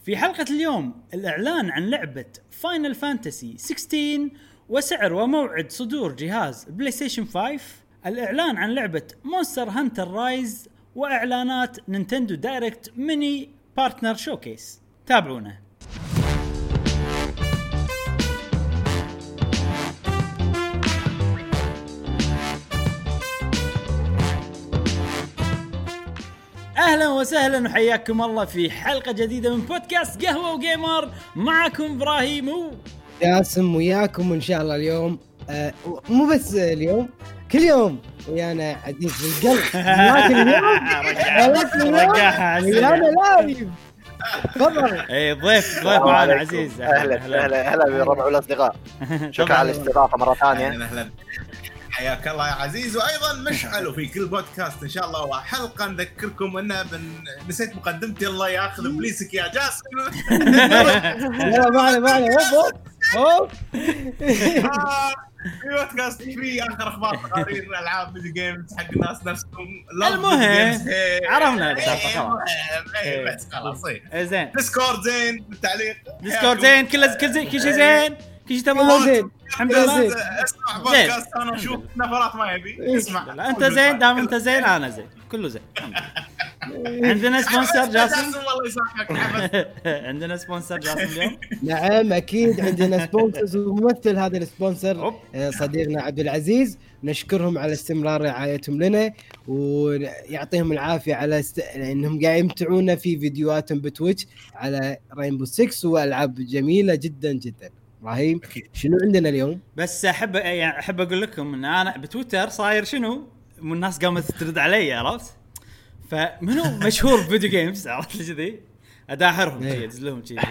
في حلقة اليوم الإعلان عن لعبة فاينل فانتسي 16 وسعر وموعد صدور جهاز بلاي ستيشن 5. الإعلان عن لعبة مونستر هانتر رايز وإعلانات نينتندو دايركت ميني بارتنر شوكيس. تابعونا. اهلا وسهلا وحياكم الله في حلقه جديده من بودكاست قهوه وجيمر. معكم ابراهيم وجاسم وياكم وان شاء الله اليوم مو بس اليوم كل يوم ويانا عزيز بالقلب. رجعها ويانا لايف. تفضل. اي ضيف معنا عزيز. اهلا بربع الاصدقاء. شكرا على الاستضافه مره ثانيه. اهلا حياك الله يا عزيز. وايضا مشعل في كل بودكاست ان شاء الله. وحلقه نذكركم انه نسيت مقدمتي. الله ياخذ بليسك يا جاسم. لا معنا هوب في بودكاست في اخر اخبار تقارير العاب فيديو جيمز حق الناس نفسهم. المهم عرفنا بس خلاص. زين ديسكورد زين بالتعليق. ديسكورد زين كل شيء زين كل شيء تمام الحمد لله. اسمع بودكاست انا اشوف نفرات ما يبي اسمع. لا انت زين دام انت زين انا زين كله زين. عندنا سبونسر جاسم. الله يسامحك. عندنا سبونسر جاسم اليوم. نعم اكيد عندنا سبونسرز وممثل هذا السبونسر صديقنا عبد العزيز. نشكرهم على استمرار رعايتهم لنا ويعطيهم العافيه على انهم قاعدين يمتعونا في فيديوهاتهم بتويتش على رينبو 6 والعاب جميله جدا جدا. ابراهيم شنو عندنا اليوم؟ بس احب اقول لكم ان انا بتويتر صاير شنو من الناس قامت ترد علي عرفت. فمنو مشهور بفيديو جيمز عرفت كذي اداحرهم كذي ادز لهم كذي.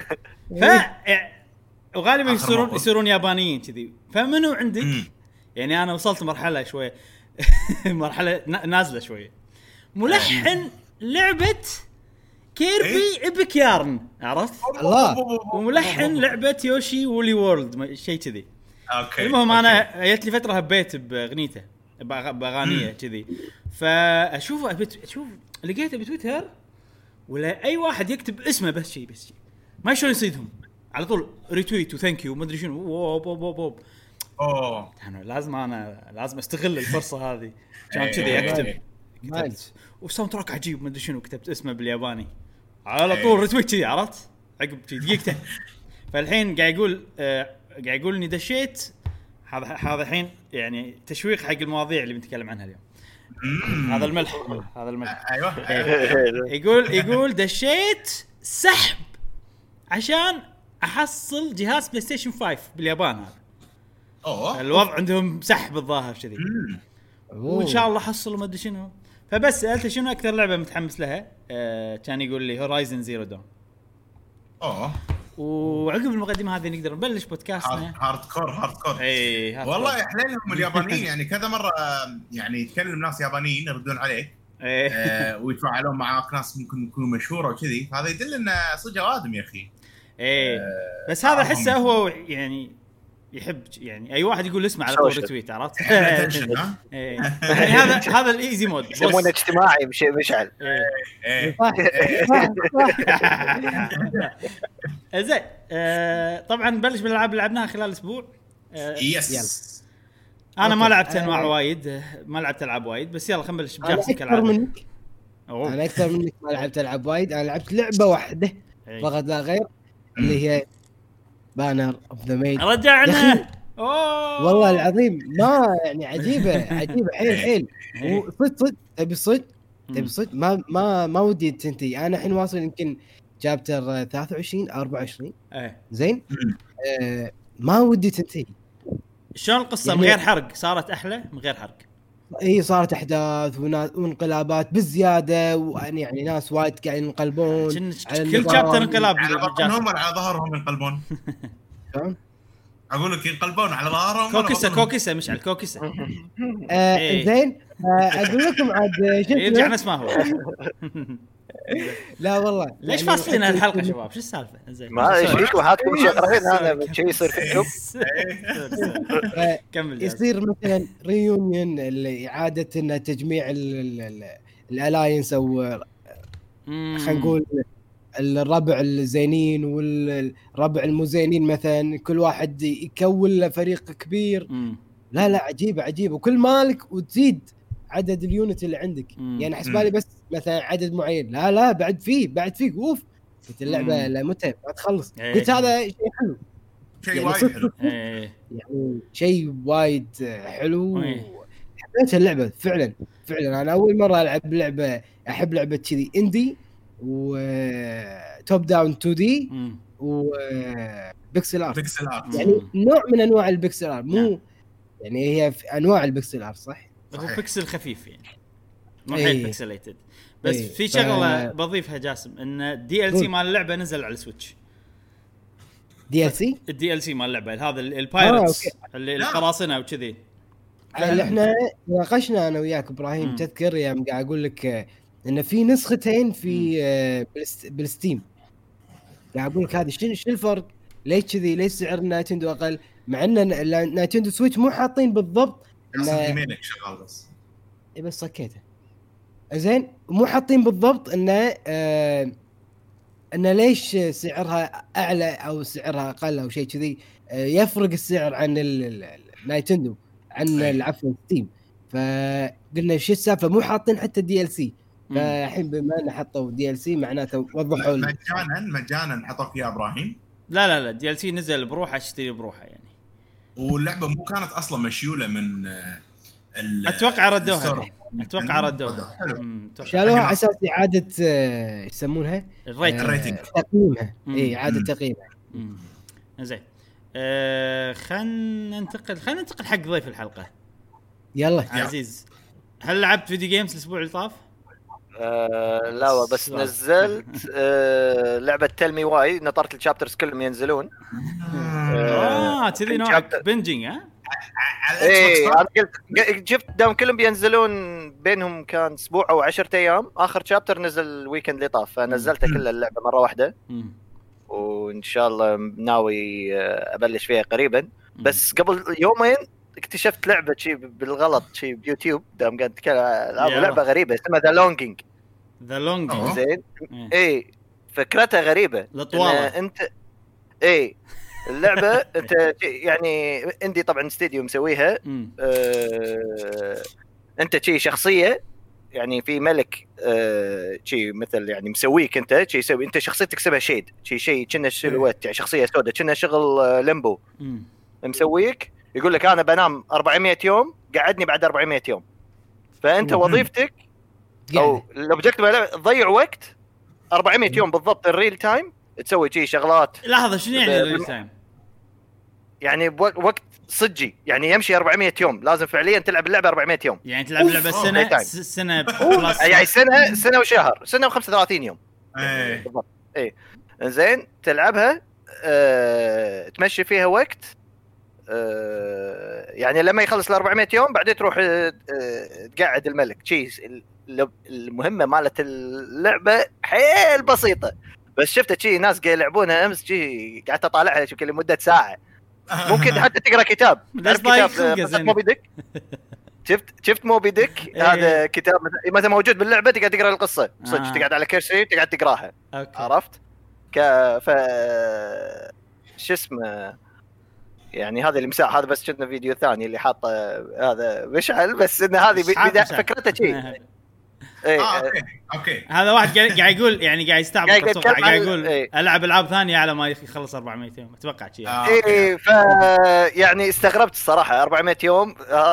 وغالبا يصيرون يابانيين كذي. فمنو عندك يعني انا وصلت مرحله شويه مرحله نازله شويه ملحن لعبه كيربي إبك يارن عرفت الله. وملحن لعبه يوشي وولي وورلد شيء كذي. اوكي المهم انا جت لي فتره هبيت باغنيته باغانيه كذي. فاشوف لقيته بتويتر ولا اي واحد يكتب اسمه بس شيء ما شلون يصيدهم على طول ريتويت وثانك يو ما ادري شنو. ووب انا لازم استغل الفرصه هذه عشان كذي اكتب وساوند تراك عجيب ما ادري شنو كتبت اسمه بالياباني على طول ريتويت كذي عرفت عقب دقيقتين. فالحين قاعد يقول اني دشيت. هذا الحين يعني تشويق حق المواضيع اللي بنتكلم عنها اليوم. هذا الملح ايوه يقول دشيت سحب عشان احصل جهاز بلاي ستيشن 5 باليابان. هذا الوضع عندهم سحب الظاهر كذي وان شاء الله حصل ما ادري شنو. فبس سالته شنو اكثر لعبه متحمس لها. كان يقول لي هورايزن زيرو دون. وعقب المقدمه هذه نقدر نبلش بودكاستنا. هارد كور والله احلالهم اليابانيين. يعني كذا مره يعني يتكلم ناس يابانيين يردون عليك ويتفاعلون معاك ناس ممكن يكونوا مشهوره وكذي. هذا يدل انه صدق اوادم يا اخي. بس هذا احسه هو يعني يحب يعني اي واحد يقول اسمه على طول ريتويت عرفت. يعني هذا الايزي مود يسمونه اجتماعي مشعل. زين طبعا نبلش بالالعاب اللي لعبناها خلال الاسبوع. يس انا ما لعبت انواع وايد ما لعبت العاب وايد بس يلا خلينا نبلش بجاسم كالعاده. انا اكثر منك ما لعبت العاب وايد. انا لعبت لعبه واحده فقط لا غير اللي هي بانر اوف ذا ميد. رجعنا والله العظيم ما يعني عجيبه حيل وصدق تبي صدق ما ودي تنتهي. انا الحين واصل يمكن شابتر 23 24 زين. ما ودي تنتهي. شلون القصه يعني من غير حرق صارت احلى من غير حرق. صارت احداث وانقلابات بالزياده يعني ناس وايد قاعدين ينقلبون كل شابتر انقلاب هم على ظهرهم ينقلبون. اقول لك ينقلبون على ظهرهم كوكيسه مش على الكوكيسه. زين اقول لكم عاد شفت يرجع نفس ما هو. لا والله ليش فاصلين الحلقه شباب شو السالفه؟ زين ما ايش فيكم هاتكم شغلين هذا شيء يصير فيكم. كمل. يصير مثلا ريونيون اعاده ان تجميع الالاينس او خلينا نقول الربع الزينين والربع المزينين مثلا كل واحد يكون له فريق كبير. لا عجيبه وكل مالك وتزيد عدد اليونت اللي عندك. يعني حسبالي بس مثلا عدد معين، لا بعد فيه اوف. قلت اللعبه لا متى ما تخلص. قلت هذا شيء حلو، شيء وايد حلو، يعني شيء وايد حلو. حبيت اللعبه فعلا. انا اول مره العب لعبه احب لعبه كذي اندي وتوب داون 2 دي وبيكسل ارت. يعني نوع من انواع البيكسل ارت، مو يعني هي في انواع البيكسل ارت صح. هو بيكسل خفيف يعني مو حيل بيكسليتد. بس في شغله بضيفها جاسم، ان دي ال سي مال اللعبه نزل على السويتش. دي ال سي الدي ال سي مال اللعبه هذا البايرتس اللي القراصنه وكذي. اللي احنا ناقشنا انا وياك ابراهيم تذكر يا قاعد اقول لك ان في نسختين في بالستيم. قاعد اقول لك هذا شنو الفرق؟ ليش كذي؟ ليش سعر نايتندو اقل مع ان نايتندو سويتش مو حاطين بالضبط يمينك شغال بس بس سكيته زين، مو حاطين بالضبط انه ليش سعرها اعلى او سعرها اقل او شيء كذي. يفرق السعر عن نايتندو عن العفو ستيم. فقلنا شو السالفه مو حاطين حتى دي ال سي. فالحين بما ان حطوا دي ال سي معناته وضحوا مجانا حطوك يا ابراهيم. لا دي ال سي نزل بروحه، اشتري بروحه يعني. واللعبه مو كانت اصلا مشيوله من اتوقع ردوها. شالوها على اساس اعاده يسمونها الريتنج تقييمها. اعاده تقييمها. زين خلينا ننتقل حق ضيف الحلقه. يلا عزيز، هل لعبت فيديو جيمز الاسبوع اللي طاف؟ لا بس نزلت لعبه تلمي واي، نطرت الشابترز كلهم ينزلون. تبي نوع بنجينج ها؟ ايه انا قلت شفت دام كلهم بينزلون بينهم كان اسبوع او 10 ايام. اخر شابتر نزل الويكند اللي طاف، فنزلته كل اللعبه مره واحده. وان شاء الله ناوي ابلش فيها قريبا. بس قبل يومين اكتشفت لعبه شيء بالغلط شيء بيوتيوب، دام قاعد اتكلم لعبه غريبه اسمها ذا لونجينج. زين ايه فكرتها غريبه. انت ايه اللعبه انت يعني عندي طبعا استديو مسويها. انت شيء شخصيه يعني في ملك شيء مثل يعني مسويك انت شيء يسوي انت شخصيتك اسمها شيد شيء كنا سيلويت يعني شخصيه سوداء كنا شغل ليمبو مسويك. يقول لك انا بنام 400 يوم قعدني بعد 400 يوم. فانت وظيفتك او الاوبجيكتيف تضيع وقت 400 يوم بالضبط الريل تايم تسوي شيء شغلات. لحظه شنو يعني الريل تايم؟ يعني وقت صجي يعني يمشي 400 يوم لازم فعليا تلعب اللعبه 400 يوم. يعني تلعب اللعبه سنه بلس يعني سنه وشهر سنه و35 يوم. بالضبط ايه زين تلعبها تمشي فيها وقت يعني لما يخلص ال 400 يوم بعدين تروح تقعد الملك. شيء المهمه مالت اللعبه حيل بسيطه بس شفت شيء ناس قاعد يلعبونها امس شيء قعدت اطالعها يمكن لمده ساعه. ممكن حتى تقرا كتاب. تعرف كتاب موبي ديك؟ شفت موبي ديك هذا كتاب مثلا موجود باللعبه تقعد تقرا القصه صدق تقعد على كرسي تقعد تقراها. عرفت شو اسمه يعني هذا المساح هذا بس شفنا فيديو ثاني اللي حاطه هذا مشعل بس ان هذه فكرته شيء اوكي هذا واحد قاعد يقول يعني قاعد يستعبط قاعد يقول العب العاب ثانيه على ما يخلص 400 يوم اتوقع شيء. ايه ف يعني استغربت الصراحه 400 يوم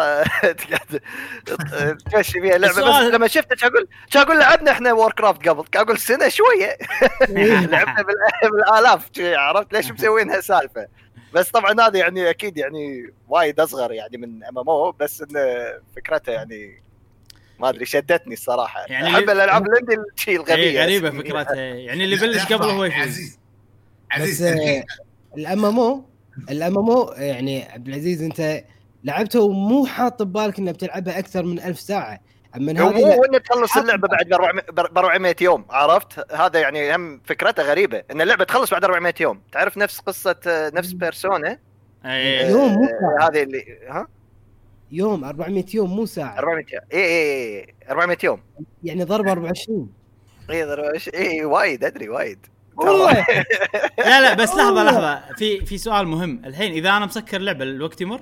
تمشي فيها اللعبه. بس لما شفت اقول لعبنا احنا ووركرافت قبل اقول سنه شويه لعبنا بالالاف عرفت ليش مسوينها سالفه. بس طبعا هذا يعني اكيد يعني وايد اصغر يعني من MMO بس ان فكرتها يعني ما ادري شدتني الصراحه. يعني احب الالعاب الاندي الشيء الغبيه غريبه فكرتها يعني اللي بلش قبل هو يفوز. عزيز الامامو يعني عبد العزيز انت لعبته ومو حاط ببالك انك بتلعبها اكثر من 1000 ساعه. اما هذا مو انك تخلص اللعبه بعد 400 يوم عرفت. هذا يعني هم فكرتها غريبه ان اللعبه تخلص بعد 400 يوم. تعرف نفس قصه نفس بيرسونا يوم هذه اللي يوم 400 يوم مو ساعه 400 ايه 400 يوم يعني ضرب 24 ايه وايد ادري وايد والله. لا بس لحظه في سؤال مهم الحين. اذا انا مسكر لعبه الوقت يمر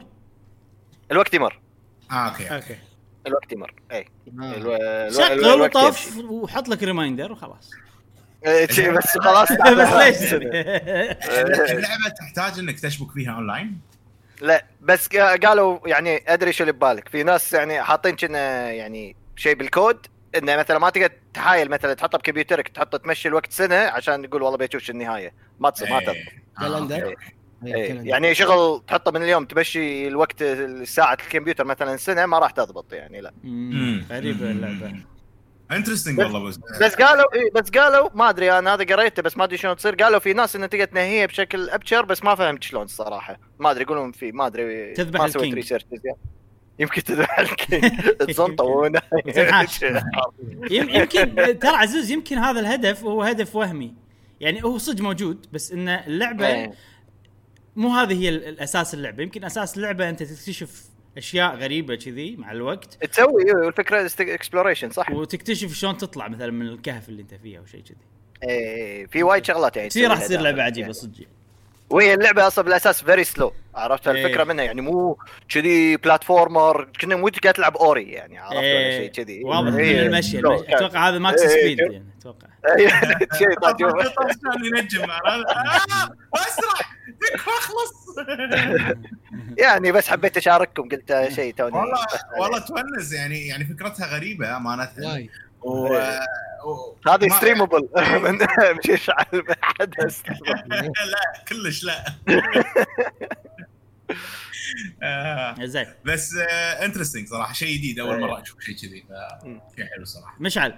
اوكي الوقت يمر اي شغل وطف وحط لك ريمايندر وخلاص. بس خلاص. بس ليش اللعبه تحتاج انك تشبك فيها اونلاين؟ لا بس قالوا يعني ادري شو اللي ببالك. في ناس يعني حاطين كنا يعني شيء بالكود انه مثلا ما تقدر تحايل مثلا تحطه بكمبيوترك تحطه تمشي الوقت سنه عشان يقول والله بيشوف النهايه ما تصير ما تضبط. كالندر يعني شغل تحطه من اليوم تمشي الوقت ساعه الكمبيوتر مثلا سنه ما راح تضبط يعني. لا غريبه اللعبه. انترستنج والله. بس قالوا ما ادري انا هذا قريته بس ما ادري شلون تصير. قالوا في ناس انه تقدر تنهيها بشكل ابشر بس ما فهمت شلون الصراحه. ما ادري يقولون في ما ادري تذبح الكينج يمكن تذبح الكينج تزنطونه يمكن ترى عزوز يمكن هذا الهدف هو هدف وهمي يعني. هو صدق موجود بس ان اللعبه مو هذه هي الاساس اللعبه. يمكن اساس اللعبه انت تكتشف اشياء غريبه كذي مع الوقت تسوي الفكره اكسبلوريشن صح وتكتشف شلون تطلع مثلا من الكهف اللي انت فيه او شيء كذي. في وايد شغلات يعني راح تصير لعبه عجيبه صدق. وهي اللعبه اصلا بالاساس فيري سلو. عرفت الفكره منها يعني مو كذي بلاتفورمر كنا مو قاعد تلعب اوري يعني. عرفت ولا شيء كذي واضح من المشي اتوقع هذا ماكس سبيد يعني اتوقع شيء طاجوه ينجم اسرع اخلص يعني. بس حبيت اشارككم قلت شيء توني والله تونس يعني فكرتها غريبه امانه. هذه ستريمبل مش على حدث. لا كلش لا. زين بس انترستينج صراحه شيء جديد اول مره اشوف شيء كذي شيء حلو صراحه.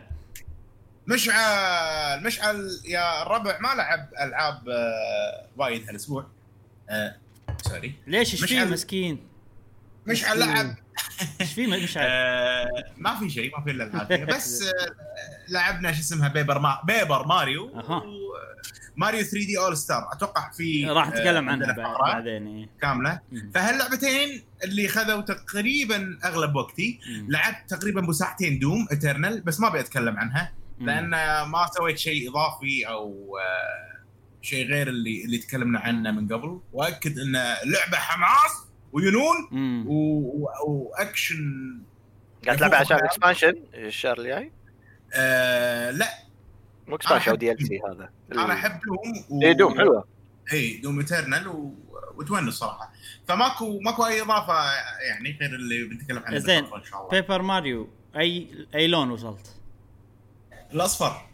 مشعل يا الربع ما لعب العاب وايد هالاسبوع. سوري ليش ايش فيه مسكين مشعل لعب ايش فيه مشعل ما في شيء ما في الا العاب بس لعبنا شو اسمها بيبر ماريو ماريو 3 دي اول ستار. اتوقع في راح نتكلم عنها بعدين كامله. فهاللعبتين اللي خذوا تقريبا اغلب وقتي. لعبت تقريبا بساعتين دوم إترنال بس ما بتكلم عنها لان ما سويت شيء اضافي او شيء غير اللي تكلمنا عنه من قبل. واكد ان لعبه حماس وينون واكشن. قاعد تلعب عشان اكسبانشن الشهر الجاي؟ لا مو اكسبانشن او دي ال سي. هذا انا احب دوم دوم حلوه. دوم إترنال وتونس صراحه. فماكو اي اضافه يعني غير اللي بنتكلم عنه زين. بيبر ماريو اي لون وصلت؟ الاصفر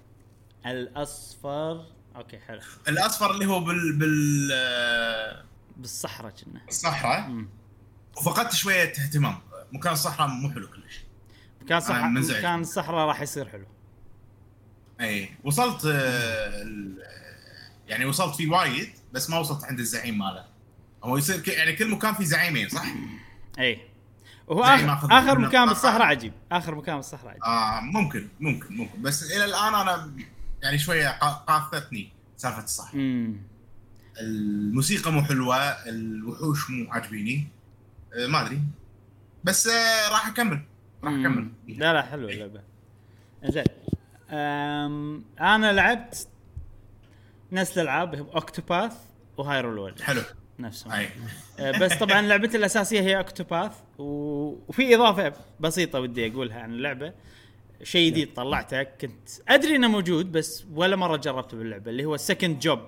اوكي حلو. الاصفر اللي هو بالصحراء كنا الصحراء. وفقدت شويه اهتمام. مكان الصحراء مو حلو كلش. مكان الصحراء راح يصير حلو. اي وصلت يعني وصلت فيه وايد بس ما وصلت عند الزعيم ماله. هو يصير يعني كل مكان فيه زعيمين صح؟ اي وهو اخر مكان بالصحراء عجيب. اخر مكان بالصحراء عجيب. ممكن بس الى الان انا يعني شويه قافتني سالفه الصحراء. الموسيقى مو حلوه. الوحوش مو عاجبيني. ما ادري بس راح اكمل. لا حلو اللعبه. زين انا لعبت نفس الالعاب اوكتوباث وهايرول وورلد حلو نفسهم. بس طبعا لعبتي الاساسيه هي اوكتوباث وفي اضافه بسيطه ودي اقولها عن اللعبه. شيء جديد طلعته كنت ادري انه موجود بس ولا مره جربته باللعبه اللي هو السكند جوب.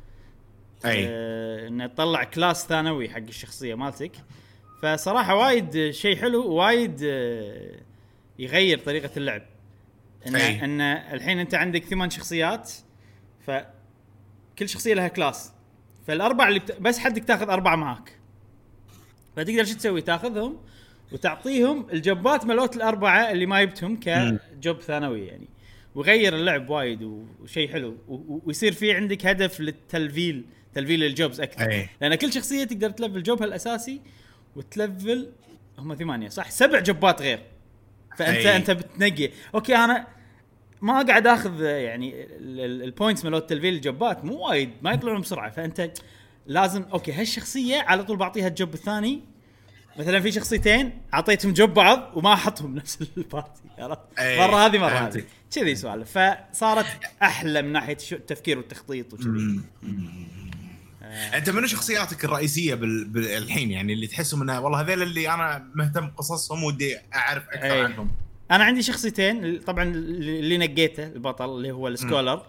انه تطلع كلاس ثانوي حق الشخصيه مالتك. فصراحه وايد شيء حلو وايد يغير طريقه اللعب. ان الحين انت عندك 8 شخصيات فكل شخصيه لها كلاس. فالاربع اللي بس حدك تاخذ 4 معاك. فتقدر شو تسوي تاخذهم وتعطيهم الجوبات ملوت الأربعة اللي ما يبتهم كجوب ثانوي يعني. وغير اللعب وايد وشيء حلو ويصير في عندك هدف للتلفيل الجوبز أكثر. لأن كل شخصية تقدر تلفل جوبها الأساسي وتلفل هم 8 صح 7 جوبات غير. فأنت بتنقي أوكي أنا ما قاعد أخذ يعني البوينتس ملوت تلفيل الجوبات مو وايد ما يطلعون بسرعة. فأنت لازم أوكي هالشخصية على طول بعطيها الجوب الثاني. مثلا في شخصيتين عطيتهم جوب بعض وما احطهم نفس البارتي. مرة هذه كذي سوالف. فصارت احلى من ناحيه التفكير والتخطيط وكذي. انت منو شخصياتك الرئيسيه بالحين يعني اللي تحسهم انها والله هذول اللي انا مهتم قصصهم ودي اعرف اكثر عنهم؟ انا عندي شخصيتين طبعا اللي نقيته البطل اللي هو السكولر.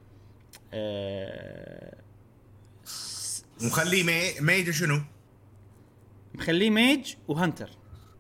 مخليه ميج شنو؟ مخليه ميج وهنتر.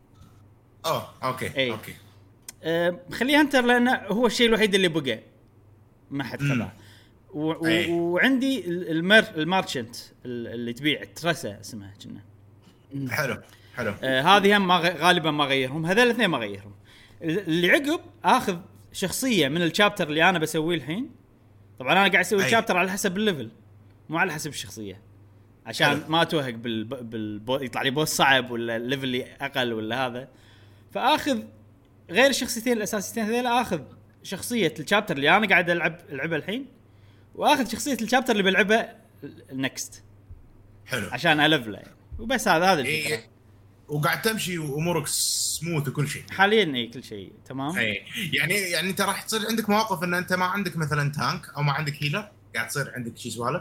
اوكي. مخليه هنتر لانه هو الشيء الوحيد اللي بقى ما حد خذاه. وعندي المارشنت اللي تبيع ترسا اسمها كنا. حلو. هذه هم غالبا ما غيرهم. هذول الاثنين ما غيرهم. اللي عقب اخذ شخصيه من الشابتر اللي انا بسويه الحين. طبعا انا قاعد اسوي الشابتر على حسب الليفل مو على حسب الشخصيه عشان ما اتوهق يطلع لي بوس صعب ولا الليفل اللي اقل ولا هذا. فاخذ غير الشخصيتين الاساسيتين هذول اخذ شخصيه الشابتر اللي انا قاعد العبها الحين واخذ شخصيه الشابتر اللي بلعبه النكست. حلو عشان الفله يعني. وبس هذا الفكره. وقاعد تمشي امورك سموث وكل شيء حاليا كل شيء تمام. يعني انت راح تصير عندك مواقف ان انت ما عندك مثلا تانك او ما عندك هيلر قاعد تصير عندك شيء سوالف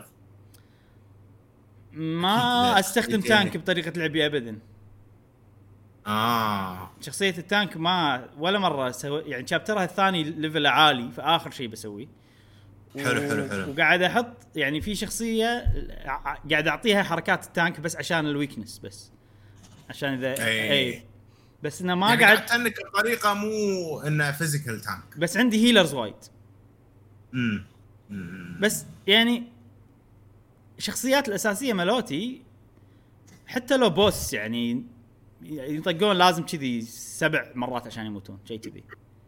ما استخدم تانك بطريقه لعبي ابدا. شخصيه التانك ما ولا مره يعني شابترها الثاني ليفل عالي فاخر شيء بسويه. حلو. وقاعد احط يعني في شخصيه قاعد اعطيها حركات التانك بس عشان الويكنس بس عشان اذا بس انه ما يعني قاعد تنك بطريقه مو انه فيزيكال تانك. بس عندي هيلرز وايد. بس يعني الشخصيات الاساسيه مالوتي حتى لو بوس يعني يطقون لازم كذي 7 مرات عشان يموتون شيء كذي.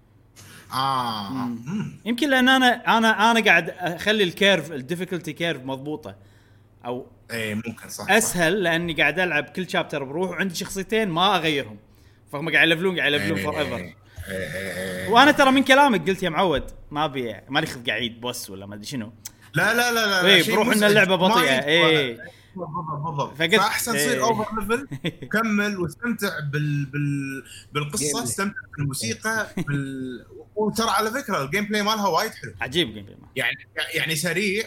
يمكن لان انا قاعد اخلي الكيرف الديفيكولتي كيرف مضبوطه او ممكن صح اسهل لاني قاعد العب كل شابتر بروح وعندي شخصيتين ما اغيرهم فهم قاعد يلفلون فور ايفر. وانا ترى من كلامك قلت يا معود ما لي خذ قاعد بوس ولا ما ادري شنو. لا بروح ان اللعبه بطيئه. بالضبط. فاحسن تصير اوفر ليفل كمل واستمتع بالقصه استمتع بالموسيقى وترى على فكره الجيم بلاي مالها وايد حلو عجيب جيم بلاي يعني سريع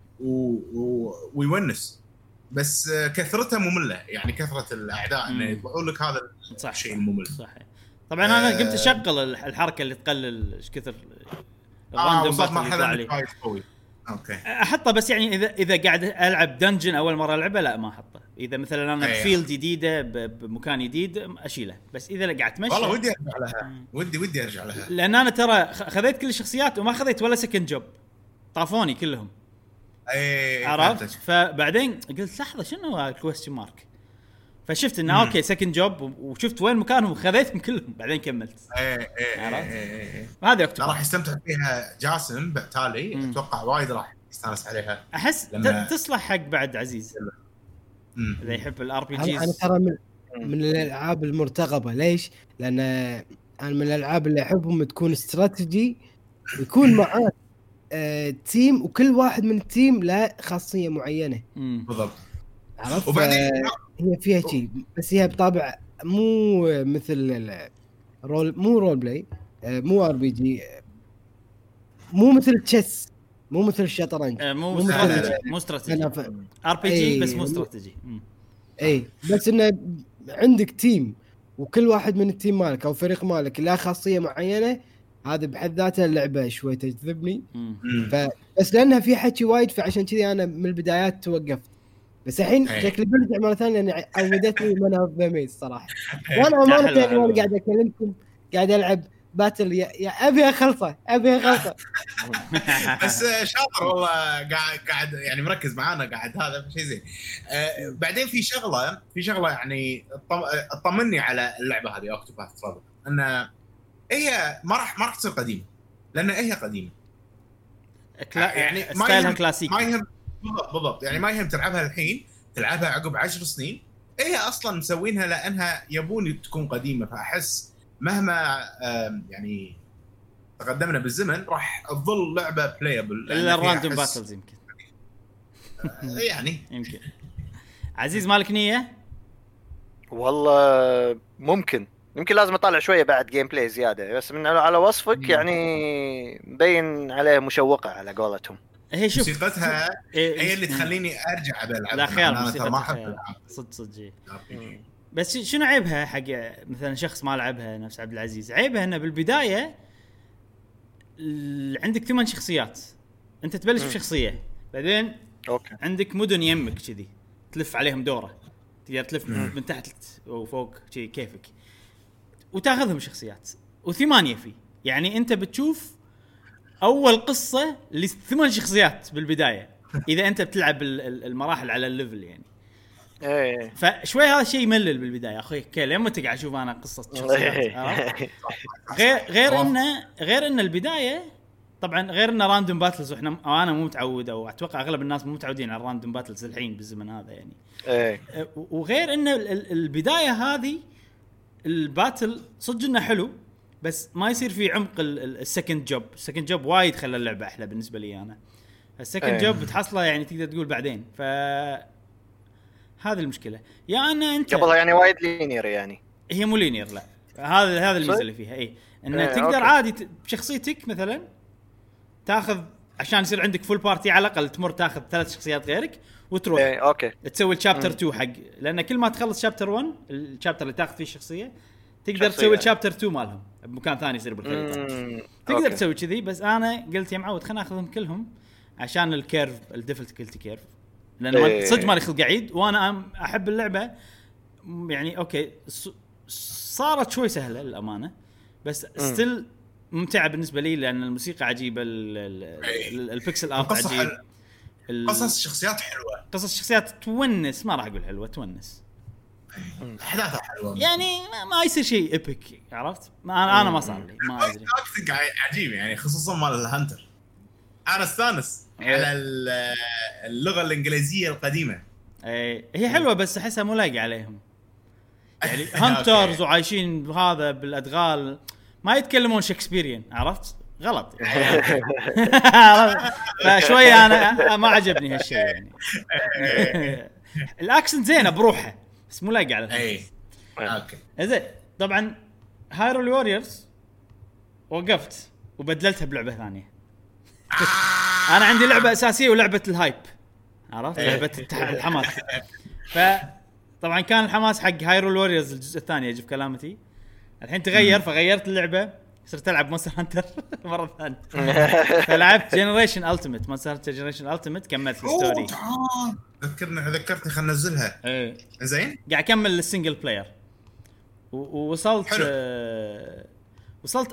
ويونس بس كثرتها ممله يعني كثره الاعداء انه يطلعون لك هذا الشيء الممل. صحيح. طبعا انا قمت اشغل الحركه اللي تقلل ايش كثر الراندوم باتل اللي يطلع لي. اوكي احطه بس يعني اذا قاعد العب دنجن اول مره العبه لا ما احطه. اذا مثلا انا فيلد جديده بمكان جديد اشيله. بس اذا قاعد تمشي والله ودي ارجع لها ودي ارجع لها لان انا ترى خذيت كل الشخصيات وما خذيت ولا سكند جوب طافوني كلهم. عرفت. فبعدين قلت لحظه شنو الكويستشن مارك فشفت انه اوكي سكند جوب وشفت وين مكانهم وخذيتهم كلهم بعدين كملت. هذه اكتب راح يستمتع فيها جاسم بالتالي اتوقع وايد راح يستانس عليها. احس تصلح حق بعد عزيز اذا يحب الار بي جيز. انا ترى من الالعاب المرتقبه. ليش؟ لان انا من الالعاب اللي احبهم تكون استراتيجي يكون معاك تيم وكل واحد من التيم له خاصيه معينه. بالضبط. عرفت. وبعدين هي فيها شيء بس هي بطابع مو مثل مو رول بلاي مو ار بي جي مو مثل تشيس مو مثل الشطرنج مو استراتيجي ار بي جي بس مو استراتيجي. بس انه عندك تيم وكل واحد من التيم مالك او فريق مالك له خاصيه معينه. هذا بحد ذاته اللعبه شوي تجذبني. بس لانها في حكي وايد فعشان كذي انا من البدايات توقفت. بس الحين شكلي برجع مره ثانيه لاني عودتني من هذا صراحه. وانا امانه وانا قاعد اكلمكم قاعد العب باتل يا ابي اخلصه بس شاطر والله قاعد يعني مركز معانا قاعد هذا شيء زين. بعدين في شغله يعني اطمني على اللعبه هذه اوكتوباث ترافل ان هي ما راح تصير قديمه لان هي قديمه يعني ستايلها كلاسيكي. ما يهم بالضبط يعني ما يهم تلعبها الحين تلعبها عقب 10 سنين هي اصلا مسوينها لانها يبون تكون قديمه. فاحس مهما يعني تقدمنا بالزمن راح تظل لعبه بلايبل. الراندوم باتلز يمكن يعني يمكن. عزيز مالك نيه؟ والله ممكن يمكن لازم اطالع شويه بعد جيم بلاي زياده، بس من على وصفك يعني مبين عليه مشوقه على قولتهم. هي شوف موسيقتها هي اللي تخليني ارجع العب. لا خيال انا ترى ما احب موسيقتها العاب صدق. بس شنو عيبها حق مثلا شخص ما لعبها نفس عبد العزيز؟ عيبها انه بالبدايه عندك 8 شخصيات، انت تبلش بشخصيه، بعدين اوكي عندك مدن يمك كذي تلف عليهم دوره، تقدر تلف من تحت وفوق كذي كيفك، وتاخذهم شخصيات وثمانية فيه. يعني انت بتشوف اول قصه اللي 8 شخصيات بالبدايه اذا انت بتلعب المراحل على الليفل يعني. ايه فشوي هذا الشيء يملل بالبدايه اخوي. لما تقعد اشوف انا قصه شخصيات غير ان البدايه طبعا غير ان راندوم باتلز، واحنا انا مو متعود او اتوقع اغلب الناس مو متعودين على الراندوم باتلز الحين بالزمن هذا يعني. ايه وغير ان البدايه هذه الباتل صدق انه حلو، بس ما يصير في عمق السكند جوب وايد خلى اللعبه احلى بالنسبه لي انا. السكند جوب بتحصله يعني تقدر تقول بعدين، ف هذه المشكله. يا انا انت قبلها يعني وايد لينير، يعني هي مو لينير، لا هذا الميزه اللي فيها اي انك تقدر أوكي. عادي بشخصيتك مثلا تاخذ عشان يصير عندك فول بارتي على الاقل تمر تاخذ 3 شخصيات غيرك وتروح اوكي تسوي الشابتر 2 حق، لان كل ما تخلص شابتر 1 الشابتر اللي تاخذ فيه الشخصيه تقدر تسوي الشابتر 2 مالهم بمكان ثاني يصير بالخريطه. تقدر تسوي كذي، بس انا قلت يا معود خلينا ناخذهم كلهم عشان الكيرف الديفيكولتي كيرف، لان صدق مالي خلق عيد وانا احب اللعبه يعني. اوكي صارت شوي سهله للامانه، بس ستيل ممتعه بالنسبه لي لان الموسيقى عجيبه، البيكسل ارت عجيب، قصص الشخصيات حلوه، قصص الشخصيات تونس، ما راح اقول حلوه تونس، احداثها حلوه يعني ما يصير شيء ايبك، عرفت؟ انا ما صار لي ما ادري. عجيب يعني، خصوصا مال الهانتر. انا استانس على اللغه الانجليزيه القديمه. هي حلوه بس احسها مو لايقه عليهم يعني. هانترز وعايشين بهذا بالادغال، ما يتكلمون شكسبيريان، عرفت؟ غلط فشويه انا ما عجبني هالشيء يعني. الاكسنت زينه بروحه بس مو لايقه على اوكي زين. طبعا هايرول ووريرز وقفت وبدلتها بلعبه ثانيه. انا عندي لعبه اساسيه ولعبه الهايب، عرفت؟ لعبه الحماس. فطبعا كان الحماس حق هايرول ووريرز الجزء الثاني، اجيب كلامتي الحين تغير، فغيرت اللعبه صرت العب مونستر هانتر مره ثانيه. فلعبت جنريشن التيميت، مونستر هانتر جنريشن التيميت، كملت الستوري. ذكرتني خلينا ننزلها. زين قاعد اكمل السنجل بلاير ووصلت وصلت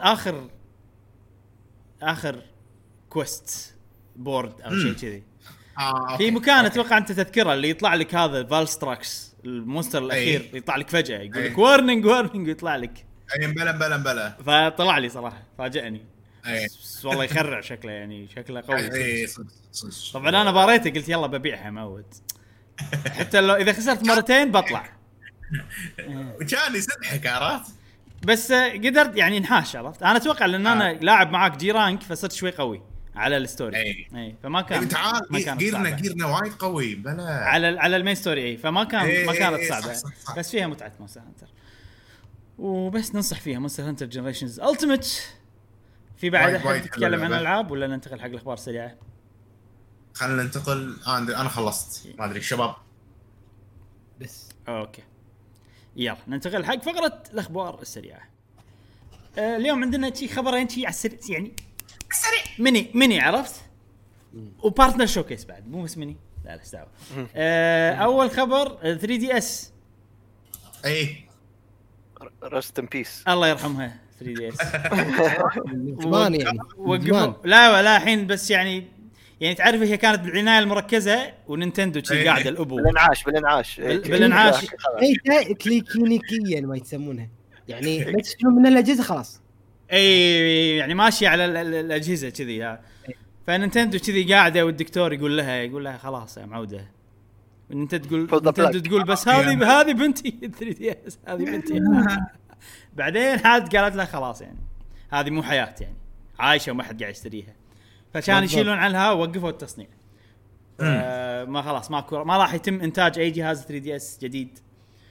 اخر كويست بورد او شيء كذي. في مكان اتوقع انت تذكره اللي يطلع لك هذا فالستراكس المونستر الاخير يطلع لك فجاه يقول لك وارنينج ويطلع لك بلا فطلع لي صراحه فاجئني. والله يخرع شكله، يعني شكله قوي. طبعا انا باريته قلت يلا ببيعها معود، حتى لو اذا خسرت مرتين بطلع. وكان يسبحك عرفت، بس قدرت يعني انحاش، عرفت؟ انا اتوقع لان انا لاعب معاك جي رانك فصرت شوي قوي على الستوري. اي فما كان جيرنا وايد قوي بلا على المين ستوري. اي فما كان ما كانت صعبه، صح. بس فيها متعه مونستر هانتر، وبس ننصح فيها مونستر هانتر جنريشنز التيميت. في بعد احد تتكلم عن الالعاب ولا ننتقل حق الاخبار السريعه؟ خلينا ننتقل. انا خلصت، ما ادري الشباب بس اوكي يلا ننتقل حق فقره الاخبار السريعه. اليوم عندنا شيء خبرين شيء على السريع، يعني سريع ميني عرفت، وبارتنر شوكيس بعد، مو بس ميني، لا استوعب. اول خبر 3DS. اي رست ان بيس، الله يرحمها 3DS. زمان يعني وقفوا لا الحين بس يعني تعرف هي كانت بالعنايه المركزه ونينتندو شي قاعده الابو بالانعاش اي كلينيكيا ما يسمونها، يعني بس شنو من الاجهزه خلاص. اي يعني ماشي على الاجهزه كذي. فنينتندو كذي قاعده والدكتور يقول لها خلاص يا معوده، نينتندو تقول بس هذه بنتي 3DS هذه بنتي. بعدين حد قالت له خلاص يعني هذه مو حياه، يعني عايشه وما حد قاعد يشتريها، فكان يشيلون عنها ووقفوا التصنيع. ما خلاص ما راح يتم انتاج اي جهاز 3DS جديد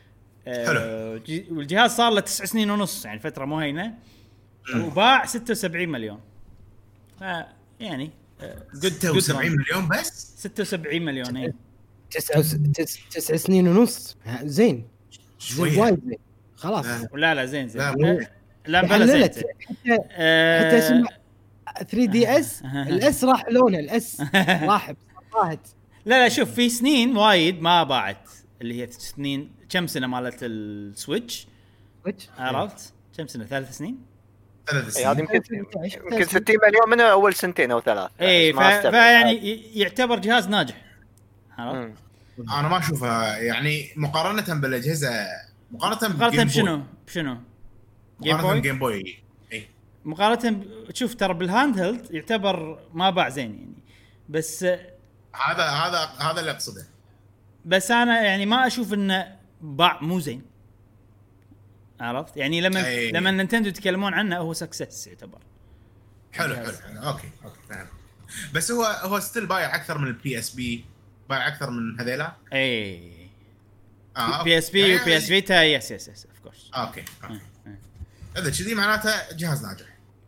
والجهاز صار له 9 سنين ونص، يعني فتره مو هينه، وباع 76 مليون. يعني 76 مليون بس. 76 مليون اي 9 سنين ونص زين وايد زين خلاص. لا زين لا بلا زين حتى اسمه 3 دي اس الاس راح لونه الاس راح راحت. لا شوف في سنين وايد ما باعت، اللي هي سنين كم سنه مالت السويتش عرفت كم سنه؟ 3 سنين. هذه يمكن 60 مليون منها اول سنتين او ثلاث. اي فيعني يعتبر جهاز ناجح. انا ما اشوفها يعني مقارنه بالاجهزه، مقارنه بشنو جيم بوي. اي مقارنه تشوف ترى بالهاند هيلد يعتبر ما باع زين يعني، بس هذا اللي اقصده. بس انا يعني ما اشوف انه باع مو زين، عرفت يعني لما نينتندو يتكلمون عنه هو سكسس يعتبر. حلو اوكي فاهم. بس هو ستيل بايع اكثر من البي اس بي، بايع اكثر من هذيلا. اي بي اس بي وبي اس فيتا. يس اوف كورس. اوكي هذا كذي معناته جهاز ناجح.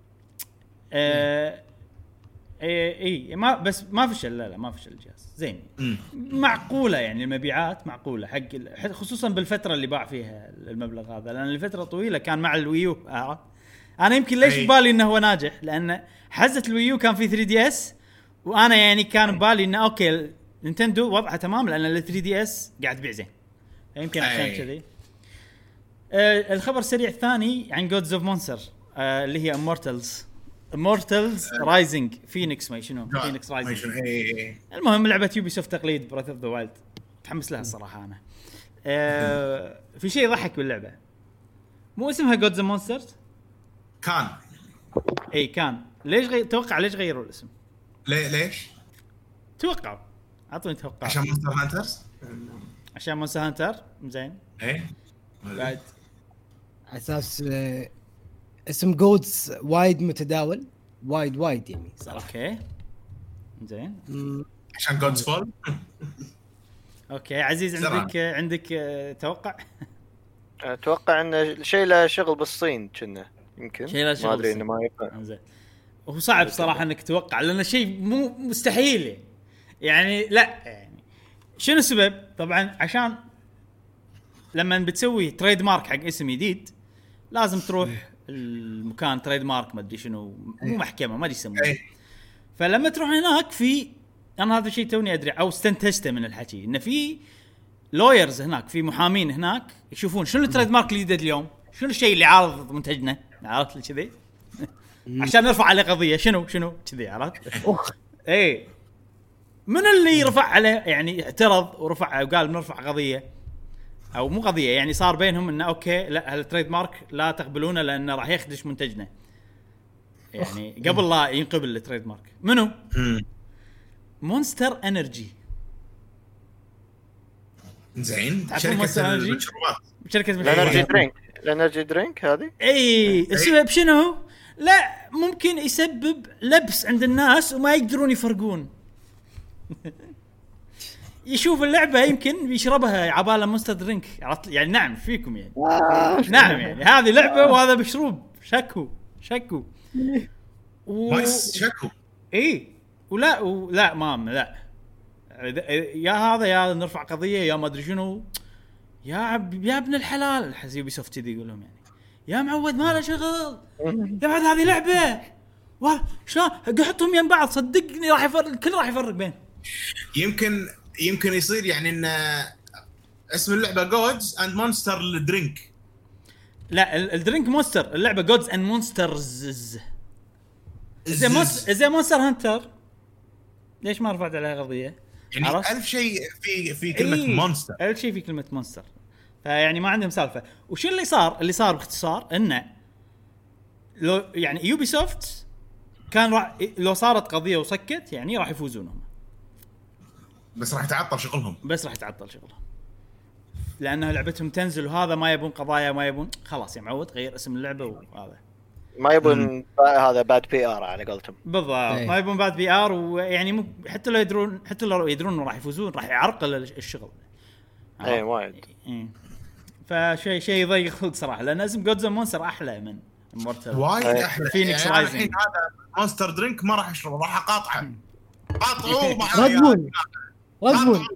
اي ما فشل. لا ما فشل الجهاز زين. معقوله يعني المبيعات معقوله حق خصوصا بالفتره اللي باع فيها المبلغ هذا، لان الفتره طويله كان مع الويو. انا يمكن ليش ببالي انه هو ناجح، لان حزه الويو كان في 3 دي اس، وانا يعني كان ببالي انه اوكي نينتندو وضعها تمام لان ال 3 دي اس قاعد تبيع زين، يمكن عشان كذي. الخبر السريع الثاني عن جودز اوف مونستر اللي هي امورتلز رايزنج فينيكس ما شنو فينيكس رايزنج. المهم لعبه يوبي سوفت تقليد براث اوف ذا وايلد، متحمس لها الصراحه انا. في شيء يضحك باللعبه، مو اسمها جودز اوف مونسترز كان ليش توقع ليش غيروا الاسم؟ ليش توقع اعطوني توقع. عشان مونستر هانترز، عشان مونستر هانتر زين. بعد اساس اسم جودز وايد متداول وايد يعني صراحه. اوكي زين عشان جودز فول. اوكي عزيز عندك توقع؟ اتوقع ان الشيء له شغل بالصين كنا يمكن ما ادري انه ما يبقى زين. وهو صعب صراحه انك توقع لان شيء مو مستحيل يعني. لا يعني شنو السبب؟ طبعا عشان لما بتسوي تريد مارك حق اسم جديد لازم تروح المكان تريد مارك ما ادري شنو، مو محكمه ما ادري يسمونه. فلما تروح هناك في انا هذا الشيء توني ادري او استنتجته من الحكي ان في لويرز هناك، في محامين هناك يشوفون شنو التريد مارك الجديد اليوم، شنو الشيء اللي عارض منتجنا، عرفت كذي عشان نرفع عليه قضيه شنو كذي، عرفت؟ اي من اللي رفع عليه يعني اعترض ورفع وقال بنرفع قضيه او مو قضيه، يعني صار بينهم انه اوكي لا هالتريد مارك لا تقبلونه لانه راح يخدش منتجنا يعني قبل لا ينقبل التريد مارك. منو؟ مونستر انرجي. زين شركه الانرجي درينك هذه. اي السبب شنو؟ لا ممكن يسبب لبس عند الناس وما يقدرون يفرقون. يشوف اللعبه يمكن بيشربها عباله مونستر درينك، عرفت يعني؟ نعم فيكم يعني نعم يعني هذه لعبه وهذا مشروب شكو بس شكو. اي ولا مام لا يا هذا يا نرفع قضيه يا ما ادري شنو يا ابن الحلال. حسيبي سوفت كذي يقول لهم يعني يا معود ما له شغل يا بعد هذه لعبه شلون قحطهم يم بعض صدقني راح يفرق الكل، راح يفرق بين. يمكن يصير يعني ان اسم اللعبه جودز اند مونستر الدرينك. لا الدرينك مونستر، اللعبه جودز اند مونسترز. زي مونستر هانتر ليش ما رفعت عليها قضيه يعني؟ ألف شيء في كلمه مونستر، ألف شيء في كلمه مونستر، فيعني ما عندهم سالفه. وشو اللي صار باختصار انه لو يعني يوبي سوفت كان لو صارت قضيه وسكت يعني راح يفوزونهم، بس راح يتعطل شغلهم لانه لعبتهم تنزل وهذا ما يبون قضايا ما يبون خلاص يا معود غير اسم اللعبه وهذا ما يبون هذا باد بي ار على قولتهم بالضبط. ما يبون باد بي ار، ويعني حتى لو يدرون انه راح يفوزون راح يعرقل الشغل. اي وايد. فشيء يضيق خلق صراحه، لان اسم جودز مونستر احلى من مورتال وايد احلى. فينيكس يعني رايزنج. الحين هذا مونستر درينك ما راح اشربه، راح اقاطعه. قاطعوه رجبون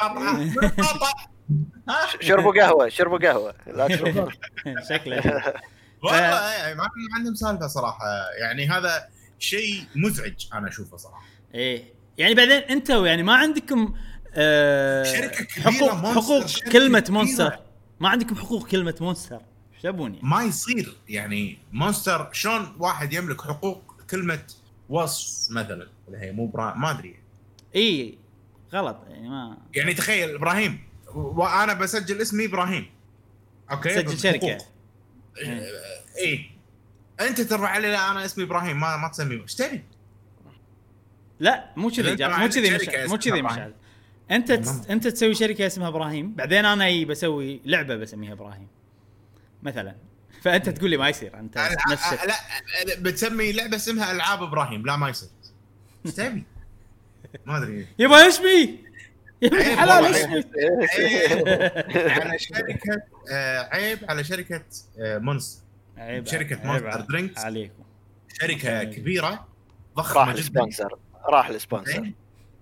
شربوا قهوه لا تشربوا شكله والله يعني ما عندهم سالفه صراحه. يعني هذا شيء مزعج انا اشوفه صراحه. ايه يعني بعدين انتوا يعني ما عندكم شركه كبيره حقوق كلمه مونستر، ما عندكم حقوق كلمه مونستر، ايش تبوني؟ ما يصير يعني مونستر شلون واحد يملك حقوق كلمه وصف مثلا اللي هي مو ما ادري. ايه غلط يعني ما يعني تخيل ابراهيم وانا بسجل اسمي ابراهيم، اوكي سجل شركه. ايه انت ترفع علي لا انا اسمي ابراهيم ما تسميه ايش تبي؟ لا مو كذي مو كذي مشعل. انت تسوي شركه اسمها ابراهيم، بعدين انا بسوي لعبه بسميها ابراهيم مثلا، فانت تقول لي ما يصير انت نفسك. لا بتسمي لعبه اسمها العاب ابراهيم، لا ما يصير. ايش تبي؟ ما ادري يبا اسمي حلال اسمي على شركه عيب على شركه مونستر. عيب شركه مونستر درينكس عليكم، شركه كبيره ضخمه جدا. راح السبونسر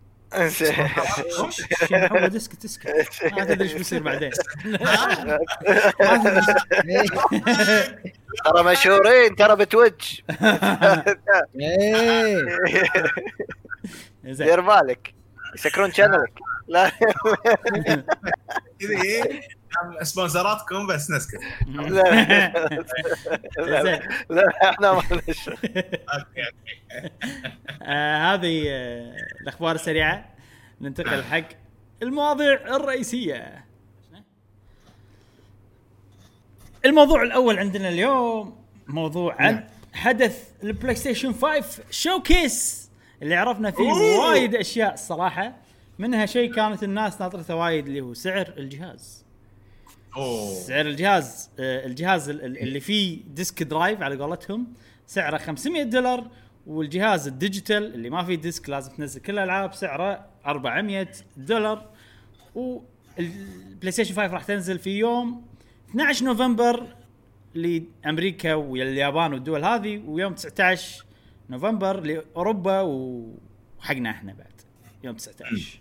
هو تسكت ما تدري ايش بيصير بعدين. ترى مشهورين ترى بتويتش. دير بالك يسكرون شانلك. لا كذا ايه سبونسراتكم بس نسكت. لا احنا ما نشوف. هذه الاخبار السريعه. ننتقل حق المواضيع الرئيسيه. الموضوع الاول عندنا اليوم موضوع عن حدث البلاي ستيشن 5 شوكيس اللي عرفنا فيه وايد اشياء الصراحه، منها شيء كانت الناس ناطرته وايد اللي هو سعر الجهاز. سعر الجهاز اللي فيه ديسك درايف على قولتهم سعره $500، والجهاز الديجيتال اللي ما فيه ديسك لازم تنزل كل الالعاب سعره $400. والبلاي ستيشن 5 راح تنزل في يوم 12 نوفمبر لامريكا واليابان والدول هذه، ويوم 19 نوفمبر لاوروبا وحقنا احنا بعد يوم 19.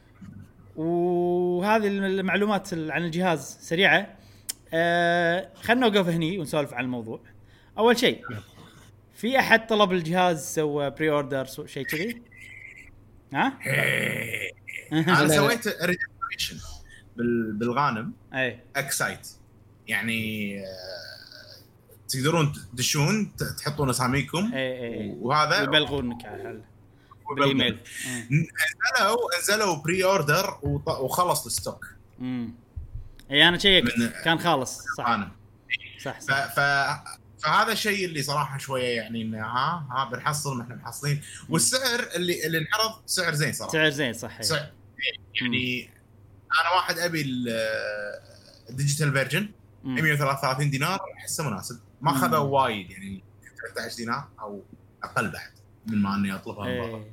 وهذه المعلومات عن الجهاز سريعه. خلنا نوقف هني ونسولف عن الموضوع. اول شيء، في احد طلب الجهاز سوى بري اوردر شيء كذي؟ ها انا سويت ريجستريشن بالغانم اي اكسايت، يعني تقدرون تدشون تحطون اساميكم وهذا يبلغونك على بالايميل. نزلوا بري اوردر وخلص الستوك. اي انا شيء كان خالص صح. صح. فهذا الشيء اللي صراحه شويه يعني انه ها بنحصل ما احنا محصلين. والسعر اللي انعرض سعر زين صراحه، سعر زين صح. يعني انا واحد ابي الديجيتال فيرجن $133 احسه مناسب، ما خذوا وايد يعني $13 او اقل بعد من ما اني اطلبها من برا.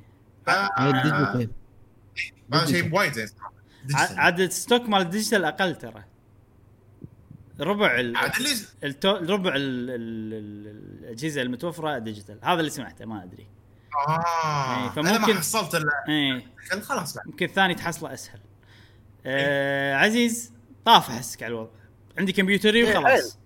هذا شيء وايد زين صراحه. عدد ستوك مال الديجيتال اقل ترى، ربع ربع الاجهزه المتوفره ديجيتال. هذا اللي سمعته ما ادري. فممكن انا ما حصلت خلاص بعد يمكن الثاني تحصله اسهل. عزيز طاف احسك على الوضع، عندي كمبيوتري وخلاص.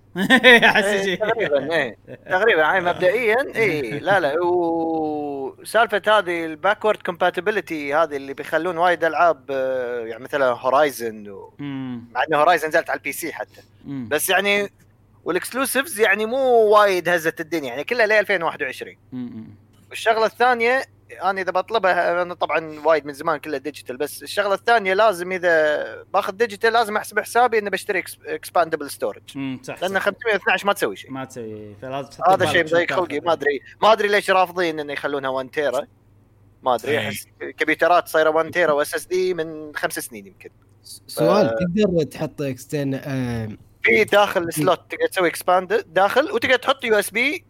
تقريبا يعني مبدئيا لا وسالفه هذه الباكورد كومباتيبلتي هذه اللي بيخلون وايد العاب يعني مثلا هورايزن مع انه هورايزن نزلت على البي سي حتى بس يعني والاكسكلوسيفز يعني مو وايد هزت الدنيا يعني كلها ل 2021. والشغله الثانيه انا اذا بطلبها انا طبعا وايد من زمان كله ديجيتال، بس الشغله الثانيه لازم اذا باخذ ديجيتال لازم احسب حسابي اني بشتري اكسباندبل ستورج، لان 512 ما تسوي شيء، ما تسوي. فلازم هذا شيء مضايق خلقي. ما ادري ليش رافضين انه يخلونها 1 تيرا، ما ادري. احس كمبيوترات صايره 1 تيرا واس اس دي من 5 سنين يمكن. سؤال تقدر تحط اكسترن في داخل السلوت تقدر تسوي اكسباند داخل وتقدر تحط يو اس بي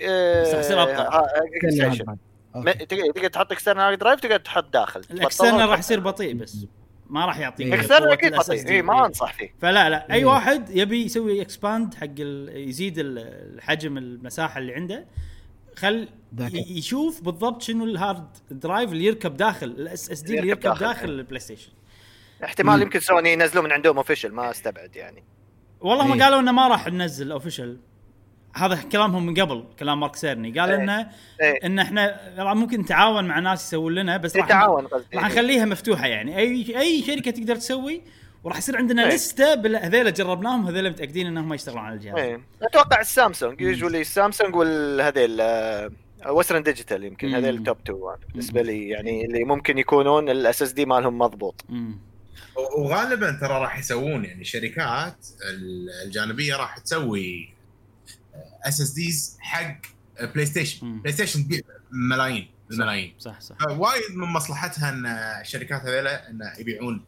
تقدر تحط اكسترنال درايف تقدر تحط داخل. الاكسترنال راح يصير بطيء بس ما راح يعطيك اكسترنال اكيد اي ما انصح فيه. فلا اي واحد يبي يسوي اكسباند حق يزيد الحجم المساحه اللي عنده خل يشوف بالضبط شنو الهارد درايف اللي يركب داخل الاس اس دي اللي يركب داخل البلاي ستيشن. احتمال يمكن سوني ينزلوا من عندهم اوفيشال ما استبعد يعني. والله ما قالوا انه ما راح ننزل اوفيشال هذا كلامهم من قبل كلام مارك سيرني قال انه ان احنا ممكن نتعاون مع ناس يسوون لنا بس راح نخليها مفتوحه يعني اي شركه تقدر تسوي وراح يصير عندنا لسته هذول جربناهم هذول متاكدين انهم ما يشتغلون على الجهاز. اتوقع السامسونج يوجولي السامسونج والهذيل وسترن ديجيتال يمكن هذول التوب 2 بالنسبه لي يعني اللي ممكن يكونون الاس اس دي مالهم مضبوط. وغالبا ترى راح يسوون يعني الشركات الجانبيه راح تسوي اس اس ديز حق بلاي ستيشن. بلاي ستيشن تبيع ملايين الملايين صح صح. وايد من مصلحتها ان الشركات هذيلا ان يبيعون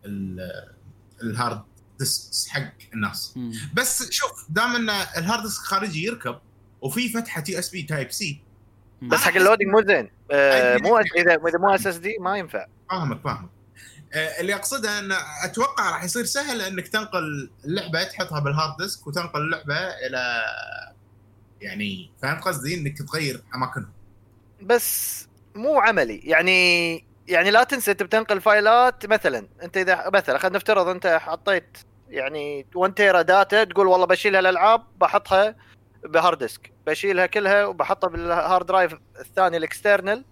الهارد ديسك حق الناس. بس شوف دام ان الهارد ديسك خارجي يركب وفي فتحه تي اس بي تايب سي بس حق اللودينج مو زين مو اذا مو اس اس دي ما ينفع. فاهمك اللي اقصده ان اتوقع راح يصير سهل انك تنقل اللعبه تحطها بالهارد ديسك وتنقل اللعبه الى يعني فهمت قصدي انك تغير اماكنهم بس مو عملي يعني لا تنسى انت بتنقل فايلات مثلا انت اذا مثلا خلينا نفترض انت حطيت يعني 1 تيرا داتا تقول والله بشيل هالالعاب بحطها بهارد ديسك بشيلها كلها وبحطها بالهارد درايف الثاني الاكسترنال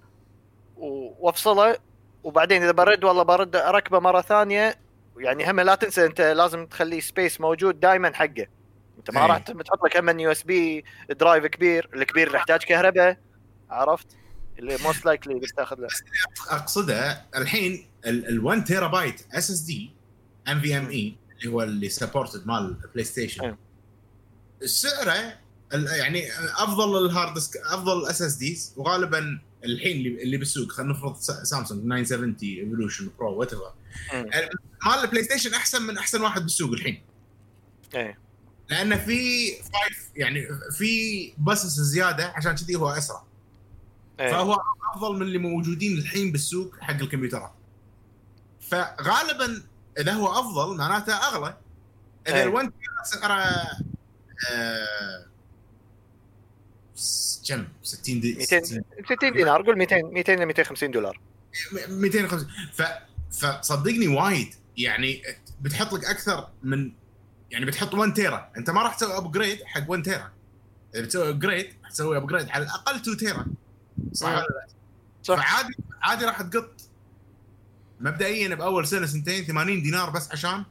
وافصله وبعدين اذا برد اركبه مره ثانيه يعني هم لا تنسى انت لازم تخلي سبيس موجود دائما حقه. انت ما راح تحط لك هم يو اس بي درايف كبير الكبير يحتاج كهرباء عرفت اللي موست لايكلي بتاخذ له. اقصده الحين ال1 تيرا بايت اس اس دي ام في ام اي اللي هو اللي سبورتد مال بلاي ستيشن سعره يعني افضل الهارد ديسك افضل الاس اس ديز وغالبا الحين اللي بالسوق خلينا نفرض سامسونج 970 ايفولوشن برو وات ايفر مال البلاي ستيشن احسن من احسن واحد بالسوق الحين. لانه في 5 يعني في بسس زياده عشان كذي هو اسرع. فهو افضل من اللي موجودين الحين بالسوق حق الكمبيوترات. فغالبا اذا هو افضل معناته اغلى. اذا الوان سعره كم 60 دينار قول 200 ل 250 دولار 250. فصدقني وايد يعني بتحط لك اكثر من يعني بتحط 1 تيرا انت ما راح تسوي ابجريد حق 1 تيرا اذا بتسوي ابجريد تسوي ابجريد على الاقل 2 تيرا صح ولا لا؟ فعادي راح تقط مبدئيا باول سنه سنتين 80 دينار بس عشان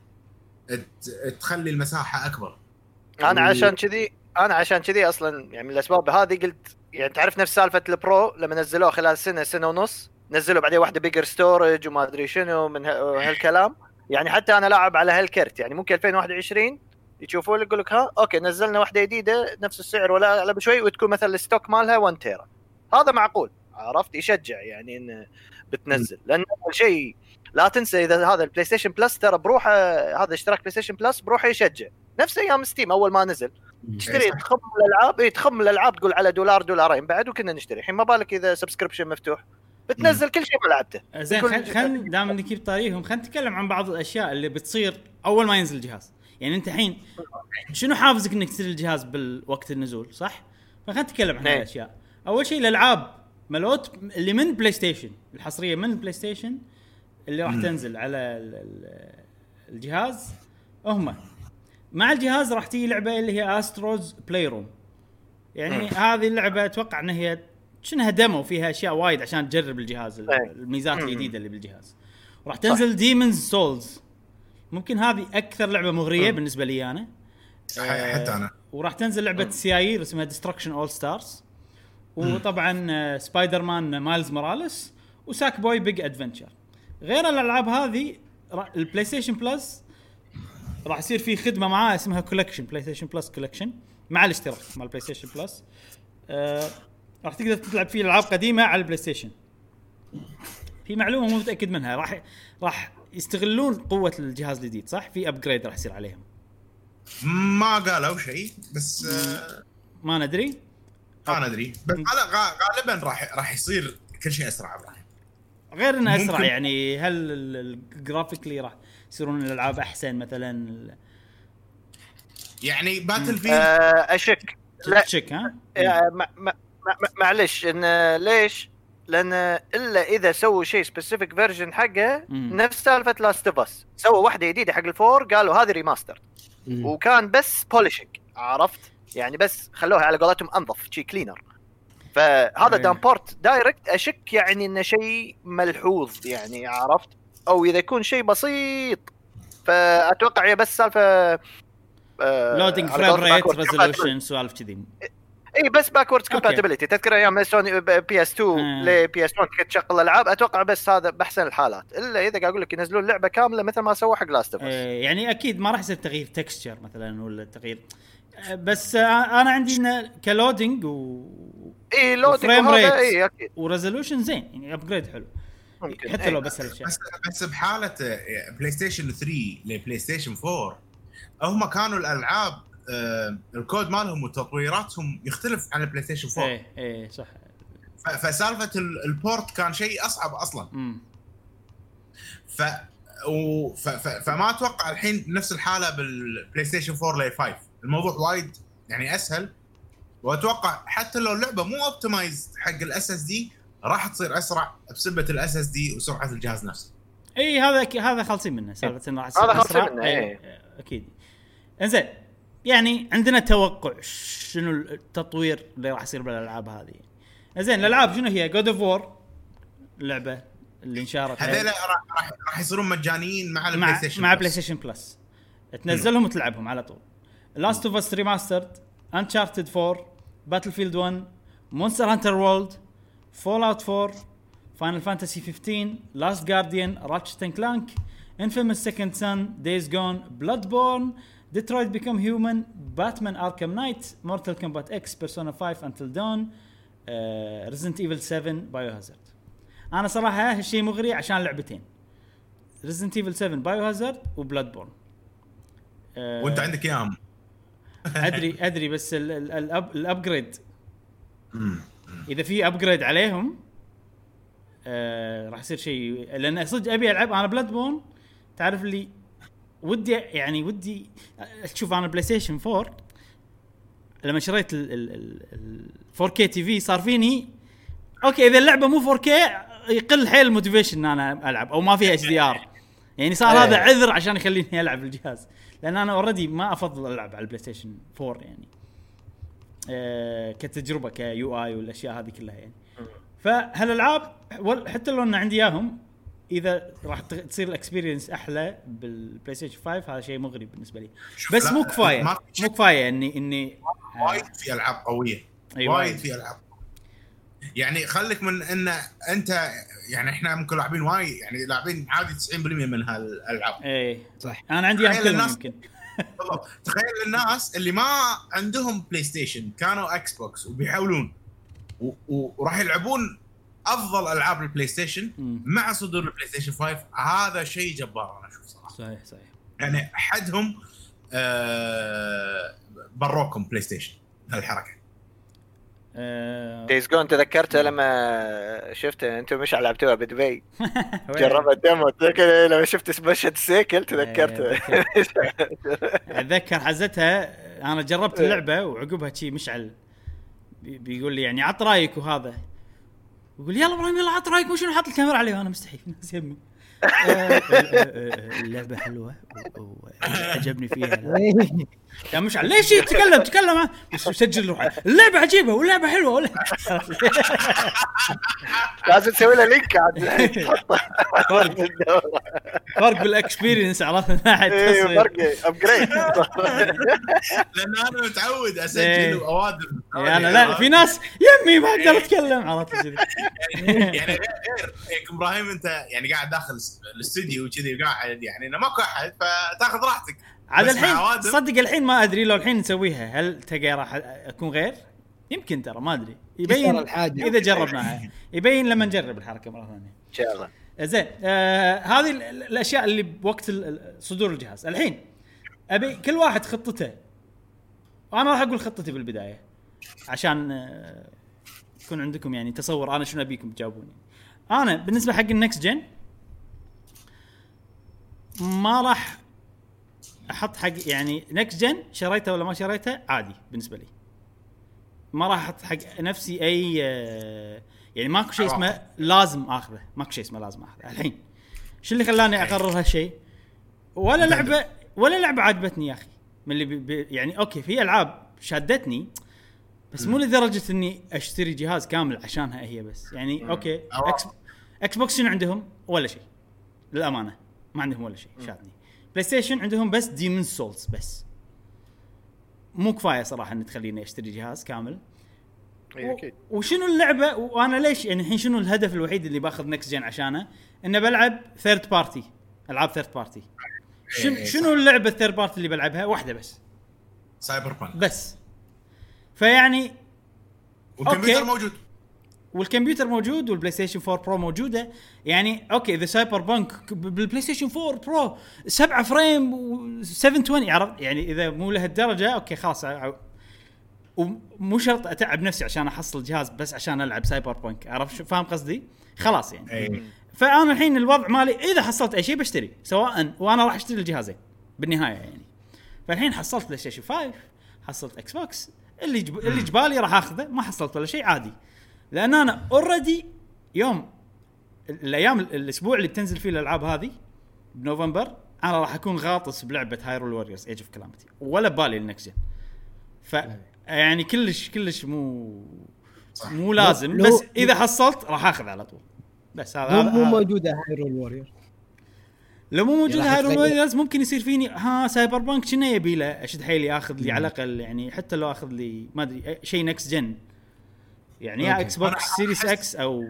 تخلي المساحه اكبر. انا عشان كذي اصلا يعني من الاسباب هذه قلت يعني تعرف نفس سالفه البرو لما نزلوه خلال سنه ونص نزلوا بعدين واحده بيجر ستورج وما ادري شنو من هالكلام يعني حتى انا لاعب على هالكرت يعني ممكن 2021 يشوفوا لك يقول لك ها اوكي نزلنا واحده جديده نفس السعر ولا اعلى بشوي وتكون مثلا الستوك مالها 1 تيرا هذا معقول عرفت يشجع يعني انه بتنزل لان اول شيء لا تنسى اذا هذا البلاي ستيشن بلس ترى بروحه هذا اشتراك بلاي ستيشن بلس بروحه يشجع نفس ايام ستيم اول ما نزل تشتري تخم الالعاب تقول على $1 $2 بعد وكنا نشتري الحين ما بالك اذا سبسكريبشن مفتوح بتنزل كل شيء ما لعبته. زين خلينا دام نجيب طاريهم خلينا نتكلم عن بعض الاشياء اللي بتصير اول ما ينزل الجهاز. يعني انت الحين شنو حافزك انك تشتري الجهاز بالوقت النزول صح؟ فخلينا نتكلم عن الاشياء. اول شيء الالعاب ملوت اللي من بلاي ستيشن الحصريه من بلاي ستيشن اللي راح تنزل على الجهاز هم مع الجهاز راح تيجي لعبه اللي هي استروز بلاي روم. يعني هذه اللعبه اتوقع ان هي شنها ديمو فيها اشياء وايد عشان تجرب الجهاز الميزات الجديده اللي بالجهاز. راح تنزل ديمونز سولز ممكن هذه اكثر لعبه مغريه بالنسبه لي انا حتى انا. وراح تنزل لعبه سي اسمها ديستركشن اول ستارز وطبعا سبايدر مان مايلز موراليس وساك بوي بيج ادفنتشر. غير الالعاب هذه البلاي ستيشن بلس راح يصير في خدمه معاه اسمها كولكشن بلاي ستيشن بلس كولكشن مع الاشتراك مع البلاي ستيشن بلس. راح تقدر تلعب فيه العاب قديمه على البلاي ستيشن. في معلومه مو متاكد منها راح يستغلون قوه الجهاز الجديد صح؟ في ابجريد راح يصير عليهم ما قالوا شيء بس ما ندري بس غالبا راح يصير كل شيء اسرع ابراهيم. غير انه اسرع يعني هل الجرافيكلي راح يصيرون الالعاب احسن مثلا يعني باتل فيلد اشك لا تشيك ها معلش ان ليش لان الا اذا سووا شيء سبيسيفيك فيرجن حقه نفس سالفه لاست اوف اس سووا واحده جديده حق الفور قالوا هذه ريماستر وكان بس بوليشنج عرفت يعني بس خلوها على قولتهم انظف شيء كلينر فهذا دامبورت دايركت اشك يعني انه شيء ملحوظ يعني عرفت او اذا يكون شيء بسيط فاتوقع هي بس سالفه لودينج فريم ريت ريزولوشن سوالف كذي اي بس باكوردز كومباتيبلتي تذكر ايام سوني بي اس 2 لبي اس 1 كنت تشغل الالعاب اتوقع بس هذا باحسن الحالات الا اذا قاعد اقول لك ينزلون لعبه كامله مثل ما سووا حق لاست اوف اس يعني اكيد ما راح يصير تغيير تكستشر مثلا ولا تغيير بس انا عندي انه كلودينج اي لودينج وهذا اي اكيد وريزولوشن زين يعني ابجريد حلو حتى لو بس هالاشياء بس بحاله بلاي ستيشن 3 لبلاي ستيشن 4 هم كانوا الالعاب الكود مالهم وتطويراتهم يختلف عن البلاي ستيشن 4 ايه صح فسالفه البورت كان شيء اصعب اصلا فما اتوقع الحين نفس الحاله بالبلاي ستيشن 4 ل 5 الموضوع وايد يعني اسهل واتوقع حتى لو اللعبه مو اوبتمايز حق الاس اس دي راح تصير اسرع بسبه الاس اس دي وسرعه الجهاز نفسه اي هذا خالصين منه سالفه انه راح يصير اسرع اكيد انزين يعني عندنا توقع شنو التطوير اللي راح يصير بالالعاب هذه زين الالعاب شنو هي جود اوف وور اللعبه اللي انشارت هذول راح يصيرون مجانيين مع البلاي ستيشن مع بلاي ستيشن بلس تنزلهم وتلعبهم على طول لاست اوف اس ريماسترد انشارتد 4 باتل فيلد 1 مونستر هانتر وورلد فول اوت 4 فاينل فانتسي 15 لاست جارديان راتشت اند كلانك انفيموس سكند سان دايز جون بلاد بورن Detroit Become Human, Batman Arkham Knight, Mortal Kombat X, Persona 5 Until Dawn, Resident Evil 7, Biohazard. أنا صراحة هالشيء مغري عشان لعبتين. Resident Evil 7, Biohazard وBloodborne. وأنت عندك إياهم. أدري بس الأبجريد. إذا في أبجريد عليهم راح يصير شيء لأن صدق أبي ألعب أنا Bloodborne تعرف لي ودي تشوف انا بلاي ستيشن 4 لما شريت ال 4K تي في صار فيني اوكي اذا اللعبه مو 4K يقل حيل الموتيفيشن ان انا العب او ما فيها HDR يعني صار هذا عذر عشان يخليني العب الجهاز لان انا اوريدي ما افضل العب على البلاي ستيشن 4 يعني كتجربه كيو اي والاشياء هذه كلها يعني فهالالعاب حتى لو ان عندي اياهم اذا راح تصير الاكسبيرينس احلى بالبلاي ستيشن 5 هذا شيء مغري بالنسبه لي بس مو كفايه اني وايد في العاب قويه وايد في العاب يعني خليك من ان انت يعني احنا ممكن لاعبين وايد يعني لاعبين عادي 90% من هالالعاب اي صح انا عندي يمكن تخيل الناس اللي ما عندهم بلاي ستيشن كانوا اكس بوكس وبيحاولون وراح يلعبون افضل العاب البلاي ستيشن مع صدور البلاي ستيشن 5 هذا شيء جبار انا اشوف صراحه صحيح يعني حدهم بروكم بلاي ستيشن هالحركه دايز جون تذكرته لما شفته انتم مش لعبتوها بدبي جربت الديمو لما شفت سبيشال سيكل تذكرته اتذكر حزتها انا جربت اللعبه وعقبها شيء مشعل بيقول لي يعني عط رايك وهذا يقول يلا ابراهيم يلا عط رايك وشنو حاط الكاميرا عليه وانا مستحي الناس يمي اللعبه حلوه وعجبني فيها يا مش ليش تكلم سجل روحه اللعبه عجيبه واللعبه حلوه لازم تسوي له لينك عاد فرق بالاكسبيرينس عرفت فرق ابجريد لان انا متعود اسجل اوادم انا لا في ناس يمي ما اقدر اتكلم عرفت كذي يعني غير ابراهيم انت يعني قاعد داخل الاستوديو وكذي قاعد يعني انا ماكو احد فتاخذ راحتك عاد الحين صدق الحين ما ادري لو الحين نسويها هل تلقى راح اكون غير يمكن ترى ما ادري يبين اذا جربناها يبين لما نجرب الحركه مره ثانيه ان شاء الله زين هذه الاشياء اللي بوقت صدور الجهاز الحين ابي كل واحد خطته وانا راح اقول خطتي بالبدايه عشان يكون عندكم يعني تصور انا شنو ابيكم تجاوبوني انا بالنسبه حق النكست جن ما راح احط حق يعني نكست جن شريته ولا ما شريته عادي بالنسبه لي. ما راح احط حق نفسي اي يعني ماكو شيء اسمه لازم اخذه، ماكو شيء اسمه لازم اخذه الحين. شو اللي خلاني اقرر هالشيء؟ ولا لعبه عجبتني يا اخي من اللي يعني اوكي في العاب شادتني بس مو لدرجه اني اشتري جهاز كامل عشانها هي بس. يعني اوكي اكس بوكس شنو عندهم؟ ولا شيء للامانه، ما عندهم ولا شيء شادني. بلاي ستيشن عندهم بس ديمون سولز بس، مو كفايه صراحه ان تخليني اشتري جهاز كامل. اكيد. وشنو اللعبه وانا ليش يعني الحين شنو الهدف الوحيد اللي باخذ نكست جن عشانه؟ انه بلعب ثيرد بارتي، العاب ثيرد بارتي. شنو اللعبه الثيرد بارتي اللي بلعبها؟ واحده بس، سايبر بانك بس. فيعني والكمبيوتر موجود، والكمبيوتر موجود، والبلاي ستيشن 4 برو موجوده. يعني اوكي اذا سايبر بانك بالبلاي ستيشن 4 برو 7 فريم و720 عرفت يعني اذا مو لهالدرجه اوكي خلاص. ومو شرط اتعب نفسي عشان احصل جهاز بس عشان العب سايبر بانك، عرفت شو فاهم قصدي؟ خلاص يعني فانا الحين الوضع مالي اذا حصلت اي شيء بشتري سواء، وانا راح اشتري الجهازين بالنهايه يعني. فالحين حصلت بلاي ستيشن 5، حصلت اكس بوكس، اللي جبالي راح اخذه. ما حصلت ولا شيء عادي، لان انا اوريدي يوم الايام الاسبوع اللي بتنزل فيه الالعاب هذه بنوفمبر انا راح اكون غاطس بلعبه هايرول ووريرز ايج اوف كلامتي ولا بالي النكست جن. ف يعني كلش مو لازم بس اذا حصلت راح اخذ على طول. بس هذا مو موجوده هايرول وورير. لو مو موجوده هايرول ووريرز ممكن يصير فيني سايبر بانك شنو يبي له اشد حيلي اخذ لي على الاقل يعني حتى لو اخذ لي ما ادري شيء نكست جن يعني يا اكس بوكس سيريس اكس او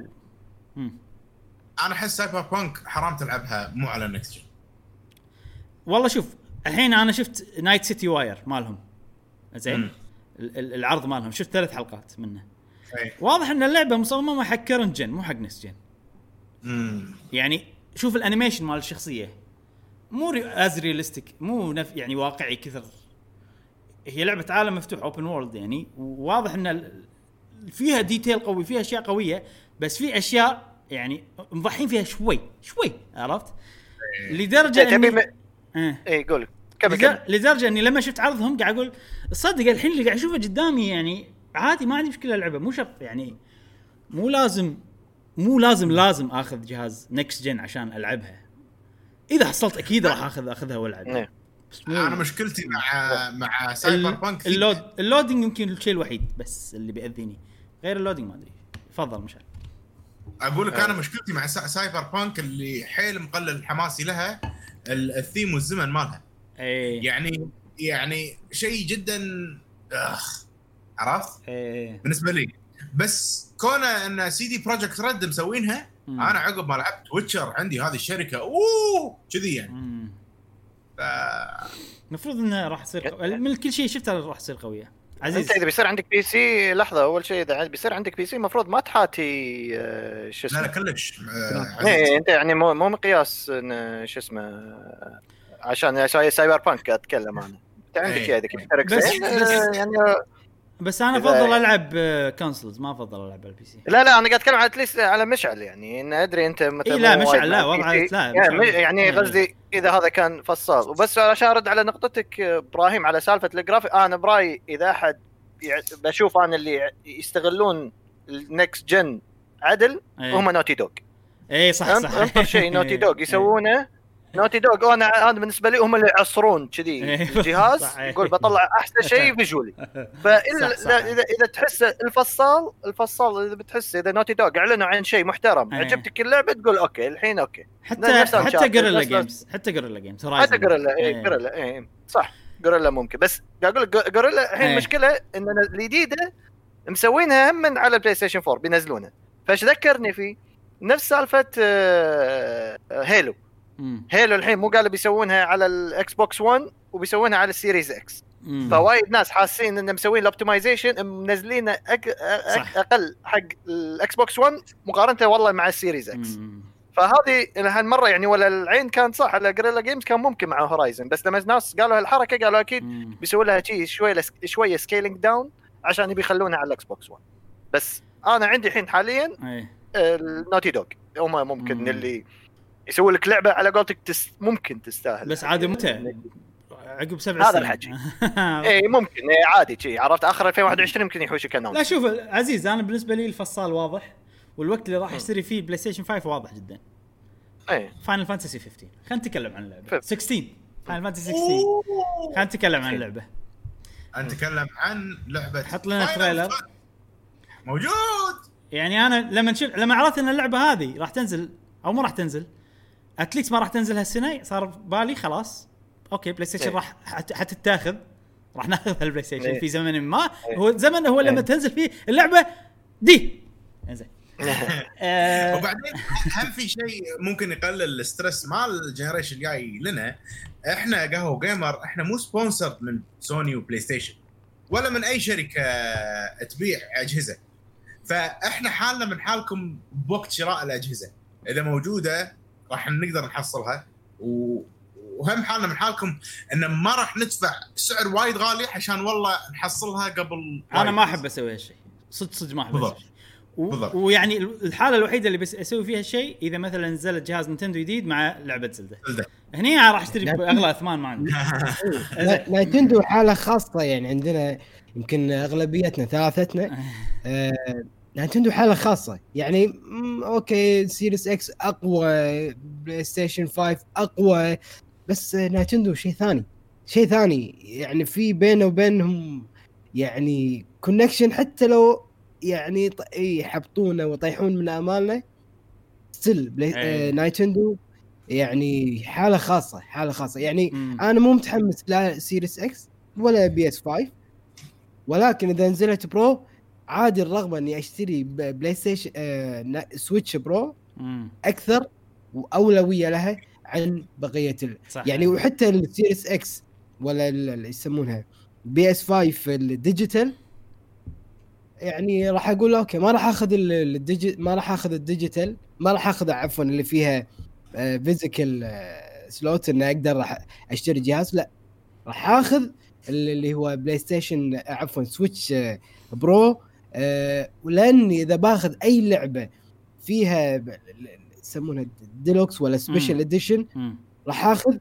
انا احس سايبر بانك حرام تلعبها مو على النكست جن. والله شوف الحين انا شفت نايت سيتي واير مالهم زين العرض مالهم، شفت 3 حلقات منه. واضح ان اللعبه مصممه حق كرنت جن مو حق نكست جن. يعني شوف الانيميشن مال الشخصيه مو رياليستيك، مو يعني واقعي كثر. هي لعبه عالم مفتوح اوبن وورلد يعني، وواضح ان فيها ديتيل قوي، فيها اشياء قويه، بس في اشياء يعني مضحين فيها شوي عرفت لدرجه اي قول لدرجه اني لما شفت عرضهم قاعد اقول صدق الحين اللي قاعد اشوفه قدامي يعني عادي ما عندي مشكله اللعبه مو شرط يعني مو لازم اخذ جهاز نكست جن عشان العبها. اذا حصلت اكيد راح اخذها والعب. انا مشكلتي مع سايبر بانك اللودينج يمكن الشيء الوحيد بس اللي بيأذيني، غير اللودينج ما ادري. تفضل مشعل. اقول لك انا مشكلتي مع سايبر بانك اللي حيل مقلل حماسي لها الثيم والزمن مالها. يعني شيء جدا عرفت بالنسبه لي. بس كونه ان سي دي بروجكت ريد مسوينها انا عقب ما لعبت ويتشر عندي هذه الشركه كذي يعني المفروض انها راح تصير من كل شيء شفتها راح تصير قويه. عزيز انت اذا بيصير عندك بي سي لحظه، اول شيء اذا بيصير عندك بي سي المفروض ما تحاتي شو اسمه. لا كلش انت يعني مو مقياس شو اسمه عشان سايبر بانك اتكلم انا. انت عندك هذيك بس يعني بس انا افضل العب كونسولز، ما افضل العب على البي سي. لا انا قاعد اتكلم على اتليست على مشعل يعني ان ادري انت متى لا مشعل لا وضع لا يعني قصدي اذا هذا كان فصال. وبس عشان ارد على نقطتك ابراهيم على سالفه الجرافيك، انا برايي اذا احد بشوف انا اللي يستغلون النكست جن عدل هم نوتي دوغ. اي صح انطر شيء نوتي دوغ يسوونه. نوتي دوغ انا بالنسبه لي هم اللي يعصرون كذي الجهاز يقول بطلع احسن شيء فيجولي. فاذا تحس الفصال اذا بتحس اذا نوتي دوغ اعلنوا عن شيء محترم عجبتك اللعبه تقول اوكي الحين اوكي. حتى جوريلا جيمز حتى جوريلا صح جوريلا ممكن. بس اقول لك جوريلا الحين المشكله ان الجديده مسوينها هم على البلاي ستيشن 4 بينزلونها. فايش ذكرني في نفس سالفه هيلو الحين مو قالوا بيسوونها على الاكس بوكس 1 وبيسوونها على السيريز اكس. فوايد ناس حاسين ان مسوين الاوبتمايزيشن منزلين اقل حق الاكس بوكس 1 مقارنه والله مع السيريز اكس. فهذه هالمره يعني ولا العين كان صح على جوريلا جيمز كان ممكن مع هورايزن. بس لما الناس قالوا هالحركه قالوا اكيد بيسووا لها شويه سكيلينج داون عشان يبي يخلونها على الاكس بوكس 1. بس انا عندي الحين حاليا النوتي دوغ هم ممكن اللي يسوي لك لعبه على قولتك ممكن تستاهل، بس عادي متى عقب 7 سنين هذا الحكي. اي ممكن عادي شيء، عرفت اخر 2021 يمكن يحوشك اناونس. لا شوف عزيز، انا بالنسبه لي الفصال واضح، والوقت اللي راح اشتري فيه بلاي ستيشن 5 واضح جدا. اي فاينل فانتسي 15. خلينا نتكلم عن اللعبه 16. فاينل فانتسي 16. خلينا نتكلم عن اللعبه. نتكلم عن لعبه، حط لنا تريلر موجود. يعني انا لما عرفت ان اللعبه هذه راح تنزل او ما راح تنزل، اتليكس ما راح تنزل هالسنه، صار بالي خلاص اوكي بلاي ستيشن راح حتتاخذ، راح ناخذ البلاي ستيشن في زمن ما هو زمن هو لما تنزل فيه اللعبه دي. انزين وبعدين هم في شيء ممكن يقلل الاسترس مال الجنريشن الجاي لنا. احنا قهوه جيمر احنا مو سبونسر من سوني وبلاي ستيشن ولا من اي شركه تبيع اجهزه، فاحنا حالنا من حالكم بوقت شراء الاجهزه، اذا موجوده راح نقدر نحصلها، وهم حالنا من حالكم ان ما راح ندفع سعر وايد غالي عشان والله نحصلها قبل. انا ما احب اسوي هالشيء صدق ما احب. ويعني الحاله الوحيده اللي بس اسوي فيها الشيء اذا مثلا نزلت جهاز نينتندو جديد مع لعبه زلدة، هني راح اشتري باغلى اثمان ما عندي. نينتندو حاله خاصه، يعني عندنا يمكن اغلبيتنا ثلاثتنا نينتندو حاله خاصه، يعني اوكي سيريس اكس اقوى، بلاي ستيشن 5 اقوى، بس نينتندو شيء ثاني يعني في بينه وبينهم يعني كونكشن، حتى لو يعني يحبطونا ويطيحون من امالنا ستيل نينتندو يعني حاله خاصه يعني انا مو متحمس لا سيريس اكس ولا بي اس 5، ولكن اذا نزلت برو عادي الرغبه اني اشتري بلاي ستيشن سويتش برو اكثر واولويه لها عن بقيه يعني. وحتى السيريس اكس ولا اللي يسمونها بي اس 5 الديجيتال، يعني راح اقول اوكي ما راح اخذ ما راح اخذ الديجيتال، ما راح اخذ عفوا اللي فيها فيزيكال سلوت ان اقدر راح اشتري جهاز، لا راح اخذ اللي هو بلاي ستيشن عفوا سويتش برو. ولاني اذا باخذ اي لعبه فيها يسمونها ديلوكس ولا سبيشال اديشن راح اخذ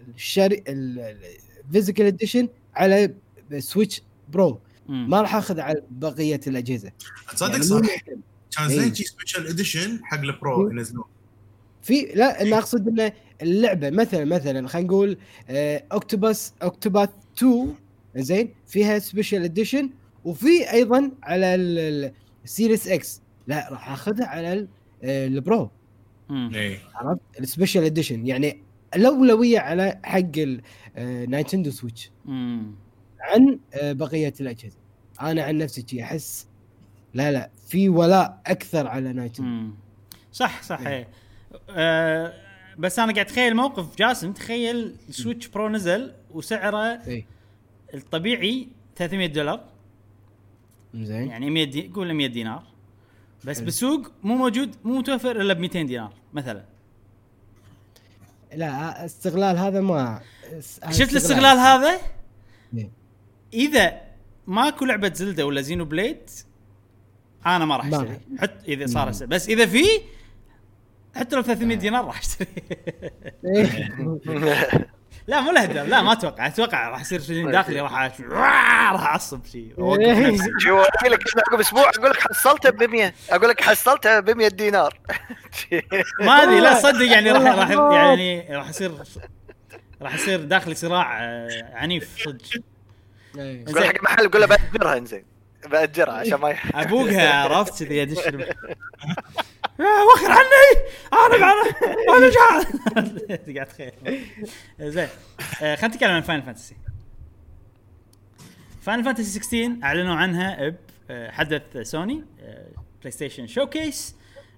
الفيزيكال اديشن على سويتش برو، ما راح اخذ على بقيه الاجهزه. تصدق يعني صح كان زين شي سبيشال اديشن حق البرو ينزلون في. لا انا اقصد ان اللعبه مثلا خلينا نقول اوكتوباث 2 زين فيها سبيشال اديشن، وفي ايضا على السيريس اكس لا راح اخذها على البرو. عرفت السبيشال اديشن يعني الاولويه على حق نينتندو سويتش عن بقيه الاجهزه. انا عن نفسي احس لا في ولاء اكثر على نينتندو. صح بس انا قاعد اتخيل موقف جاسم، تخيل سويتش برو نزل وسعره الطبيعي $300 زين، يعني 100 قول 100 دينار بس بالسوق مو موجود، مو متوفر الا ب 200 دينار مثلا. لا استغلال هذا ما شفت الاستغلال هذا. اذا ماكو لعبه زلدة ولا زينو بليد انا ما راح اشتري، حتى اذا صار بس اذا في حتى لو 300 دينار راح اشتري. لا مو لهدر، لا ما اتوقع راح يصير شيء داخلي، راح اعصب شيء شو اقول لك عقب اسبوع اقول لك حصلتها ب100، اقول لك حصلتها ب100 دينار ما ادري. لا صدق يعني راح يصير داخلي صراع عنيف صدق. قول حق محل قول له بأجرها انزين بأجرها عشان ما ابوقها عرفت كذا يدش وخر عني انا جاع قاعد خير زين. خلينا نتكلم عن فاينل فانتسي 16 اعلنوا عنها بحدث سوني بلاي ستيشن شوكيس.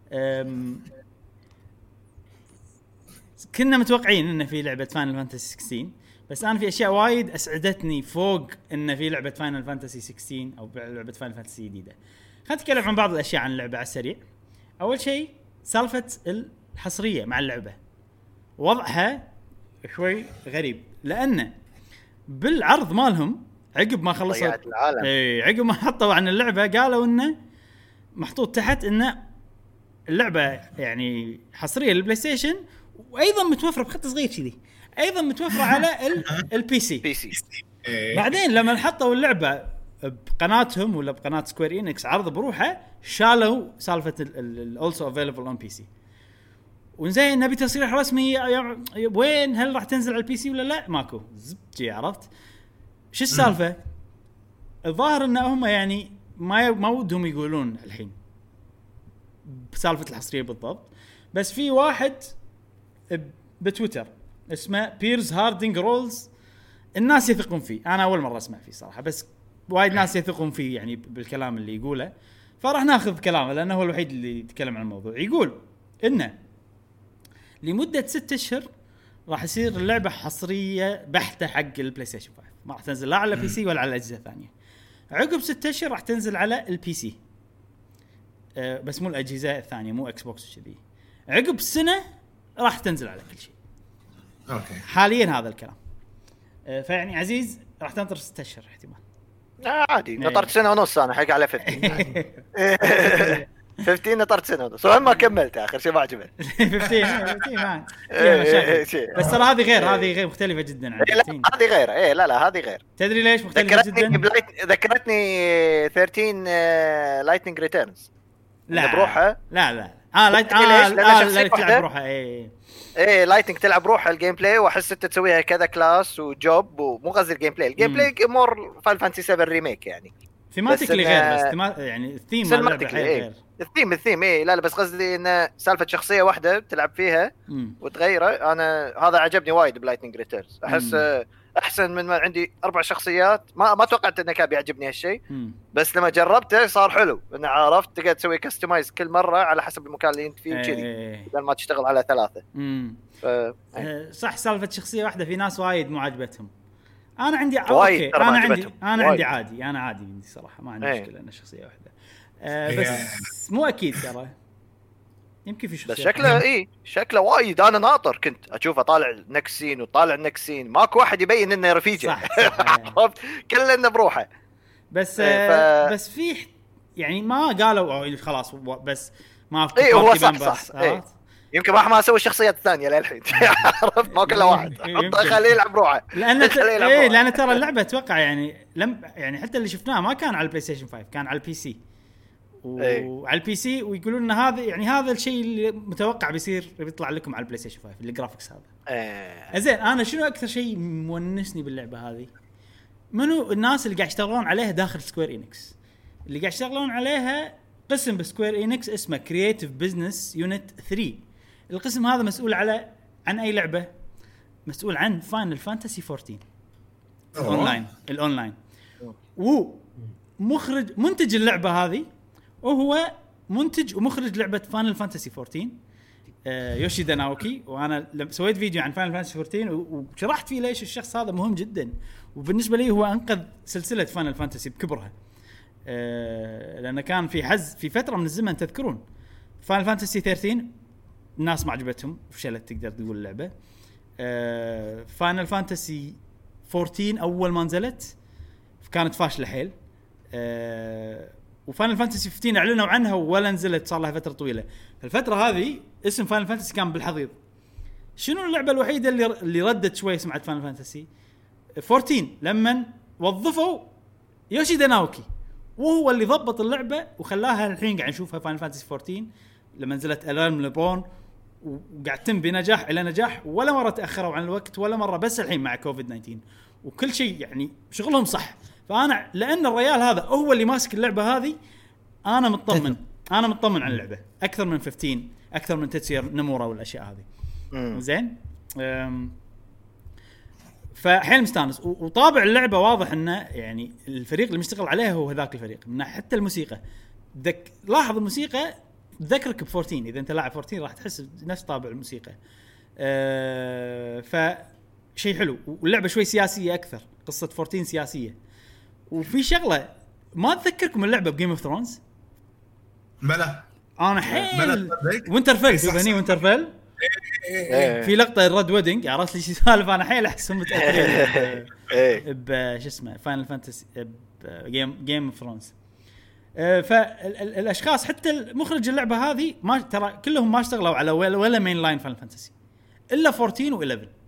كنا متوقعين ان في لعبه فاينل فانتسي 16، بس انا في اشياء وايد اسعدتني فوق ان في لعبه فاينل فانتسي 16 او لعبه فاينل فانتسي جديده. خلينا نتكلم عن بعض الاشياء عن اللعبه على السريع. اول شيء سالفه الحصريه مع اللعبه، وضعها شوي غريب لانه بالعرض مالهم عقب ما خلصوا عقب ما حطوا عن اللعبه قالوا انه محطوط تحت انه اللعبه يعني حصريه للبلاي ستيشن، وايضا متوفره بخط صغير كذي، ايضا متوفره على البي سي. بعدين لما حطوا اللعبه بقناتهم ولا بقناه سكوير إنكس عرض بروحه، شالوا سالفه الالسو افيلبل اون بي سي. وزين نبي تصريح رسمي وين، هل راح تنزل على البي سي ولا لا؟ ماكو زبطي. عرفت شو السالفه؟ الظاهر ان هم يعني ما ودهم يقولون الحين بسالفه الحصريه بالضبط، بس في واحد بتويتر اسمه بيرز هاردينج رولز، الناس يثقون فيه، انا اول مره اسمع فيه صراحه، بس وايد ناس يثقون فيه يعني بالكلام اللي يقوله، فراح ناخذ كلامه لانه هو الوحيد اللي يتكلم عن الموضوع. يقول انه لمده 6 اشهر راح يصير اللعبه حصريه بحته حق البلاي ستيشن 5، ما راح تنزل لا على بي سي ولا على اجهزه ثانيه. عقب 6 اشهر راح تنزل على البي سي، بس مو الاجهزه الثانيه، مو اكس بوكس وكذي. عقب سنه راح تنزل على كل شيء. اوكي حاليا هذا الكلام. فيعني عزيز راح تنطر 6 اشهر احتمال. عادي نطرت سنه ونص انا حق على 15 15 نطرت سنه ونص وما كملت اخر شيء ما عجبني 15 ما بس ترى هذه غير مختلفه جدا عن 15. هذه غير لا هذه غير. تدري ليش مختلفه جدا؟ ذكرتني 13 لايتنينج ريتيرنز لا بروحها. لا تلعب بروحها. ايه لايتنج تلعب روحها الجيم بلاي، واحس انت تسويها كذا كلاس وجوب، ومو قصدي الجيم بلاي مور فاينل فانتسي 7 ريميك يعني ثيماتيكلي غير، بس يعني الثيم اللعبه غير. الثيم ايه لا بس قصدي ان سالفه شخصيه واحده تلعب فيها وتغيره. انا هذا عجبني وايد بلايتنج ريتيرز، احس احسن من ما عندي 4 شخصيات. ما توقعت انه كان بيعجبني هالشيء، بس لما جربته صار حلو، انا عرفت تقدر تسوي كستمايز كل مره على حسب المكان اللي انت فيه كذي، بدل ما تشتغل على 3. صح سالفه شخصيه واحده في ناس وايد مو عجبتهم. انا عندي اوكي انا عندي عادي عندي صراحه ما عندي مشكله ان شخصيه واحده، بس مو اكيد ترى، يمكن في شخصيه بس شكله وايد. انا ناطر كنت اشوفه طالع نكسين وطالع نكسين، ماكو واحد يبين انه رفيجه صح كله انه بروحه. بس بس في يعني ما قالوا خلاص بس ما في هو صح يمكن ما اسوي الشخصيات الثانيه للحين عرفت ما كل واحد خليه يلعب روحه لان ترى اللعبه اتوقع يعني حتى اللي شفناه ما كان على البلاي ستيشن 5، كان على البي سي وعلى البي سي، ويقولون ان هذا الشيء اللي متوقع بيطلع لكم على البلاي ستيشن 5 الجرافيكس هذا. زين انا شنو اكثر شيء مونسني باللعبه هذه؟ منو الناس اللي قاعد يشتغلون عليها داخل سكوير إنكس؟ اللي قاعد يشتغلون عليها قسم بسكوير إنكس اسمه كرييتيف بزنس يونت 3. القسم هذا مسؤول عن اي لعبه؟ مسؤول عن فاينل فانتسي 14 الاونلاين، ومخرج منتج اللعبه هذه، وهو منتج ومخرج لعبه فاينل فانتسي 14 يوشيدا ناوكي. وانا سويت فيديو عن فاينل فانتسي 14 وشرحت فيه ليش الشخص هذا مهم جدا، وبالنسبه لي هو انقذ سلسله فاينل فانتسي بكبرها، لانه كان في فتره من الزمن تذكرون فاينل فانتسي 13 الناس ما عجبتهم فشلت تقدر تقول اللعبه. فاينل فانتسي 14 اول ما نزلت كانت فاشله حيل، وفاينل فانتسي 15 اعلنوا عنها ولا نزلت صار لها فتره طويله. الفتره هذه اسم فاينل فانتسي كان بالحضيض. شنو اللعبه الوحيده اللي ردت شوي سمعه فاينل فانتسي 14 لما وظفوا يوشيدا ناوكي، وهو اللي ضبط اللعبه وخلاها الحين قاعد نشوفها فاينل فانتسي 14 لما نزلت الارم لبون، وقاعد تم بنجاح الى نجاح، ولا مره تاخروا عن الوقت ولا مره، بس الحين مع كوفيد 19 وكل شيء يعني شغلهم صح. فانا لان الرجال هذا هو اللي ماسك اللعبه هذه انا مطمن على اللعبه اكثر من 15 اكثر من تتسير نمورا والاشياء هذه. زين فحيل مستانس، وطابع اللعبه واضح انه يعني الفريق اللي مشتغل عليها هو هذاك الفريق، من حتى الموسيقى لاحظ الموسيقى تذكرك ب14، اذا انت لاعب 14 راح تحس نفس طابع الموسيقى. فشيء حلو، واللعبه شوي سياسيه اكثر، قصه 14 سياسيه. وفي شغله ما اتذكركم اللعبه بجيم اوف ثرونز؟ بلا انا حيل وينترفيل هني وينترفيل في لقطه الريد ويدنج، عرفت لي شو سالفه؟ انا حيل احسهم متاثرين بش اسمه فاينل فانتسي جيم اوف ثرونز. فالاشخاص حتى مخرج اللعبه هذه ما ترى كلهم ما اشتغلوا على ولا مين لاين فاينل فانتسي الا 14 و11.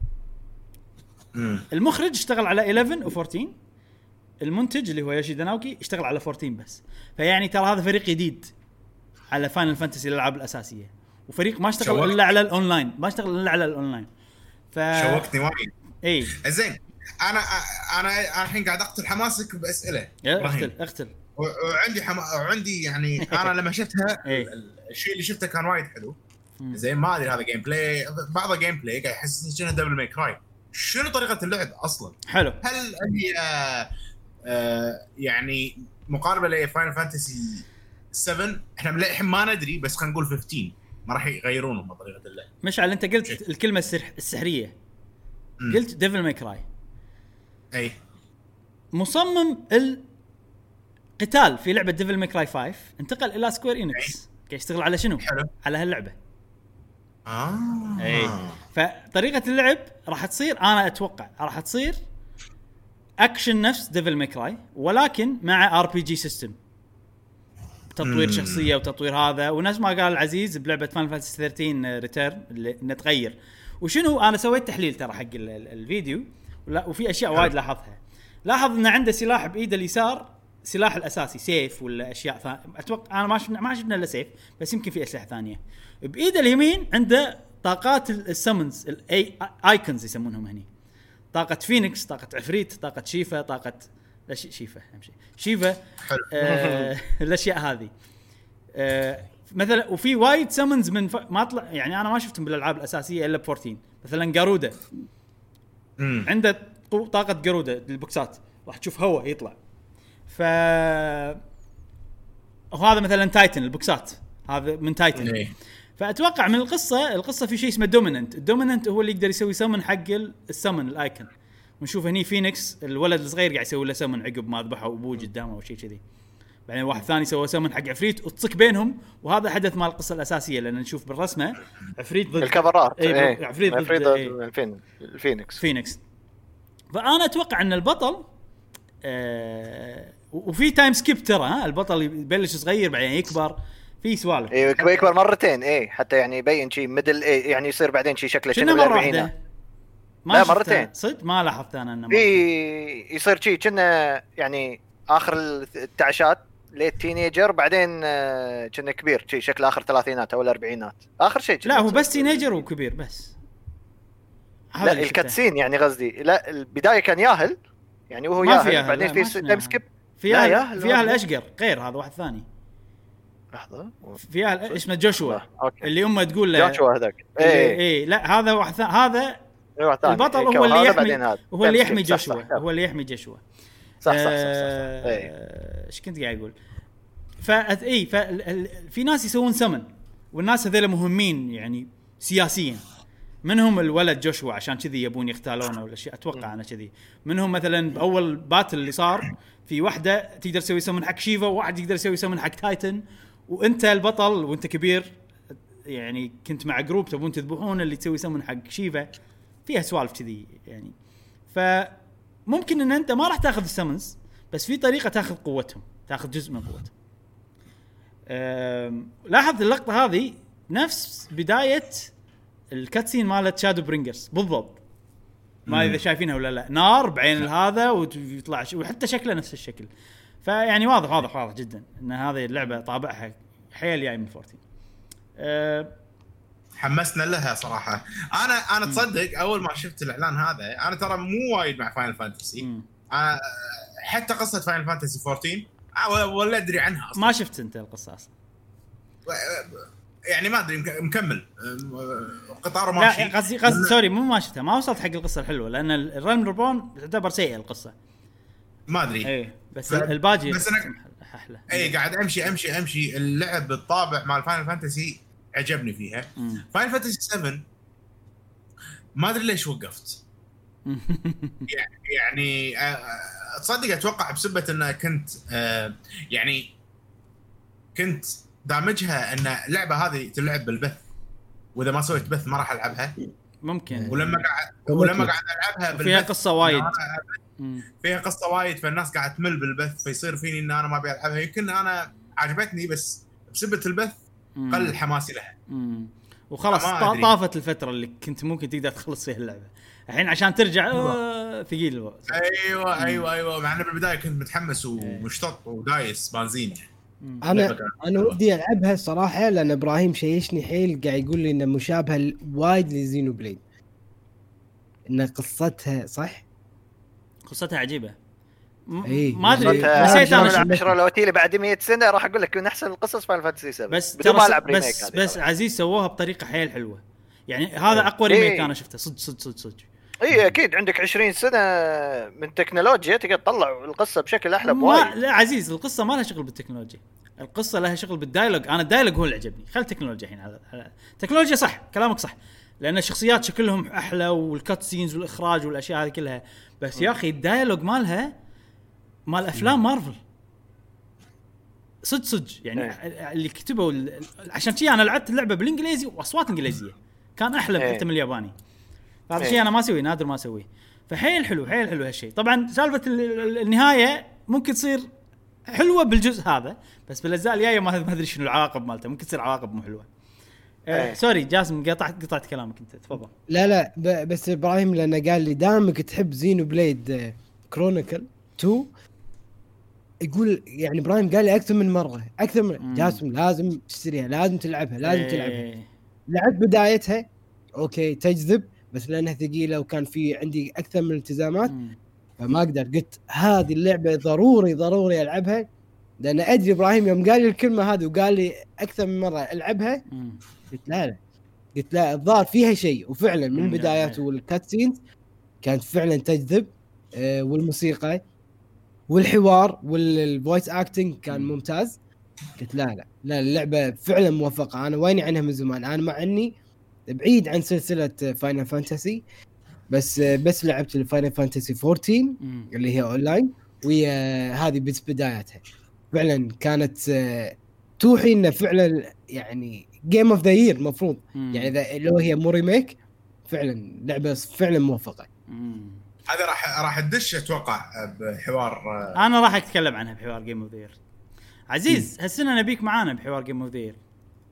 المخرج اشتغل على 11 و14. المنتج اللي هو يوشيدا ناوكي اشتغل على 14 بس. فيعني ترى هذا فريق جديد على فاينل فانتسي الالعاب الاساسيه، وفريق ما اشتغل الا على الاونلاين، ما اشتغل الا على الاونلاين. شوقتني وايد. اي زين انا الحين قاعد اقتل حماسك باسئله. اختل وعندي يعني انا لما شفتها الشيء اللي شفته كان وايد حلو. زين ما ادري هذا جيم بلاي، بعض الجيم بلاي قاعد يحسسني شنو دبل ماي كراي. شنو طريقه اللعب اصلا؟ حلو. هل هي يعني مقاربه لفاينل فانتسي 7؟ احنا للحين ما ندري، بس خلينا نقول 15 ما راح يغيرونهم طريقه اللعب. مشعل انت قلت الكلمه السحريه، قلت ديفل ماي كراي. اي مصمم القتال في لعبه ديفل ماي كراي 5 انتقل الى سكوير إنكس. قاعد يشتغل على شنو؟ حلو. على هاللعبه. اي فطريقه اللعب راح تصير، انا اتوقع راح تصير اكشن نفس ديفل ماي كراي، ولكن مع ار بي جي سيستم، تطوير شخصيه وتطوير هذا. ونفس ما قال العزيز بلعبه فاينل فانتسي 13 ريتيرن اللي نتغير. وشنو انا سويت تحليل ترى حق الفيديو، وفي اشياء وايد لاحظها. لاحظ ان عنده سلاح بايده اليسار، سلاح الاساسي سيف ولا اشياء ثانيه. اتوقع انا ما شفنا الا سيف، بس يمكن في اسلحه ثانيه. بايده اليمين عنده طاقات السمنز، الاي ايكونز يسمونهم هني. طاقه فينيكس، طاقه عفريت، طاقه شيفا، طاقه شيفا امشي شيفا. الاشياء هذه مثلا. وفي وايد سمنز من ما طلع، يعني انا ما شفتهم بالالعاب الاساسيه الا ب 14. مثلا جارودا عنده طاقه جارودا البوكسات، راح تشوف هواء يطلع. وهذا مثلا تايتن البوكسات، هذا من تايتن. فاتوقع من القصه في شيء اسمه دوميننت. الدوميننت هو اللي يقدر يسوي سمن حق السمن الايكون. ونشوف هني فينيكس الولد الصغير قاعد يسوي له سمن عقب ما ذبحه ابوه قدامه او شيء كذي. بعدين واحد ثاني سوى سمن حق عفريت وتصك بينهم. وهذا حدث مال القصه الاساسيه، لان نشوف بالرسمه عفريت ضد الكفر ارت. عفريت ضد الفينيكس. فانا اتوقع ان البطل وفي تايم سكيب ترى. البطل يبلش صغير بعدين يكبر، في سوالف يكبر مرتين. حتى يعني يبين شيء ميدل يعني يصير بعدين شيء شكله شنو بالأربعين. لا مرتين صدق ما لاحظت انا انه يصير شيء كنا يعني اخر التعشات ليت تينيجر، بعدين كنا كبير شيء شكله اخر الثلاثينات او الاربعينات اخر شيء. لا هو بس تينيجر وكبير بس. لا الكاتسين يعني قصدي، لا البدايه كان ياهل يعني وهو ياهل، بعدين في تايم سكيب فيها الاشقر غير هذا واحد ثاني. لحظه فيها اسمه جوشوا اللي امه تقول له جوشوا هذاك. اي لا هذا واحد هذا البطل هو اللي يحمي، هو اللي يحمي جوشوا، هو اللي يحمي جوشوا. صح. ايش كنت قاعد اقول؟ في ناس يسوون سمن، والناس هذول مهمين يعني سياسيا. منهم الولد جوشوا عشان كذي يبون يختالونه ولا شيء، اتوقع انا كذي. منهم مثلا باول باتل اللي صار في واحده تقدر تسوي سمن حق شيفا، وواحد يقدر يسوي سمن حق تايتن. وانت البطل وانت كبير يعني كنت مع جروب تبون تذبحون اللي تسوي سمن حق شيفا. فيها سوالف كذي يعني. فممكن ان انت ما راح تاخذ السمنز، بس في طريقه تاخذ قوتهم، تاخذ جزء من قوتهم. لاحظ اللقطه هذه نفس بدايه الكاتسين مالت شادو برينجرز بالضبط. ما اذا شايفينها ولا لا، نار بعين هذا ويطلع وحتى شكله نفس الشكل. فيعني واضح جدا ان هذه اللعبه طابعها حيل جاي من 14. حمسنا لها صراحه. انا تصدق اول ما شفت الاعلان هذا، انا ترى مو وايد مع فاينل فانتسي. حتى قصه فاينل فانتسي 14 ولا ادري عنها اصلا. ما شفت انت القصه اصلا يعني؟ ما ادري مكمل قطار ماشي. لا قصدي سوري مو ما شفتها، ما وصلت حق القصه الحلوه، لان الريلم ريبون تعتبر سيئه القصه. ما ادري اي بس الباجي بس انا احلى. اي قاعد امشي اللعب بالطابع مال فاينل فانتسي عجبني فيها. فاينل فانتسي 7 ما ادري ليش وقفت. يعني تصدق اتوقع بسبه ان كنت يعني كنت دامجها ان اللعبه هذه تلعب بالبث، واذا ما سويت بث ما راح العبها. ممكن. ولما قاعد العبها بالبث فيها قصه وايد. فيها قصه وايد، فالناس قاعده تمل بالبث، فيصير فيني ان انا ما ابي العبها. يمكن انا عجبتني بس بسبب البث قل حماسي لها. وخلاص طافت الفتره اللي كنت ممكن تقدر تخلص فيها اللعبه. الحين عشان ترجع ثقيل الوقت. ايوه مع انه بالبدايه كنت متحمس ومشتط ودايس بنزين. انا ودي العبها الصراحه، لان ابراهيم شيشني حيل قاعد يقول لي انه مشابهه وايد لزينو بليد، ان قصتها صح، قصتها عجيبه. ما ادري نسيت انا 10 لو تيلي بعد 100 سنه راح اقول لك من احسن القصص فاينل فانتسي 7 بس بدون ما العب ريميك. بس عزيز سووها بطريقه حيل حلوه يعني. هذا اقوى ريميك انا شفته صدق. اي اكيد عندك 20 سنه من تكنولوجيا تقدر تطلع القصه بشكل احلى بوايد. لا عزيز القصه ما لها شغل بالتكنولوجيا، القصه لها شغل بالدايلوج. انا الدايلوج هو اللي عجبني. خل التكنولوجيا الحين على التكنولوجيا صح كلامك صح، لان الشخصيات شكلهم احلى والكات سينز والاخراج والاشياء هذه كلها. بس يا اخي الدايلوج مالها مال افلام مارفل صدق يعني. اللي كتبوا عشان شيء انا لعبت اللعبه بالانجليزي واصوات انجليزيه كان احلى حتى من الياباني. هذا الشيء انا ما اسويه، نادر ما اسويه. فحيل حلو هالشيء. طبعا سالفه النهايه ممكن تصير حلوه بالجزء هذا، بس بالاجزاء الجايه ما ادري شنو العواقب مالته، ممكن تصير عواقب مو حلوه. سوري جاسم قطعت كلامك انت، تفضل. لا بس ابراهيم لانه قال لي دامك تحب زينو بليد كرونيكل 2، يقول يعني ابراهيم قال لي اكثر من مره جاسم لازم تشتريها، لازم تلعبها. لعبت بدايتها اوكي تجذب، بس لانها ثقيله وكان في عندي اكثر من التزامات فما اقدر. قلت هذه اللعبه ضروري العبها، لان ادري ابراهيم يوم قال لي الكلمه هذه وقال لي اكثر من مره العبها، قلت لا الظاهر فيها شيء. وفعلا من البدايات والكاتسينز كانت فعلا تجذب، والموسيقى والحوار والفويس اكتنج كان ممتاز. قلت لا اللعبه فعلا موفقه. انا ويني عنها من زمان، انا مع اني بعيد عن سلسله فاينل فانتسي، بس لعبت الفاينل فانتسي 14 اللي هي اونلاين، وهي هذه بس بدايتها. فعلا كانت توحي انه فعلا يعني جيم اوف ذا يير مفروض يعني اذا لو هي مو ريميك، فعلا لعبه فعلا موفقه. هذا راح تدش اتوقع بحوار. انا راح اتكلم عنها بحوار جيم اوف ذا يير. عزيز هالسنه نبيك معانا بحوار جيم اوف ذا يير.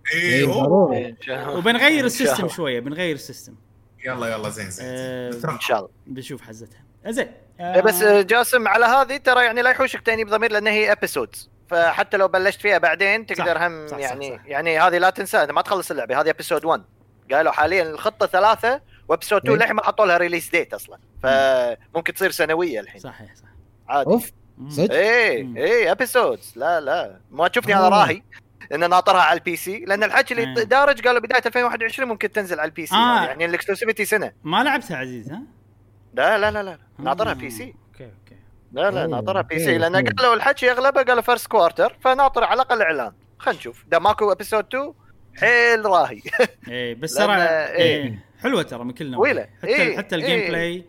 وبنغير السيستم شويه، بنغير السيستم. يلا زين ان شاء الله بنشوف حزتها. زين بس جاسم على هذه ترى يعني لا يحوشك تاني بضمير، لان هي ابيسودز، فحتى لو بلشت فيها بعدين تقدر هم صح يعني صح. يعني هذه لا تنسى ما تخلص اللعبه هذه ابيسود 1. قالوا حاليا الخطه 3 وابيسود 2 لحين ما حطوا لها ريليس ديت اصلا، فممكن تصير سنويه الحين. صح عادي. اوف ايه ابيسودز. لا ما تشوفني انا راهي ان ناطرها على البي سي، لان الحكي اللي دارج قالوا بدايه 2021 ممكن تنزل على البي سي. يعني الاكسكلوسيفيتي سنه. ما لعبتها عزيز ها؟ لا ناطرها بي سي. اوكي لا ناطرها بي سي، لان قالوا الحكي اغلبه قالوا فيرست كوارتر، فناطر على الاقل اعلان. خلينا نشوف ده ماكو ابيسود 2 حيل راهي. بس ترى حلوه ترى من كل نوع. حتى الجيم بلاي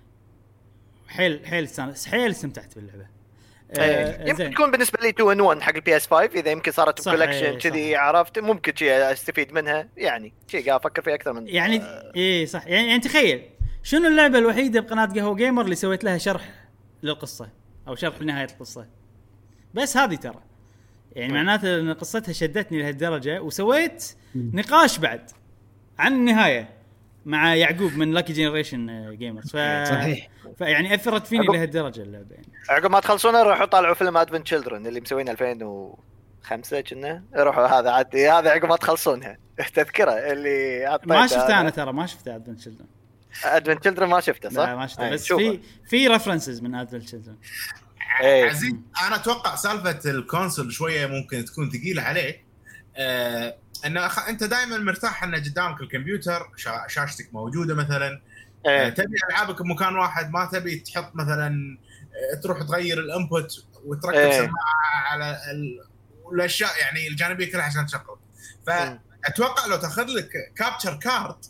حيل استمتعت باللعبه. يمكن تكون بالنسبه لي 2 in 1 حق البي اس 5 اذا يمكن صارت كولكشن كذي، عرفت ممكن شيء استفيد منها. يعني شيء قاعد افكر فيه اكثر من يعني صح. يعني تخيل شنو اللعبه الوحيده بقناه قهوه جيمر اللي سويت لها شرح للقصه او شرح لنهايه القصه. بس هذه ترى يعني معناته ان قصتها شدتني لهالدرجه، وسويت نقاش بعد عن النهايه مع يعقوب من لاكي جينيريشن جيمرز. صحيح. فيعني اثرت فيني لهالدرجه اللعبه. يعني عقب ما تخلصون روحوا طالعوا فيلم ادفنت تشيلدرن اللي مسوينه 2005 كنا، روحوا هذا عادي، هذا عقب ما تخلصونها تذكره اللي ما شفته انا ترى ما شفته ادفنت تشيلدرن ما شفته صح؟ لا ما شفته. بس في ريفرنسز من ادفنت تشيلدرن. عزيز انا اتوقع سالفه الكونسول شويه ممكن تكون ثقيله عليك. ان انت دائما مرتاح ان قدامك الكمبيوتر شاشتك موجوده مثلا. تبي العابك بمكان واحد، ما تبي تحط مثلا تروح تغير الانبوت وتركب سماعه على الاشياء يعني الجانبيه كلها عشان تشغل. فاتوقع لو تاخذ لك كابتشر كارت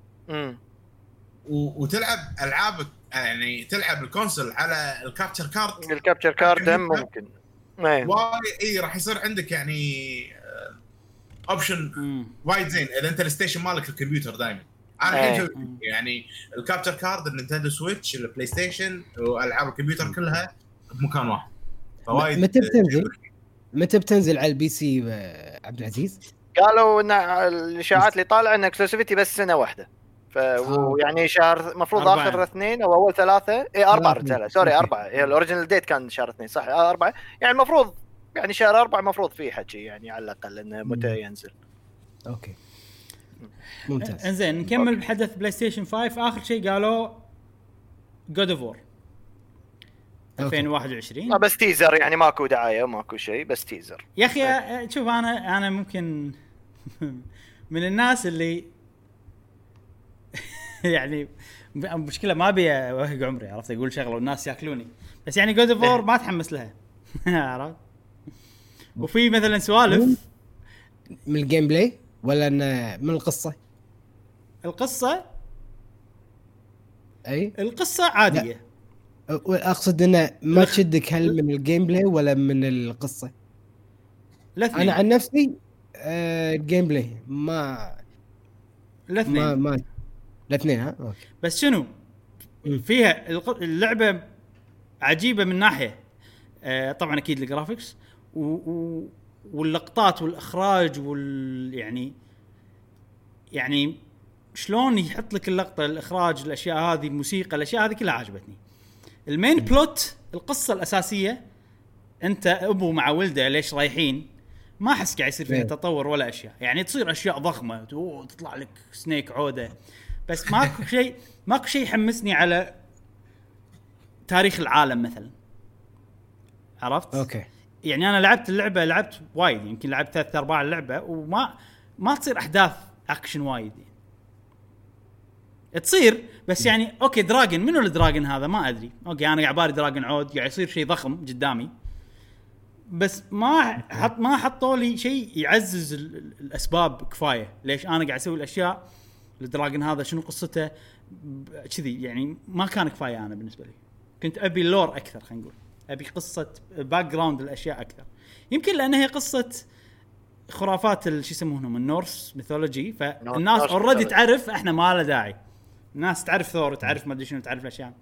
وتلعب العابك يعني تلعب الكونسول على الكابتشر كارت ممكن راح يصير عندك يعني اوبشن وايد زين اذا انت الستيشن مالك الكمبيوتر دائما. انا الحين يعني الكابتشر كارد النينتندو سويتش البلاي ستيشن والعاب الكمبيوتر كلها بمكان واحد. فوايد متى بتنزل على البي سي عبد العزيز؟ قالوا ان الاشاعات اللي طالعه ان اكسكلوسيفيتي بس سنه واحده، يعني شهر مفروض اخر 2 او اول 3 4 رساله سوري 4 هي الاوريجينال ديت كان شهر 2 صح 4 يعني المفروض يعني شهر 4 مفروض فيه حكي يعني على الاقل انه متى ينزل. اوكي ممتاز. انزين نكمل بحدث بلاي ستيشن 5. اخر شيء قالوا جود اوف وور 2021 بس تيزر يعني ماكو دعايه ماكو شيء بس تيزر يا اخي. شوف انا ممكن من الناس اللي يعني مشكله ما ابي اوهق عمري عرفت اقول شغله والناس ياكلوني بس يعني جود اوف وور ما اتحمس لها عرفت. وفي مثلا سوالف من الجيم بلاي ولا من القصه اي القصه عاديه. اقصد انه ما تشدك هل من الجيم بلاي ولا من القصه؟ الاثنين. انا عن نفسي الجيم بلاي ما الاثنين ها أوكي. بس شنو فيها اللعبه عجيبه من ناحيه طبعا اكيد الجرافيكس واللقطات والاخراج يعني شلون يحط لك اللقطه الاخراج الاشياء هذه الموسيقى الاشياء هذه كلها عجبتني. المين بلوت القصه الاساسيه انت ابو مع ولده ليش رايحين ما احس قاعد يصير فيها تطور ولا اشياء يعني تصير اشياء ضخمه تطلع لك سنيك عوده بس ماكو شيء يحمسني على تاريخ العالم مثلا عرفت. اوكي يعني انا لعبت وايد يمكن لعبت 3/4 اللعبه وما تصير احداث اكشن وايد يعني. تصير بس يعني اوكي دراجون منو الدراجون هذا ما ادري اوكي انا قاعد باري دراجون عود قاعد يصير شيء ضخم قدامي بس ما حطوا لي شيء يعزز الاسباب كفايه ليش انا قاعد اسوي الاشياء. الدراجون هذا شنو قصته كذي يعني ما كان كفايه انا بالنسبه لي. كنت ابي اللور اكثر خلينا نقول ابي قصه باك جراوند الاشياء اكثر يمكن لان هي قصه خرافات شو يسمونهم النورس ميثولوجي فالناس اوريدي تعرف احنا ما له داعي الناس تعرف ثور تعرف ما ادري شنو تعرف الاشياء.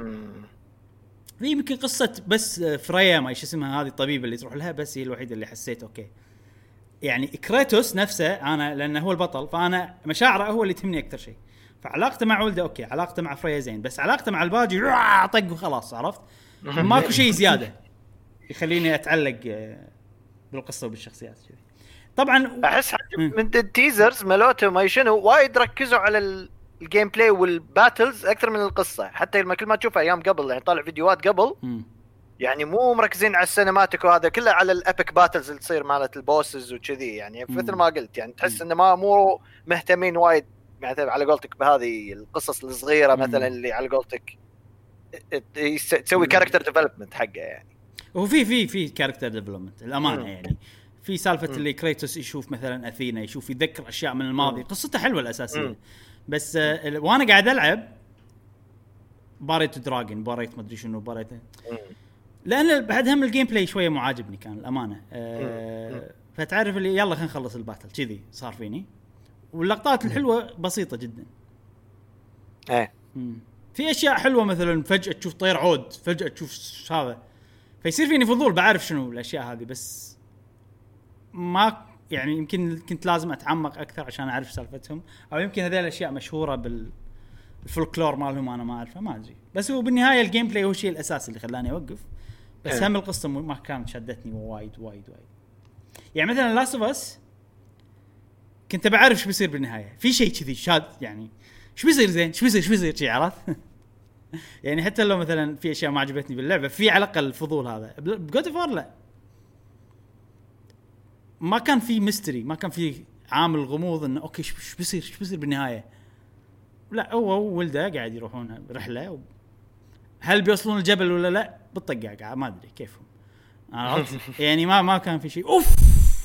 في يمكن قصه بس فريا ما ايش اسمها هذه الطبيبه اللي تروح لها بس هي الوحيده اللي حسيت اوكي يعني كريتوس نفسه انا لانه هو البطل فانا مشاعره هو اللي تهمني اكثر شيء. فعلاقته مع ولده اوكي علاقته مع فريا زين بس علاقته مع الباجي طق وخلاص عرفت ماكو شيء زياده يخليني اتعلق بالقصه وبالشخصيات كذي. طبعا احس من التيزرز ملوته ما شنو وايد ركزوا على الجيم بلاي والباتلز اكثر من القصه حتى لما كل ما تشوف ايام قبل يعني طالع فيديوهات قبل يعني مو مركزين على السينماتيك وهذا كله على الابيك باتلز اللي تصير مالت البوسز وكذي يعني مثل ما قلت يعني تحس انه ما مو مهتمين وايد مثلا على قولتك بهذه القصص الصغيره مثلا اللي على قولتك تسوي كاركتر ديفلوبمنت حقه يعني. وفي كاركتر ديفلوبمنت الامانه يعني في سالفه اللي كريتوس يشوف مثلا اثينا يشوف يتذكر اشياء من الماضي قصته حلوه الاساسيه بس وانا قاعد العب باريت دراجون باريت ما ادري شنو باريت لان بعد هم الجيم بلاي شويه مو عاجبني كان الامانه فتعرف اللي يلا خلينا نخلص الباتل كذي صار فيني واللقطات الحلوه بسيطه جدا. في اشياء حلوه مثلا فجاه تشوف طير عود فجاه تشوف هذا فيصير فيني فضول بعرف شنو الاشياء هذه بس ما يعني يمكن كنت لازم اتعمق اكثر عشان اعرف سالفتهم او يمكن هذه الاشياء مشهوره بالفولكلور مالهم انا ما اعرفه ما ادري بس هو بالنهايه الجيم بلاي هو الشيء الاساسي اللي خلاني اوقف بس هم القصه ما كانت شدتني وايد يعني مثلا لاست اوف اس كنت بعرف شو بيصير بالنهايه في شيء كذي شاد يعني شو بيصير زين شو بيصير شيء عرفت يعني حتى لو مثلا في اشياء ما عجبتني باللعبه في على الاقل الفضول هذا بجود اوف وور لا ما كان في ميستري ما كان في عامل غموض انه اوكي شو بيصير بالنهايه لا هو ولده قاعد يروحون رحله هل بيوصلون الجبل ولا لا بالطقاقه ما ادري كيفهم يعني ما كان في شيء اوف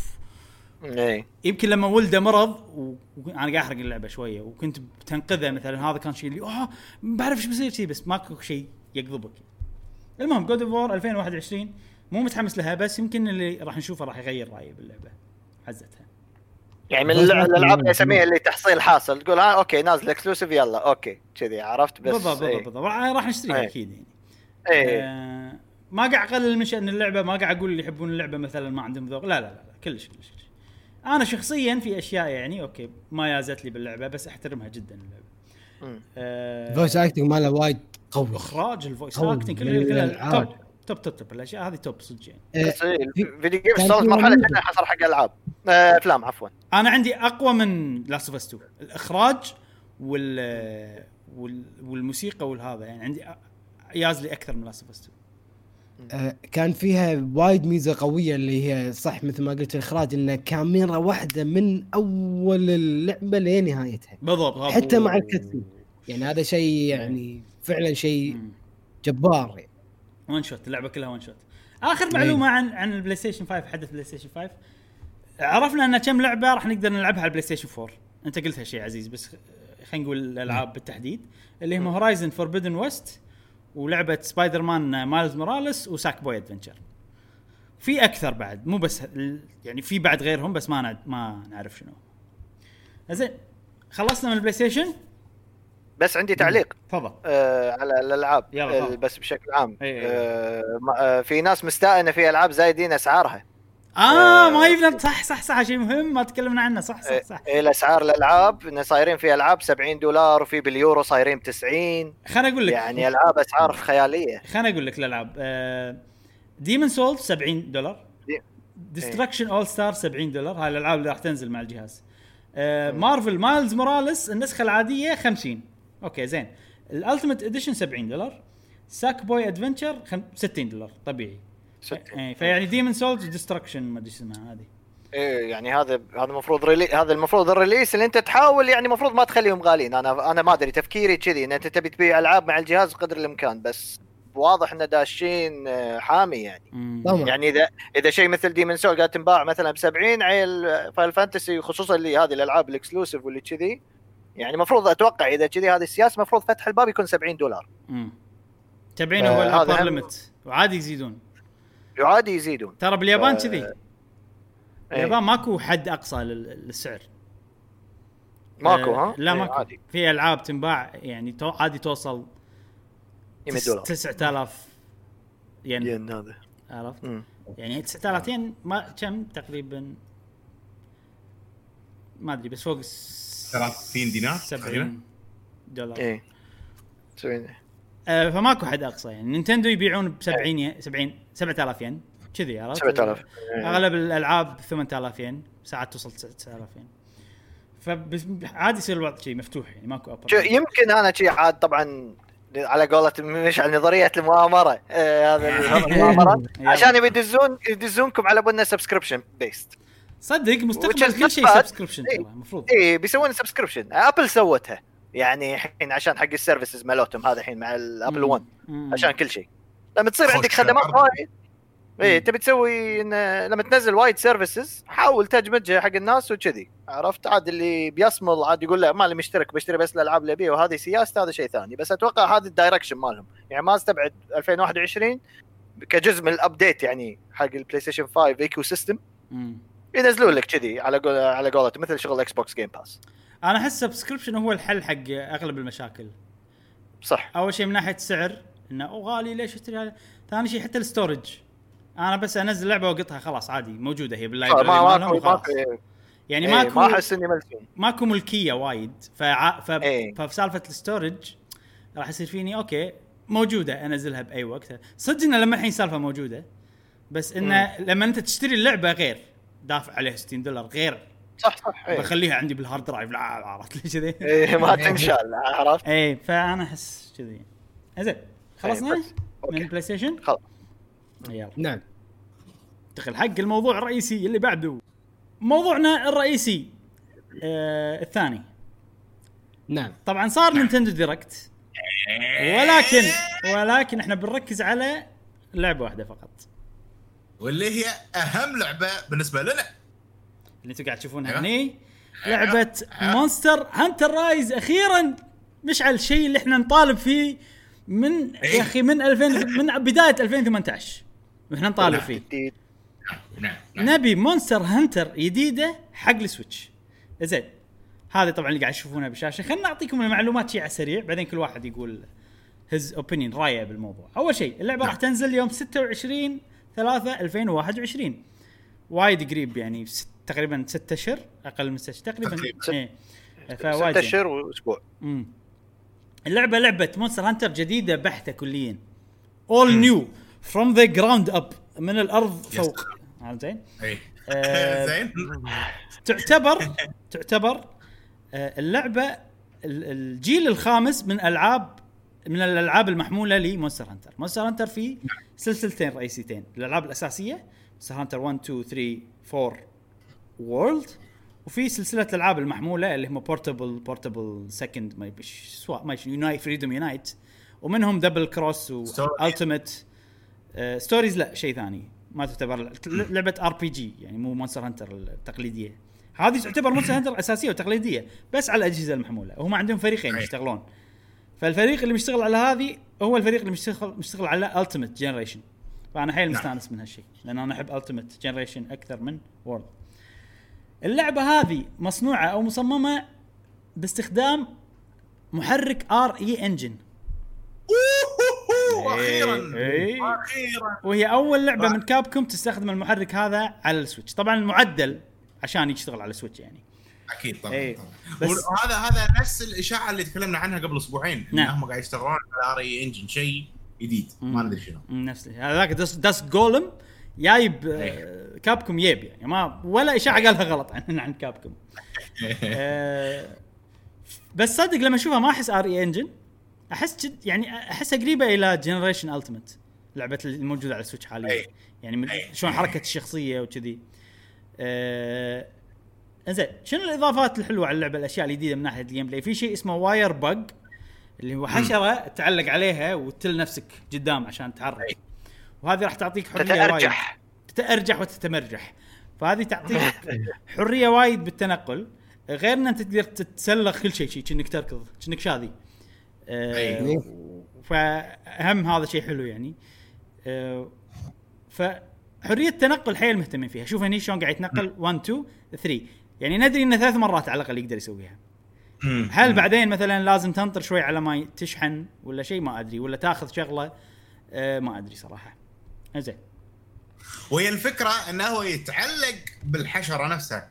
يمكن لما ولده مرض وانا قاعد احرق اللعبه شويه وكنت بتنقذه مثلا هذا كان شيء اللي بعرف ايش بيصير شيء بس ماكو شيء يقضبك. المهم جود اوف وور 2021 مو متحمس لها بس يمكن اللي راح نشوفه راح يغير رايي باللعبه عزتها. يعني من الالعاب اللي يسميها اللي تحصيل حاصل، تقول اوكي نازل اكسكلوسيف يلا اوكي كذي، عرفت؟ بس بالضبط راح نشتريها اكيد يعني. ما قاعد اقلل من شأن اللعبه، ما قاعد اقول اللي يحبون اللعبه مثلا ما عندهم ذوق، لا كلش. انا شخصيا في اشياء يعني اوكي ما يازت لي باللعبه، بس احترمها جدا اللعبه. فويس اكتنج ماله وايد قوي، اخراج الفويس اكتنج كلها توب الاشياء هذه توب صدق يعني. بس فيديو جيم وصلت مرحله انها حصر حق العاب افلام عفوا. انا عندي اقوى من لاست اوف اس 2 الاخراج والموسيقى والهذا، يعني عندي ياز لي اكثر من لاست اوف اس 2. كان فيها وايد ميزه قويه اللي هي صح مثل ما قلت الاخراج، انه كاميرا واحده من اول اللعبه لنهايتها بالضبط، حتى مع الكتسين، يعني هذا شيء يعني فعلا شيء جبار يعني. وان شوت اللعبه كلها وان شوت. اخر معلومه عن البلاي ستيشن 5، حدث بلاي ستيشن 5 عرفنا ان كم لعبه راح نقدر نلعبها على البلاي ستيشن 4. انت قلت هالشيء عزيز، بس خلينا نقول الالعاب بالتحديد اللي هم هورايزن فوربيدن ويست، ولعبه سبايدر مان مايلز موراليس، وساك بوي ادفنتشر. في اكثر بعد، مو بس يعني في بعد غيرهم بس ما نعرف شنو. زين خلصنا من البلاي ستيشن. بس عندي تعليق تفضل على الالعاب بس بشكل عام. في ناس مستاء ان في العاب زايدين اسعارها. ما يبنى صح شيء مهم ما تكلمنا عنه. صح الاسعار الالعاب ان صايرين في العاب $70 وفي باليورو صايرين ب90. خليني اقول لك يعني العاب اسعار خياليه. خليني اقول لك الالعاب ديمون سولز $70، ديستركشن اول ستار $70، هاي الالعاب اللي راح تنزل مع الجهاز. مارفل مايلز موراليس النسخه العاديه 50. اوكي زين. الالتيميت اديشن $70. ساك بوي ادفنتشر $60 طبيعي. فيعني ديمون سولز ديستركشن ما ادري اسمها هذه. يعني هذا المفروض هذا المفروض الريليس اللي انت تحاول يعني المفروض ما تخليهم غاليين. انا ما ادري تفكيري كذي ان انت تبي تبيع العاب مع الجهاز قدر الامكان، بس واضح ان داشين حامي يعني. يعني اذا شيء مثل ديمون سول قاعد تنباع مثلا ب70 عيل فاينل فانتسي، خصوصا اللي هذه الالعاب الاكسكلوسيف واللي كذي، يعني المفروض اتوقع اذا كذي هذه السياسه المفروض فتح الباب يكون $70. 70 هو الابر ليميت، وعادي يزيدون. ترى باليابان كذي اليابان ماكو حد اقصى للسعر. ماكو لا ماكو عادي. في العاب تنباع يعني عادي توصل $100 9000 ين هذا، عرفت؟ يعني 9000 ين ما كم تقريبا ما ادري، بس فوق 30 دينار $70. ايه 70. فماكو حد اقصى. يعني نينتندو يبيعون ب 7000 ين كذي، عرفت؟ 7000. اغلب الالعاب 8000 ين، ساعات توصل 9000 ين. فعادي يصير الوضع شيء مفتوح يعني ماكو ابر. يمكن انا شيء عاد طبعا على قولة مش على نظرية المؤامرة. هذا المؤامرة عشان يدزونكم على بنا سبسكريبشن بيست. صدق مستقبل كل شيء سبسكريبشن ترى المفروض. بيسوون سبسكريبشن. ابل سوتها يعني الحين عشان حق السيرفيسز مالتهم هذا الحين مع الابل 1 عشان كل شيء. لما تصير عندك خدمات وايد تبي تسوي لما تنزل وايد سيرفيسز حاول تدمجها حق الناس وكذي، عرفت؟ عاد اللي بيصمل عاد يقول لا ما لي مشترك بشتري بس الالعاب اللي ابيها، وهذه سياسه هذا شيء ثاني. بس اتوقع هذا الدايركشن مالهم يعني ما استبعد 2021 كجزء من الابديت يعني حق البلاي ستيشن 5 ايكو سيستم ينزلون لك كذي على قولته مثل شغل اكس بوكس جيم باس. انا احس سبسكريبشن هو الحل حق اغلب المشاكل. صح. اول شيء من ناحيه السعر انه غالي ليش اشتري هذا، ثاني شيء حتى الستورج. انا بس انزل لعبه واقطها خلاص عادي موجوده هي باللايبرري مالهم يعني ماكو ما احس اني ملزوم، ماكو ملكيه وايد. ففي سالفه الستورج راح يصير فيني اوكي موجوده انزلها باي وقت. صدقنا لما الحين سالفه موجوده، بس انه لما انت تشتري اللعبه غير دافع عليها $60 غير. صح بخليها عندي بالهارد درايف. لا عرفت ليش كذي ما تنشال، عرفت؟ فانا احس كذي. زين خلصنا من بلاي ستيشن. خلاص يلا نعم دخل حق الموضوع الرئيسي اللي بعده. موضوعنا الرئيسي الثاني. نعم طبعا صار نينتندو دايركت، ولكن احنا بنركز على لعبه واحده فقط، واللي هي اهم لعبه بالنسبه لنا اللي انتم قاعد تشوفونها هني. لعبه مونستر هانتر رايز. اخيرا مشعل الشيء اللي احنا نطالب فيه من يا اخي من 2000 من بدايه 2018 واحنا نطالب فيه. نبي مونستر هانتر جديده حق السويتش. زين هذه طبعا اللي قاعد تشوفونها بالشاشه. خلينا نعطيكم المعلومات شيء على السريع بعدين كل واحد يقول his opinion رايه بالموضوع. اول شيء اللعبه راح تنزل يوم 26/3/2021 وايد قريب يعني تقريبا 6 اشهر اقل من 6 تقريبا 6 اشهر واسبوع. اللعبه لعبه مونستر هانتر جديده بحته كليا all new from the ground up من الارض فوق. زين زين تعتبر اللعبه الجيل الخامس من الالعاب المحموله لمونستر هانتر. مونستر هانتر في سلسلتين رئيسيتين، الالعاب الاساسيه مونستر هانتر 1 2 3 4 وورلد، وفي سلسله الالعاب المحموله اللي هم بورتبل سكند ما يبش سواء ما يونايت فريدوم يونايت، ومنهم دبل كروس والتيمت ستوريز لا شيء ثاني ما تعتبر لعبه ار بي جي يعني مو مونستر هانتر التقليديه. هذه تعتبر مونستر هانتر اساسيه وتقليديه بس على الاجهزه المحموله، وهم عندهم فريقين يشتغلون. فالفريق اللي مشتغل على هذه هو الفريق اللي مشتغل على التيمت جنريشن، فانا حيل مستانس من هالشيء لان انا احب التيمت جنريشن اكثر من وورلد. اللعبه هذه مصنوعه او مصممه باستخدام محرك ار اي انجن. اخيرا وهي اول لعبه من كابكوم تستخدم المحرك هذا على السويتش، طبعا المعدل عشان يشتغل على السويتش يعني اكيد طبعا. هذا نفس الاشاعه اللي تكلمنا عنها قبل اسبوعين انهم قاعد يشتغلون على ار اي انجن شيء جديد ما ادري شنو نفس هذاك داس جولم جايب كابكوم يب يعني ما ولا اشاعه قالها غلط عن كابكوم. بس صدق لما اشوفها ما احس ار اي انجن، احس يعني احسها قريبه الى جنريشن التيمت لعبه الموجوده على السويتش حاليا يعني شلون حركه الشخصيه وكذي. انزين شنو الاضافات الحلوه على اللعبه الاشياء الجديده من ناحيه الجيم بلاي؟ في شيء اسمه واير بق اللي هو حشره تعلق عليها وتل نفسك قدام عشان تحرك، وهذه راح تعطيك حريه وايد تتأرجح وتتمرجح، فهذه تعطيك حريه وايد بالتنقل، غير ان انت تقدر تتسلق كل شيء كأنك تركض كأنك شاذي. فأهم هذا شيء حلو يعني. فحريه التنقل حيل مهتمين فيها. شوف هني شلون قاعد يتنقل 1 2 3 يعني ندري انه 3 مرات على الاقل يقدر يسويها. هل بعدين مثلا لازم تنطر شوي على ما تشحن ولا شيء ما ادري، ولا تاخذ شغله ما ادري صراحه. زين وهي الفكره انه هو يتعلق بالحشره نفسها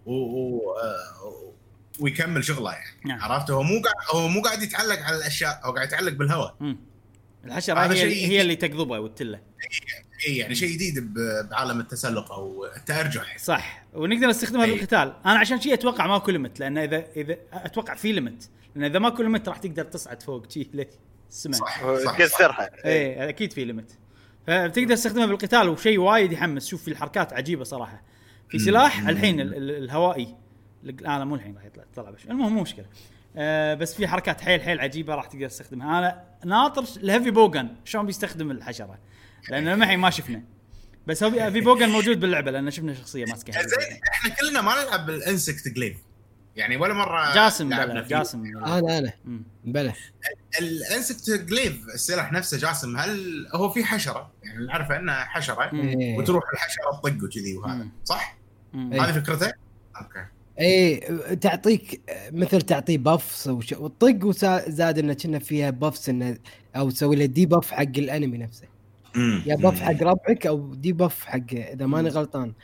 ويكمل شغله يعني. نعم. عرفت هو مو قاعد يتعلق على الاشياء، هو قاعد يتعلق بالهواء. الحشره هي اللي تقضبه والتله. يعني شيء جديد بعالم التسلق او التأرجح. صح، ونقدر نستخدمها بالقتال. انا عشان شيء اتوقع ما كل ليمت، لان اذا اتوقع في ليمت، لان اذا ما كل ليمت راح تقدر تصعد فوق شيء للسماء تكسرها. اي اكيد في ليمت، فبتقدر تستخدمها بالقتال وشيء وايد يحمس. شوف في الحركات عجيبه صراحه. في سلاح الحين الهوائي لا مو الحين راح يطلع بس المهم مو مشكله. بس في حركات حيل عجيبه راح تقدر تستخدمها. انا ناطر الهيفي بوغن شلون بيستخدم الحشره، لان ما شفنا، بس هو في بوغن موجود باللعبه لان شفنا شخصيه ماسكه. احنا كلنا ما نلعب بالانسكت جليف يعني ولا مره. جاسم انا بلا الانسكت جليف السلاح نفسه جاسم، هل هو في حشره يعني نعرف انها حشره وتروح الحشره تطق وكذي وهذا صح؟ هذه فكرته. اوكي اي تعطيك مثل تعطيه بافس وطق وزاد انه كنا فيها بافس انه او تسوي له دي باف حق الانمي نفسه. يا باف حق ربعك او دي باف حق اذا ماني غلطان.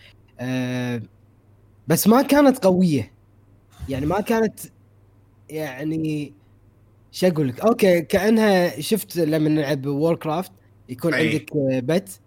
بس ما كانت قويه يعني، ما كانت يعني شو اقول لك. اوكي كانها شفت لما نلعب ووركرافت يكون عندك بت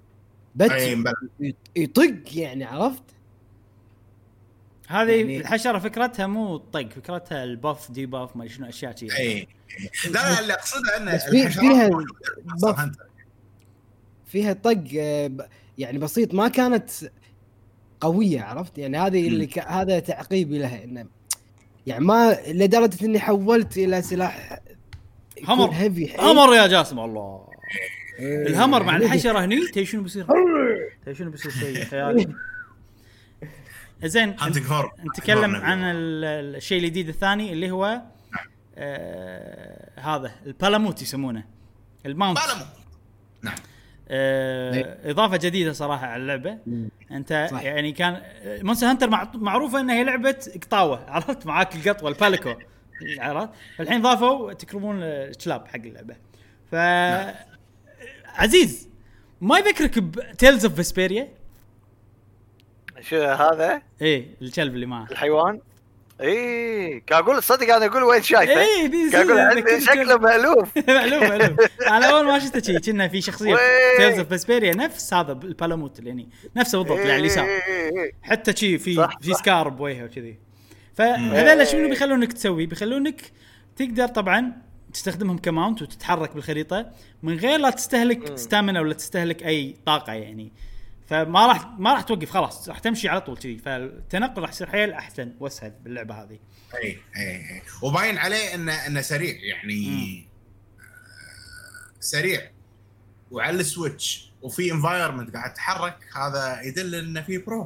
يطق يعني، عرفت؟ هذه يعني الحشره فكرتها مو الطق، فكرتها الباف دي باف ما شنو اشياء كذي. لا اللي اقصده ان الحشره فيها طق يعني بسيط، ما كانت قويه، عرفت يعني؟ هذه اللي هذا تعقيبي لها، انه يعني ما لدرجه اني حولت الى سلاح همر يا جاسم. الله الهمر مع الحشره هني تي شنو بيصير شيء خيالي. زين نتكلم عن الشيء الجديد الثاني اللي هو هذا البالاموت يسمونه الماونت. نعم اضافه جديده صراحه على اللعبه. انت صح. يعني كان مونستر هانتر معروفه انها هي لعبه قطاوه، عرفت معاك القط والباليكو عرفت. فالحين ضافوا تكرمون الكلاب حق اللعبه. ف عزيز ما يذكرك بتيلز اوف فيسبيريا؟ شو هذا؟ ايه الكلب اللي معه الحيوان. ايه كان اقول صدق انا اقول وين شايفه. ايه كان اقول شكله مألوف. مألوف انا اول ما شفته شيء كنا في شخصيه تيلز اوف فيسبيريا نفس هذا البالاموت يعني نفسه بالضبط اللي على اليسار، حتى شيء في سكار بوجهه وكذي. فهذول شنو بيخلونك تسوي؟ بيخلونك تقدر طبعا تستخدمهم كماونت وتتحرك بالخريطه من غير لا تستهلك ستامنا ولا تستهلك اي طاقه يعني. فما راح توقف، خلاص راح تمشي على طول كذي. فالتنقل راح يصير حيل احسن واسهل باللعبه هذه. اي وباين عليه انه سريع يعني سريع وعلى السويتش وفي انفايرمنت قاعد تتحرك، هذا يدل انه في برو.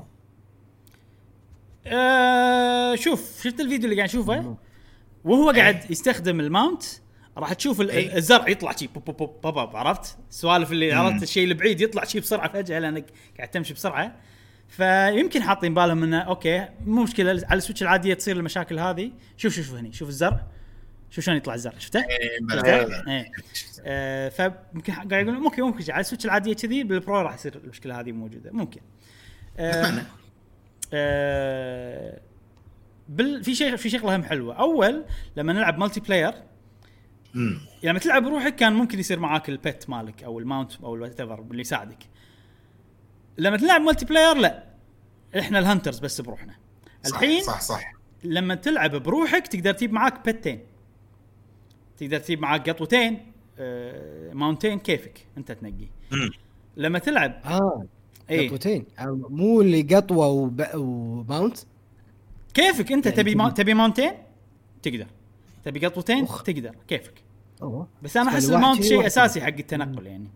شوف شفت الفيديو اللي قاعد نشوفه وهو قاعد يستخدم الماونت، راح تشوف الزرع يطلع شيء بوب بوب بوب، عرفت السوالف اللي عرفت الشيء البعيد يطلع شيء بسرعه فجاه لانك قاعد تمشي بسرعه. فيمكن حاطين بالهم انه اوكي مو مشكله على السويتش العاديه تصير المشاكل هذه. شوف هني شوف الزرع، شوف شلون يطلع الزرع، شفته؟ فممكن قاعد يقولون ممكن على السويتش العاديه كذي، بالبرو راح يصير المشكله هذه موجوده ممكن. في شغله هم حلوه. اول لما نلعب مالتي بلاير لما تلعب بروحك كان ممكن يصير معاك البيت مالك او الماونت او الواتيفر اللي يساعدك. لما تلعب مالتي بلاير لا، احنا الهانترز بس بروحنا. الحين صح لما تلعب بروحك تقدر تجيب معاك بيتين، تقدر تجيب معاك قطوتين، ماونتين، كيفك انت تنقي. لما تلعب قطوتين مو اللي قطوه وماونت، كيفك انت يعني تبي ماونتين تقدر، تبي قطوتين تقدر، كيفك. بس انا احس الماونت شيء اساسي حق التنقل يعني.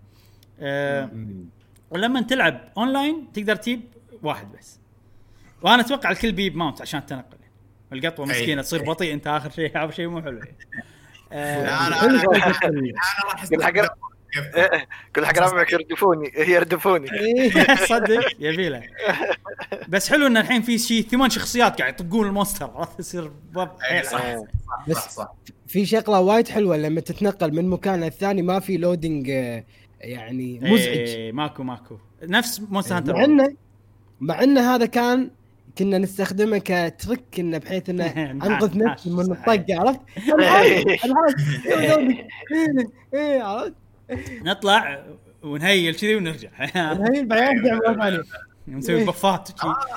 ولما تلعب اونلاين تقدر تجيب واحد بس، وانا اتوقع الكل بيجيب ماونت عشان التنقل. القطوه مسكينه تصير بطيء، انت اخر شيء مو حلو. انا راح كل حق ربعك يردفوني صدق يبيله. بس حلو ان الحين في شيء 8 شخصيات قاعد يطقون المونستر، راح يصير صح. في شغله وايد حلوه لما تتنقل من مكان للثاني ما في لودينج يعني مزعج. ماكو نفس مونستر هانتر. مع انه هذا كنا نستخدمه كترك انه بحيث انه انقذ نفسي من الطق، عرفت؟ عرفت؟ نطلع ونهيل كذي ونرجع نهيل بعدين نرجع مره ثانيه نسوي بفات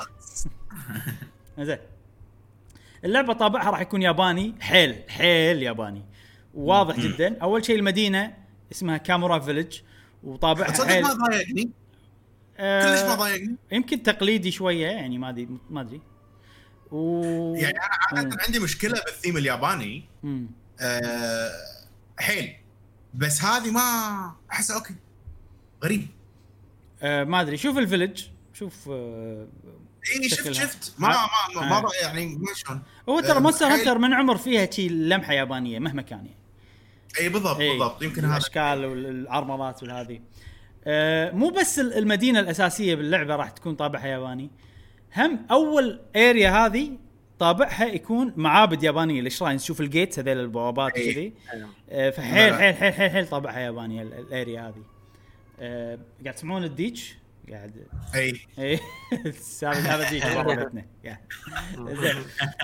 زين. اللعبه طابعها راح يكون ياباني، حيل ياباني واضح جدا. اول شيء المدينه اسمها كامورا فيلج، وطابعها حيل ما ضايقني كلش ما ضايقني. يمكن تقليدي شويه يعني ما ادري يعني انا عادة عندي مشكله بالثيم الياباني حيل، بس هذه ما احس اوكي غريب. ما ادري. شوف الفيلج، شوف شفت ما يعني ما شلون. هو ترى مونستر هانتر من عمر فيها شيء لمحه يابانيه مهما كان يعني. اي بالضبط يمكن هذا الاشكال والعرمضات والهذه. مو بس المدينه الاساسيه باللعبه راح تكون طابعها ياباني، هم اول اريا هذه طابعها يكون معابد يابانيه، الشراين، تشوف الجيتس هذول البوابات كذي. فحيل حيل حيل حيل حيل طابعها يابانيه الاريا هذه. قاعد تسمعون الديتش قاعد اي هذا ديتش برا بيتنا زين.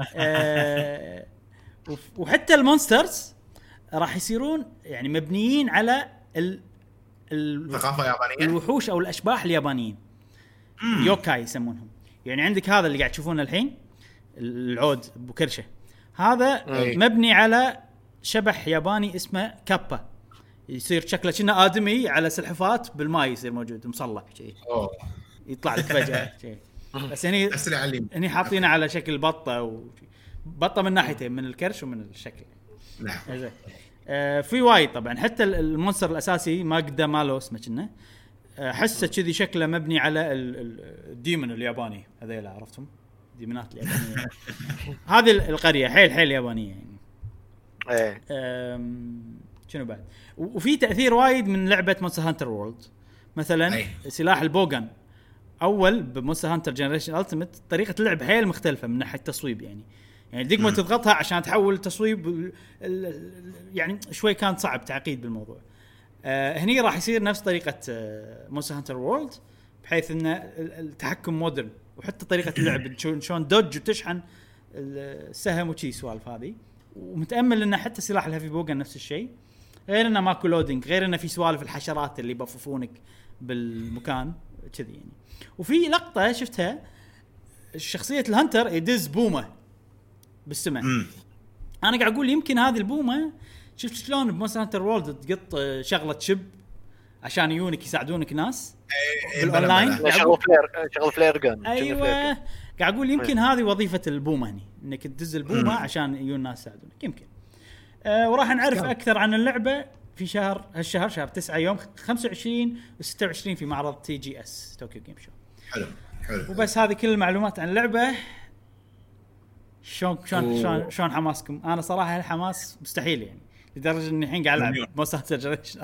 وحتى المونسترز راح يصيرون يعني مبنيين على الثقافه اليابانيه، الوحوش او الاشباح اليابانيين، يوكاي يسمونهم. يعني عندك هذا اللي قاعد تشوفونه الحين، العود ابو كرشه، هذا مبني على شبح ياباني اسمه كابا، يصير شكله كأنه آدمي على سلحفات بالماء، يصير موجود مصلح شيء يطلع لك فجأة شيء. بس هني حاطينه على شكل بطة، بطة من ناحيتين، من الكرش ومن الشكل. نعم. في وايد طبعا. حتى المونستر الأساسي ما قدام ماله اسمه كنا حسه كذي شكله مبني على الديمون الياباني هذيل، عرفتهم ديمونات اليابانية. هذه القرية حيل يابانية يعني. شنو بعد؟ وفي تأثير وايد من لعبة مونستر هانتر وورلد. مثلا سلاح البوغان اول بمونستر هانتر جنريشن التيمت طريقه اللعب حيل مختلفه من ناحيه التصويب يعني ديك ما تضغطها عشان تحول التصويب يعني شوي كان صعب تعقيد بالموضوع. هني راح يصير نفس طريقه مونستر هانتر وورلد بحيث ان التحكم مودرن وحتى طريقه اللعب شلون دوج وتشحن السهم وشي سوالف هذه. ومتامل ان حتى سلاح الهيفي بوغن نفس الشيء غير انه ماكو لودينج غير انه في سوالف الحشرات اللي بففونك بالمكان كذي يعني. وفي لقطه شفتها الشخصيه الهانتر يدز بومه بالسماء. انا قاعد اقول يمكن هذه البومه شفت شلون بمونستر هانتر وورلد تقط شغله شب عشان يونك يساعدونك ناس بالاونلاين شغل فلير جن. ايوه قاعد اقول يمكن هذه وظيفه البومه هني انك تدز البومه عشان يجون الناس يساعدونك يمكن. وراح نعرف اكثر عن اللعبه في هالشهر شهر 9 يوم 25 و26 في معرض TGS طوكيو جيم شو. حلو وبس هذه كل المعلومات عن اللعبه. شلون حماسكم؟ انا صراحه الحماس مستحيل يعني لدرجه اني الحين قاعد العب مونستر جنريشن.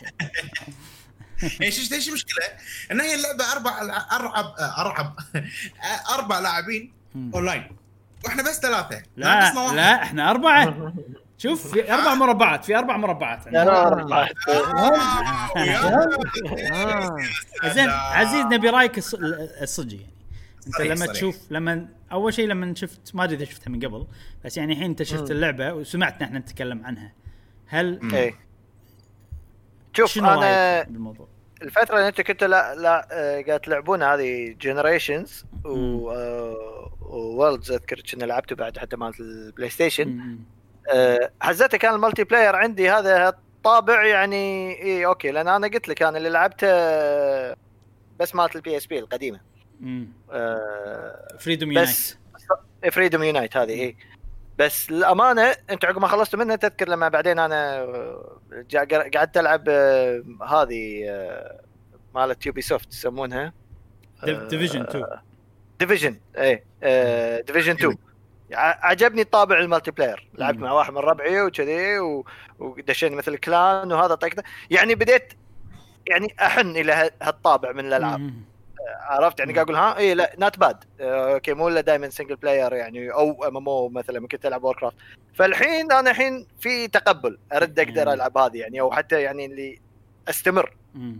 ايش مشكله ان هي اللعبه اربع لاعبين اونلاين واحنا بس 3. لا احنا 4. شوف في 4 مربعات في 4 مربعات زين عزيز نبي رايك الصجي يعني انت لما تشوف لما اول شيء لما شفت ما ادري اذا شفتها من قبل بس يعني الحين انت شفت اللعبه وسمعتنا احنا نتكلم عنها هل شوف انا بالموضوع الفتره اللي انت كنت لا قاعد تلعبون هذه جنريشنز وورلدز اذكر كنا لعبته بعد حتى مال البلاي ستيشن. حزتها كان الملتي بلاير عندي هذا الطابع يعني اي اوكي لان انا قلت لك انا اللي لعبته بس مالت البي اس بي القديمه فريدوم يونايت هذه ايه. بس الامانه انت عقب ما خلصت منها تذكر لما بعدين انا قعدت العب هذه مالت يوبي سوفت يسمونها ديفيجن ايه ديفيجن 2. عجبني الطابع المالتي بلاير لعبت مع واحد من ربعي وكذي ودشينا مثل كلان وهذا طقته يعني بديت يعني احن الى هالطابع من الالعاب عرفت يعني قاعد اقول ها ايه لا نات باد اوكي مو الا دائما سنجل بلاير يعني او MMO مثلا ممكن تلعب ووركرافت. فالحين انا الحين في تقبل ارد اقدر العب هذه يعني او حتى يعني اللي استمر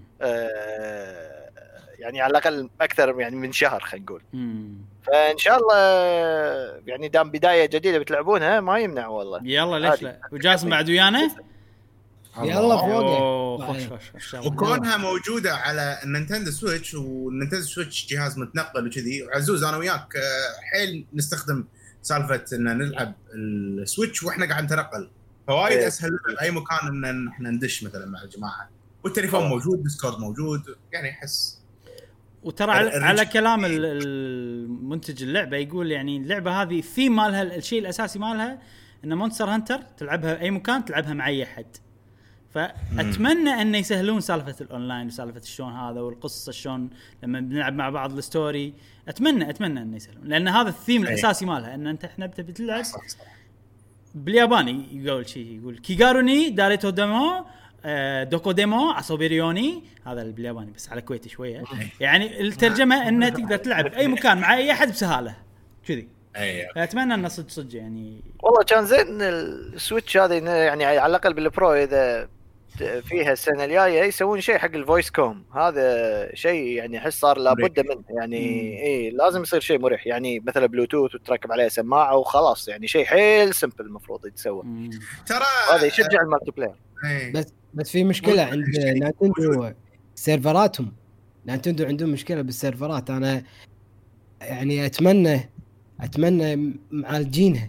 يعني على الاقل اكثر يعني من شهر خلينا نقول. فان شاء الله يعني دام بدايه جديده بتلعبونها ما يمنع والله. يلا ليش لا وجاسم بعد ويانا يلا فوق وكونها موجوده على النينتندو سويتش والنينتندو سويتش جهاز متنقل وكذي. وعزوز انا وياك حيل نستخدم سالفه ان نلعب السويتش واحنا قاعد نتنقل فوايد اسهل اي مكان ان احنا ندش مثلا مع الجماعه والتليفون موجود ديسكورد موجود يعني احس. وترى على كلام المنتج اللعبه يقول يعني اللعبه هذه الثيم مالها الشيء الاساسي مالها ان مونستر هانتر تلعبها اي مكان تلعبها مع اي حد. فاتمنى ان يسهلون سالفه الاونلاين وسالفه شلون هذا والقصه شلون لما بنلعب مع بعض الستوري. اتمنى ان يسهلون لان هذا الثيم الاساسي مالها ان انت احنا بتلعب بالياباني يقول كيغاروني داريتو ديمو دوكو ديمو عصوبيريوني هذا بالياباني بس على كويتي شويه يعني الترجمه انه تقدر تلعب اي مكان مع اي احد بسهاله كذي. اتمنى ان صدق يعني والله كان زين السويتش هذه يعني على الاقل بالبرو اذا فيها السنه الجايه يسوون شيء حق الفويس كوم. هذا شيء يعني احس صار لابد منه يعني ايه لازم يصير شيء مريح يعني مثلا بلوتوث وتركب عليه سماعه وخلاص يعني شيء حيل سمبل المفروض يتسوى. ترى هذا يشجع المالتي بلاير. بس في مشكله عند نينتندو سيرفراتهم. نينتندو عندهم مشكله بالسيرفرات. انا يعني اتمنى معالجينها.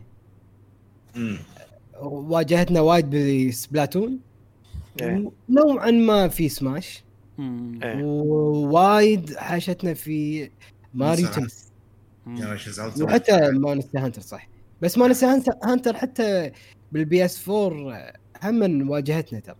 واجهتنا وايد بسبلاتون نوعا ما في سماش ووايد حاشتنا في ماريو تنس وحتى مونستر هانتر صح. بس مونستر هانتر حتى بالبي اس 4 هم واجهتنا ترى.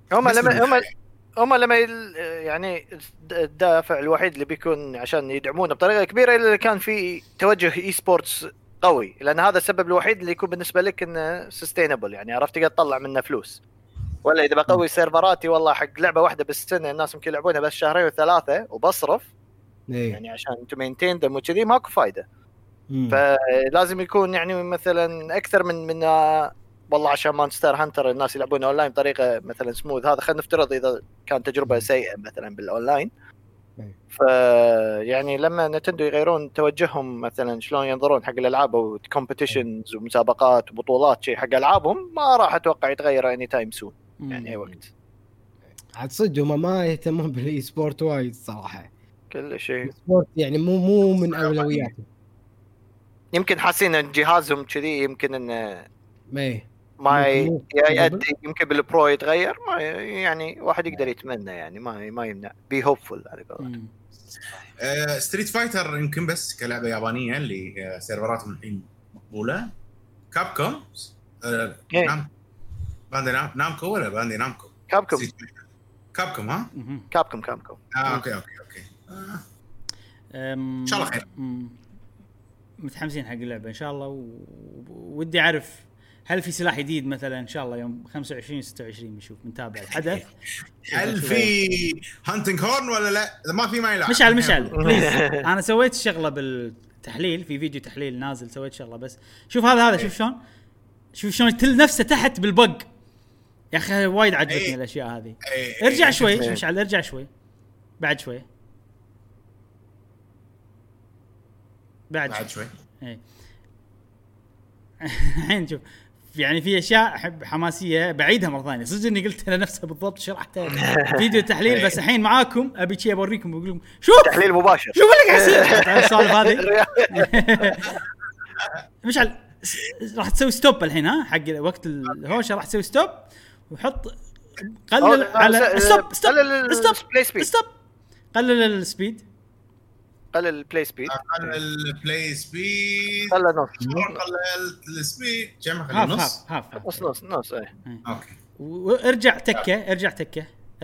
هم لما يعني الدافع الوحيد اللي بيكون عشان يدعمونه بطريقه كبيره اللي كان في توجه اي سبورتس قوي لان هذا السبب الوحيد اللي يكون بالنسبه لك انه سستينبل يعني عرفت تقدر تطلع منه فلوس. ولا اذا بقوي سيرفراتي والله حق لعبه واحده بالسنه الناس ممكن يلعبونها بس شهرين وثلاثه وبصرف يعني عشان انتم مينتين دم وكذي ماكو فايده. فلازم يكون يعني مثلا اكثر من والله عشان مونستر هانتر الناس يلعبون اونلاين بطريقه مثلا سموث. هذا خلينا نفترض اذا كانت تجربه سيئه مثلا بالاونلاين. فيعني لما نتندو يغيرون توجههم مثلا شلون ينظرون حق الالعاب وكومبيتيشنز ومسابقات وبطولات شيء حق العابهم ما راح اتوقع يتغير اني تايم سون يعني اي وقت. عاد صدق هم ما يهتمون بالاي سبورت وايد صراحه. كل شيء سبورت يعني مو من اولوياتهم. يمكن حاسين ان جهازهم كذي يمكن انه ما يؤدي يمكن بالبرو يتغير. ما يعني واحد يقدر يتمنى يعني ما يمنع بي هوبفول على قولتهم. ستريت فايتر يمكن بس كلعبه يابانيه اللي سيرفراتهم الحين مقبوله. كابكوم باندي نامكو ولا باندي نامكو؟ كابكوم ها؟ كابكوم اوكي ان شاء الله خير. متحمسين حق اللعبه ان شاء الله ودي اعرف هل في سلاح جديد مثلا ان شاء الله يوم 25 26 نشوف نتابع الحدث. هل في هانتنج هورن ولا لا؟ اذا ما في ما يلعب. مشعل بليز. انا سويت شغله بالتحليل في فيديو تحليل نازل سويت شغله بس شوف هذا شوف شلون يتل نفسه تحت بالبق يا اخي وايد عجبتني الاشياء هذه. ارجع شوي مشعل ارجع شوي بعد شوي الحين شوف يعني في اشياء احب حماسيه بعيدها مره ثانيه. صدق اني قلت لنفسها بالضبط شرحتها فيديو تحليل بس الحين معاكم ابي شيء اوريكم بقول لكم شوف تحليل مباشر شوف اللي قاعد يصير السالفه هذه. مشعل راح تسوي ستوب الحين ها حق وقت الهوشه راح تسوي ستوب وحط قلل على ستوب قلل السبيد قلل البلاي سبيد قلل نص قلل السبيد كم خلي نص ايه اوكي. وارجع تكه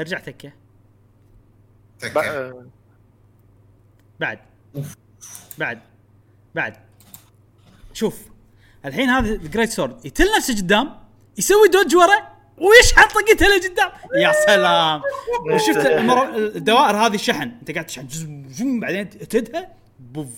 بعد شوف الحين هذا الجريت سورد يتل نفسه قدام يسوي دوج ورا ويشحن طقتها لقدام. يا سلام. وشفت الدوائر هذه الشحن انت قاعد تشحن بعدين تدها بوف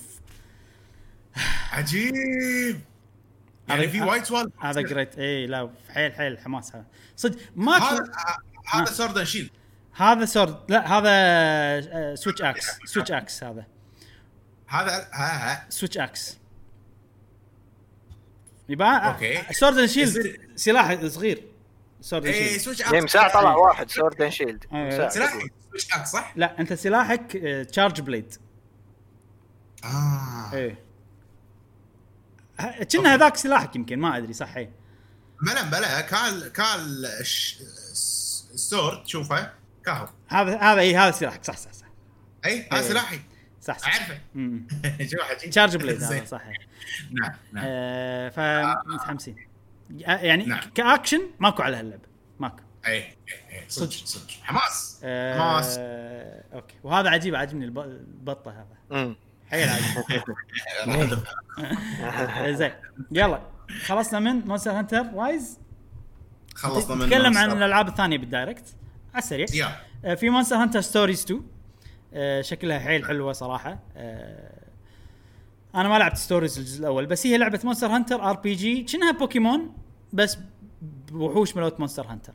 عجيب يعني في وايد سوالف. هذا جريت اي لا حيل حماس هذا صدق. ما هذا سورد اند شيلد. هذا سورد لا هذا سويتش اكس هذا سويتش اكس يبقى سورد اند شيلد سلاح صغير. سورد اند شيلد سويتش اكس طلع واحد سورد اند شيلد سلاح سويتش اكس صح. لا انت سلاحك تشارج بليد. ايه كنا هذاك سلاحك يمكن ما ادري صح. ايه بلا كان السورد تشوفه كاهو هذا سلاحك صح اي هذا سلاحي صح اعرفه. شو حكي تشارج بليد هذا صح. نعم فمتحمسين يعني كاكشن ماكو على هاللعبه ماكو. اي صدق حماس اوكي. وهذا عجيب عجبني البطه هذا حيل عجيب. زين يلا خلصنا من مونستر هانتر رايز. خلصنا من نتكلم عن الالعاب الثانيه بالدايركت على السريع. في مونستر هانتر ستوريز 2 شكلها حيل حلوه صراحه. انا ما لعبت ستوريز الجزء الاول بس هي لعبه مونستر هانتر ار بي جي كأنها بوكيمون بس بوحوش ملوت مونستر هانتر.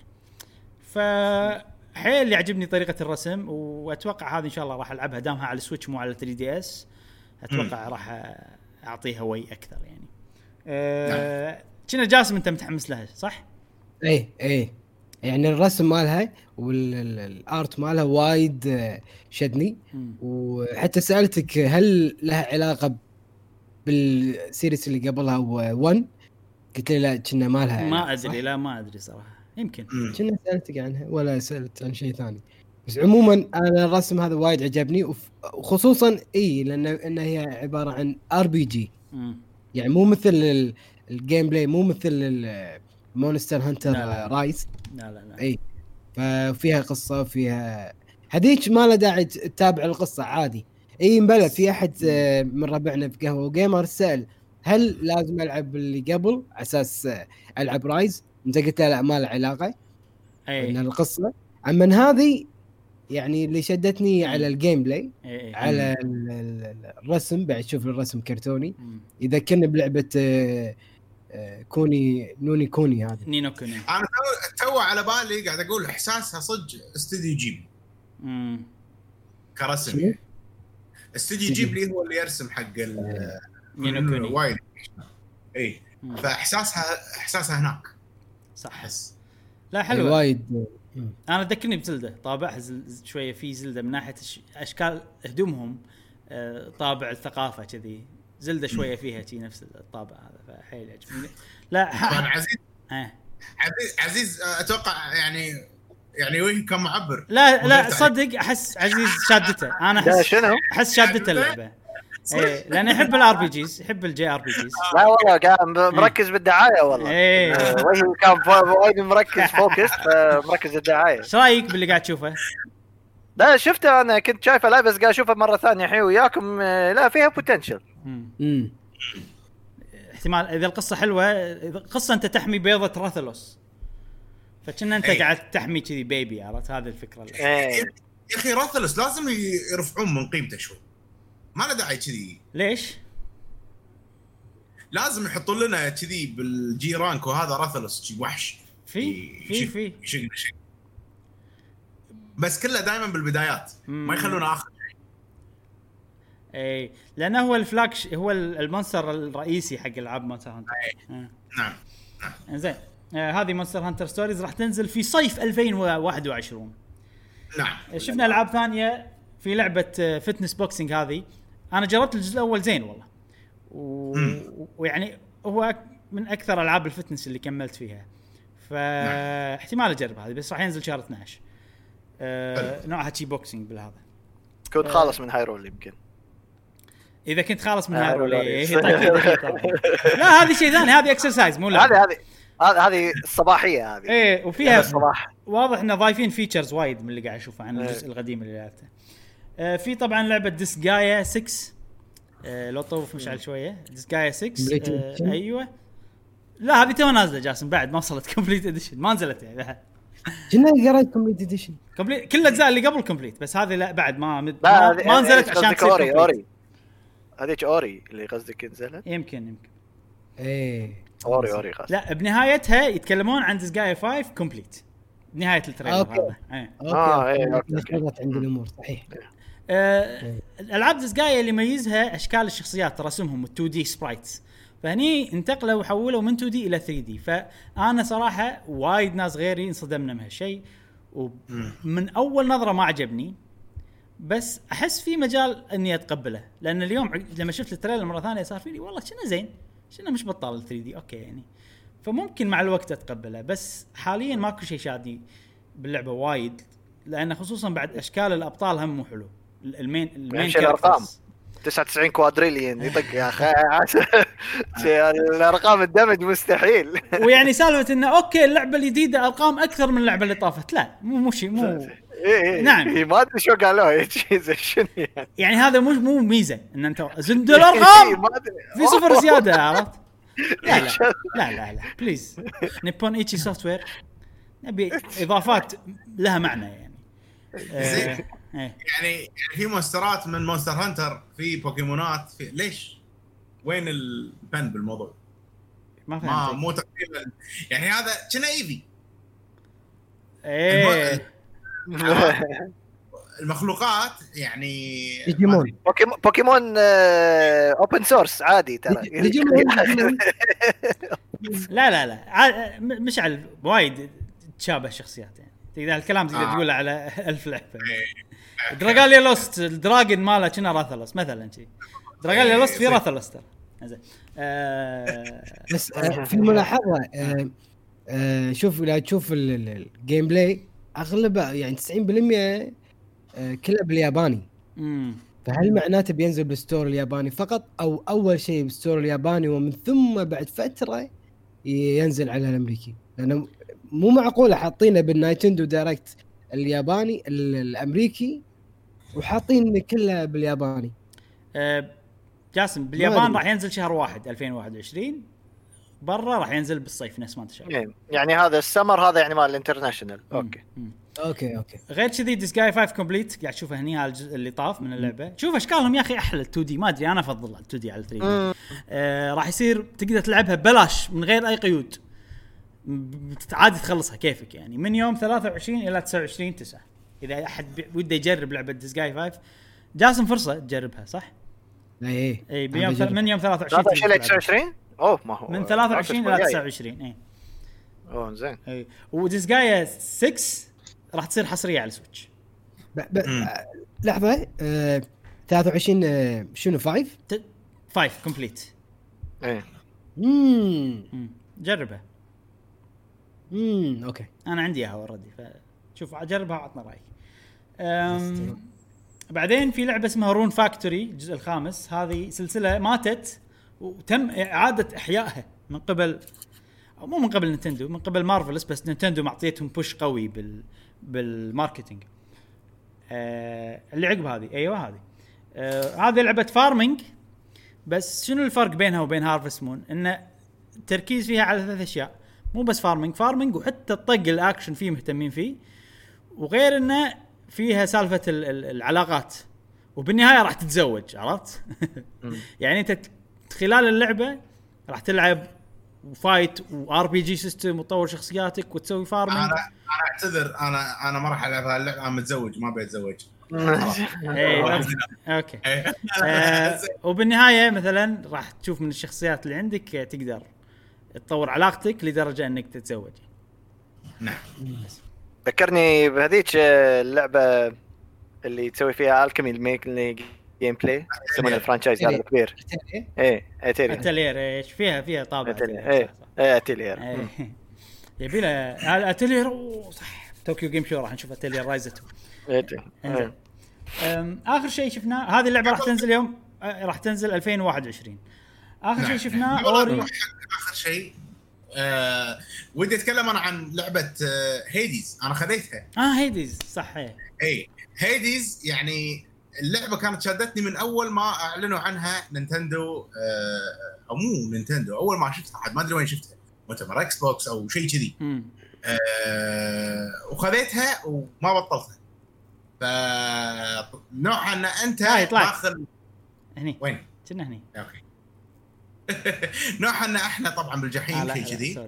فحيل يعجبني طريقه الرسم واتوقع هذه ان شاء الله راح العبها دامها على السويتش مو على 3 دي اس. اتوقع راح اعطيها وي اكثر يعني. كنا جاسم انت متحمس لها صح؟ اي يعني الرسم مالها والارت مالها وايد شدني. وحتى سألتك هل لها علاقة بالسيريس اللي قبلها 1 قلت لي لا كنا ما لها ما ادري لا ما ادري صراحة يمكن كنا سألتك عنها ولا سألت عن شيء ثاني. بس عموما انا الرسم هذا وايد عجبني وخصوصا لان هي عبارة عن ار بي جي يعني مو مثل الجيم بلاي مو مثل مونستر هانتر رايز. لا اي ففيها قصه فيها هذيك ما له داعي تتابع القصه عادي. اي مبلى في احد من ربعنا في قهوه جيمر سأل هل لازم العب اللي قبل على اساس العب رايز. انت قلت لا ما له علاقه ان القصه. اما هذه يعني اللي شدتني على الجيم بلاي، على الرسم. بعد شوف الرسم كرتوني يذكرني بلعبه نوني كوني هذا نينو كوني. انا تو على بالي قاعد اقول احساسها صدق استوديو جيب كرسم. استوديو جيب لي هو اللي يرسم حق نينو كوني وايد اي فاحساسها هناك صح. لا حلوه وايد. انا ذكرني بزلده طابعها شويه في زلده من ناحيه اشكال هدومهم، طابع الثقافه كذي. زلده شويه فيها شيء نفس الطابع هذا، فحيل يعجبني. لا عزيز عزيز اتوقع يعني وين كان معبر. لا صدق احس عزيز شادته. انا احس شادته اللعبه. ايه لأن يحب الار بي جيز، يحب الجي ار بي جيز. لا والله قاعد مركز بالدعايه والله. وهي كان وايد مركز فوكس، مركز الدعايه. ايش رايك باللي قاعد تشوفه؟ لا شفته، انا كنت شايفه لا بس قاعد اشوفه مره ثانيه الحين وياكم. لا فيها بوتنشل. احتمال اذا القصه حلوه. القصه انت تحمي بيضه راثلوس، فكنا انت قاعد تحمي كذي بيبي. عرفت هذه الفكره. يا اخي راثلوس لازم يرفعون من قيمته شوي، ما له داعي كذي. ليش؟ لازم يحطون لنا كذي بالجي رانك وهذا راثلوس وحش في بس كله دائما بالبدايات ما يخلونه اخر شيء. اي لانه هو الفلاكش، هو المونستر الرئيسي حق العاب مونستر هانتر. نعم زين. هذه مونستر هانتر ستوريز راح تنزل في صيف 2021. نعم. شفنا العاب ثانيه في لعبه فتنس بوكسينج. هذه انا جربت الجزء الاول زين والله، ويعني هو من اكثر العاب الفتنس اللي كملت فيها، فاحتمال اجرب هذه. بس راح ينزل شهر 12. نوعها شي بوكسينج بالهذا. كنت خالص من هايرول يمكن. اذا كنت خالص من هايرول لا هذه شيء ثاني، هذه اكسرسايز مو لا. هذه الصباحيه هذه. ايه وفيها الصباح واضح انه ضايفين فيتشرز وايد من اللي قاعد اشوفه عن الجزء القديم اللي لعبته. في طبعا لعبه ديسغايا 6. لو طوف مشعل شويه. ديسغايا 6 ايوه. لا هذه تو نازله جاسم، بعد ما وصلت كومبليت اديشن، ما نزلت يعني. كنا قريت كومبليت اديشن كومبليت كل الاجزاء اللي قبل كومبليت، بس هذه لا بعد ما نزلت عشان تصير اوري. هذيك اوري اللي قصدك نزلت. يمكن ايه اوري خلاص. لا بنهايتها يتكلمون عن ديسغايا 5 كومبليت بنهايه التريلر هذا. اوكي عندي الامور صحيح. الالعاب ديسغايا اللي يميزها اشكال الشخصيات، رسمهم وال2 دي سبرايتس. فهني انتقلوا وحولوا من 2 دي الى 3 دي. فانا صراحه وايد ناس غيري انصدمنا من هالشيء، ومن اول نظره ما عجبني، بس احس في مجال اني اتقبله. لان اليوم لما شفت التريلر مره ثانيه صار فيني والله شنو زين، شنو مش بطال 3 دي اوكي يعني. فممكن مع الوقت اتقبله، بس حاليا ماكو شيء شادني باللعبه وايد، لان خصوصا بعد اشكال الابطال هم مو حلو. المين الارقام 99 كوادريليون يطق يا اخي. الارقام الدمج مستحيل. ويعني سالفه انه اوكي اللعبه الجديده ارقام اكثر من اللعبه اللي طافت، لا مو شيء مو نعم ما ادري شو قالوا هيك شنو يعني هذا مو ميزه ان انت زند الارقام في صفر زياده. عرفت؟ لا بليز نيبون ايتشي سوفت وير نبي اضافات لها معنى يعني. يعني في مونسترات من مونستر هانتر، في بوكيمونات، في ليش وين الفن بالموضوع؟ ما مو تقريبا يعني هذا كنا ايفي. المخلوقات يعني بوكيمون اوبن سورس عادي ترى. لا مشعل وايد تشابه شخصيات يعني. تقدر الكلام تقدر تقوله على 1000 لعبه. دراغاليا لوست الدراجون ماله كنا راثلوس مثلا شيء. دراغاليا لوست في راثلوستر زين. بس في ملاحظه شوف لا تشوف الجيم بلاي اغلبه يعني 90% كله بالياباني. فهل معناته بينزل بالستور الياباني فقط، او اول شيء بالستور الياباني ومن ثم بعد فتره ينزل على الامريكي؟ لانه مو معقوله حاطينه بالنايتندو دايركت الياباني الامريكي وحاطين كله بالياباني. جاسم باليابان راح ينزل شهر 1 2021 برا راح ينزل بالصيف نفس ما انت شايف. يعني هذا السمر هذا يعني مال الانترناشونال. اوكي غير كذي ديسجاي 5 كومبليت قاعد تشوفه هني على الجزء اللي طاف من اللعبه. شوف اشكالهم يا اخي احلى 2 دي، ما ادري انا افضل 2 دي على 3 دي. راح يصير تقدر تلعبها ببلاش من غير اي قيود، عادي تخلصها كيفك يعني من يوم 23 الى 29/9. اذا احد وده يجرب لعبه ديسجاي 5 جاسم فرصه تجربها صح. اي من يوم 23 الى 29. ما هو من 23 الى 29. اي زين. اي وديسجاي 6 راح تصير حصريه على السويتش. لحظه 23 شنو 5 كومبليت. ايه جربها. اوكي انا عندي اياها اوريدي، فشوف اجربها وعطنا رايك. بعدين في لعبه اسمها رون فاكتوري الجزء الخامس. هذه سلسله ماتت وتم اعاده احيائها من قبل، او مو من قبل نينتندو، من قبل مارفلس، بس نينتندو معطيتهم بوش قوي بالماركتينج. اللي عقب هذه هذه هذه لعبه فارمينج. بس شنو الفرق بينها وبين هارفست مون؟ ان التركيز فيها على 3 اشياء، مو بس فارمينج وحتى الطق الاكشن فيه مهتمين فيه، وغير انه فيها سالفه العلاقات، وبالنهايه راح تتزوج. عرفت؟ يعني انت خلال اللعبه راح تلعب وفايت وار بي جي سيستم وتطور شخصياتك وتسوي فارمينج. انا اعتذر، انا ما راح العب هاللعبه، انا متزوج ما بتزوج. اوكي. وبالنهايه مثلا راح تشوف من الشخصيات اللي عندك تقدر تطور علاقتك لدرجه انك تتزوج. نعم. ذكرني بهذيك اللعبه اللي تسوي فيها الكيمي الميك جيم بلاي، يسمونها الفرانشايز هذا الكبير. اتيلير. ايش فيها طابع اتيلير. يبي له اتيلير صح. طوكيو جيم شو راح نشوف اتيلير رايزت. اخر شيء شفناه هذه اللعبه راح تنزل يوم راح تنزل 2021. اخر شيء شفناه اوري. اخر شيء ودي اتكلم انا عن لعبه هيديز. انا خذيتها. هيديز صح. اي هيديز يعني اللعبه كانت شادتني من اول ما اعلنوا عنها نينتندو، او مو نينتندو، اول ما شفتها حد ما ادري وين شفتها، مؤتمر اكس بوكس او شيء كذي. وخذيتها وما بطلتها. فنوعها ان انت داخل هني وين كنا هني. اوكي. نوعها ان احنا طبعا بالجحيم شيء كذي.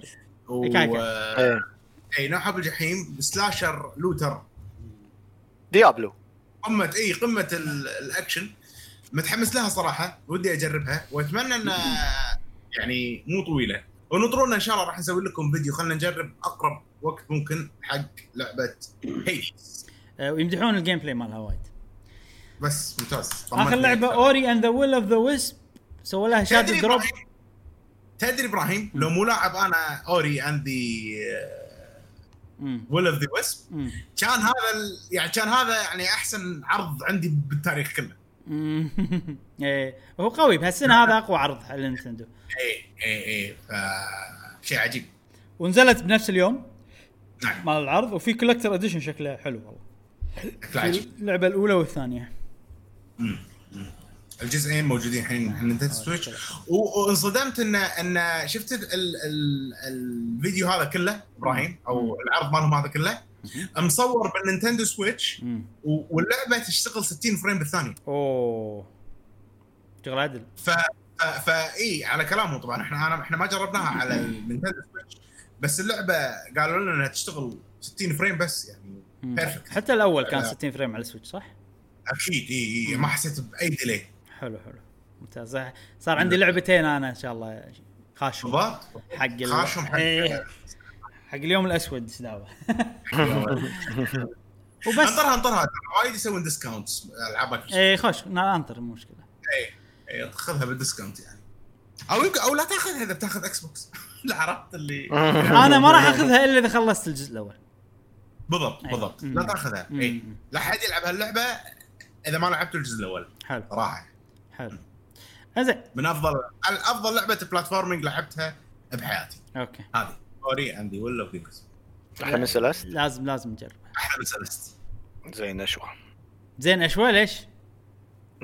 اي نوعها بالجحيم سلاشر لوتر ديابلو. قمه الاكشن. متحمس لها صراحه، ودي اجربها واتمنى ان يعني مو طويله. ونطرونا ان شاء الله راح نسوي لكم فيديو، خلينا نجرب اقرب وقت ممكن حق لعبه هيديز. ويمدحون الجيم بلاي مالها وايد. بس ممتاز. اخر لعبه اوري اند ذا ويل اوف ذا ويسب سووا لها شادو دروب. تدري ابراهيم لو مو لاعب انا اوري اند ذا ويل اوف ذا ويسب كان هذا يعني احسن عرض عندي بالتاريخ كله. هو قوي بهالسنه. هذا اقوى عرض على نينتندو. اي شيء عجيب. ونزلت بنفس اليوم نعم. مال العرض. وفي كولكتر اديشن شكله حلو والله. اللعبه الاولى والثانيه. الجزئين موجودين الحين نينتندو سويتش. وانصدمت ان شفت الفيديو هذا كله ابراهيم، او العرض مالهم هذا كله مصور بالنينتندو سويتش، واللعبه تشتغل 60 فريم بالثانيه. شغل عدل. فاي على كلامهم طبعا. احنا ما جربناها على النينتندو سويتش، بس اللعبه قالوا لنا انها تشتغل 60 فريم بس، يعني بيرفكت. حتى الاول كان 60 فريم على السويتش صح؟ اكيد. اي ما حسيت باي ديلي. حلو ممتاز. صار عندي لعبتين انا ان شاء الله خاشم حق حق اليوم الاسود. ايش دعوه. وبس انطرها وايد يسوون ديسكاونتس العابك. خوش انطر المشكله. اي خذها بالديسكاونت يعني، او يمكن او لا تاخذها اذا بتاخذ اكس بوكس. العرض اللي انا ما راح اخذها الا اذا خلصت الجزء الاول. بالضبط. لا تاخذها. لا حد يلعب هاللعبه اذا ما لعبت الجزء الاول. حلو صراحه. زين. من افضل لعبه بلاتفورمينج لعبتها بحياتي. اوكي. هذه اوري عندي ولا بيكس. احلى من سلست. لازم نجرب. احلى من سلست. زين اشوى ليش؟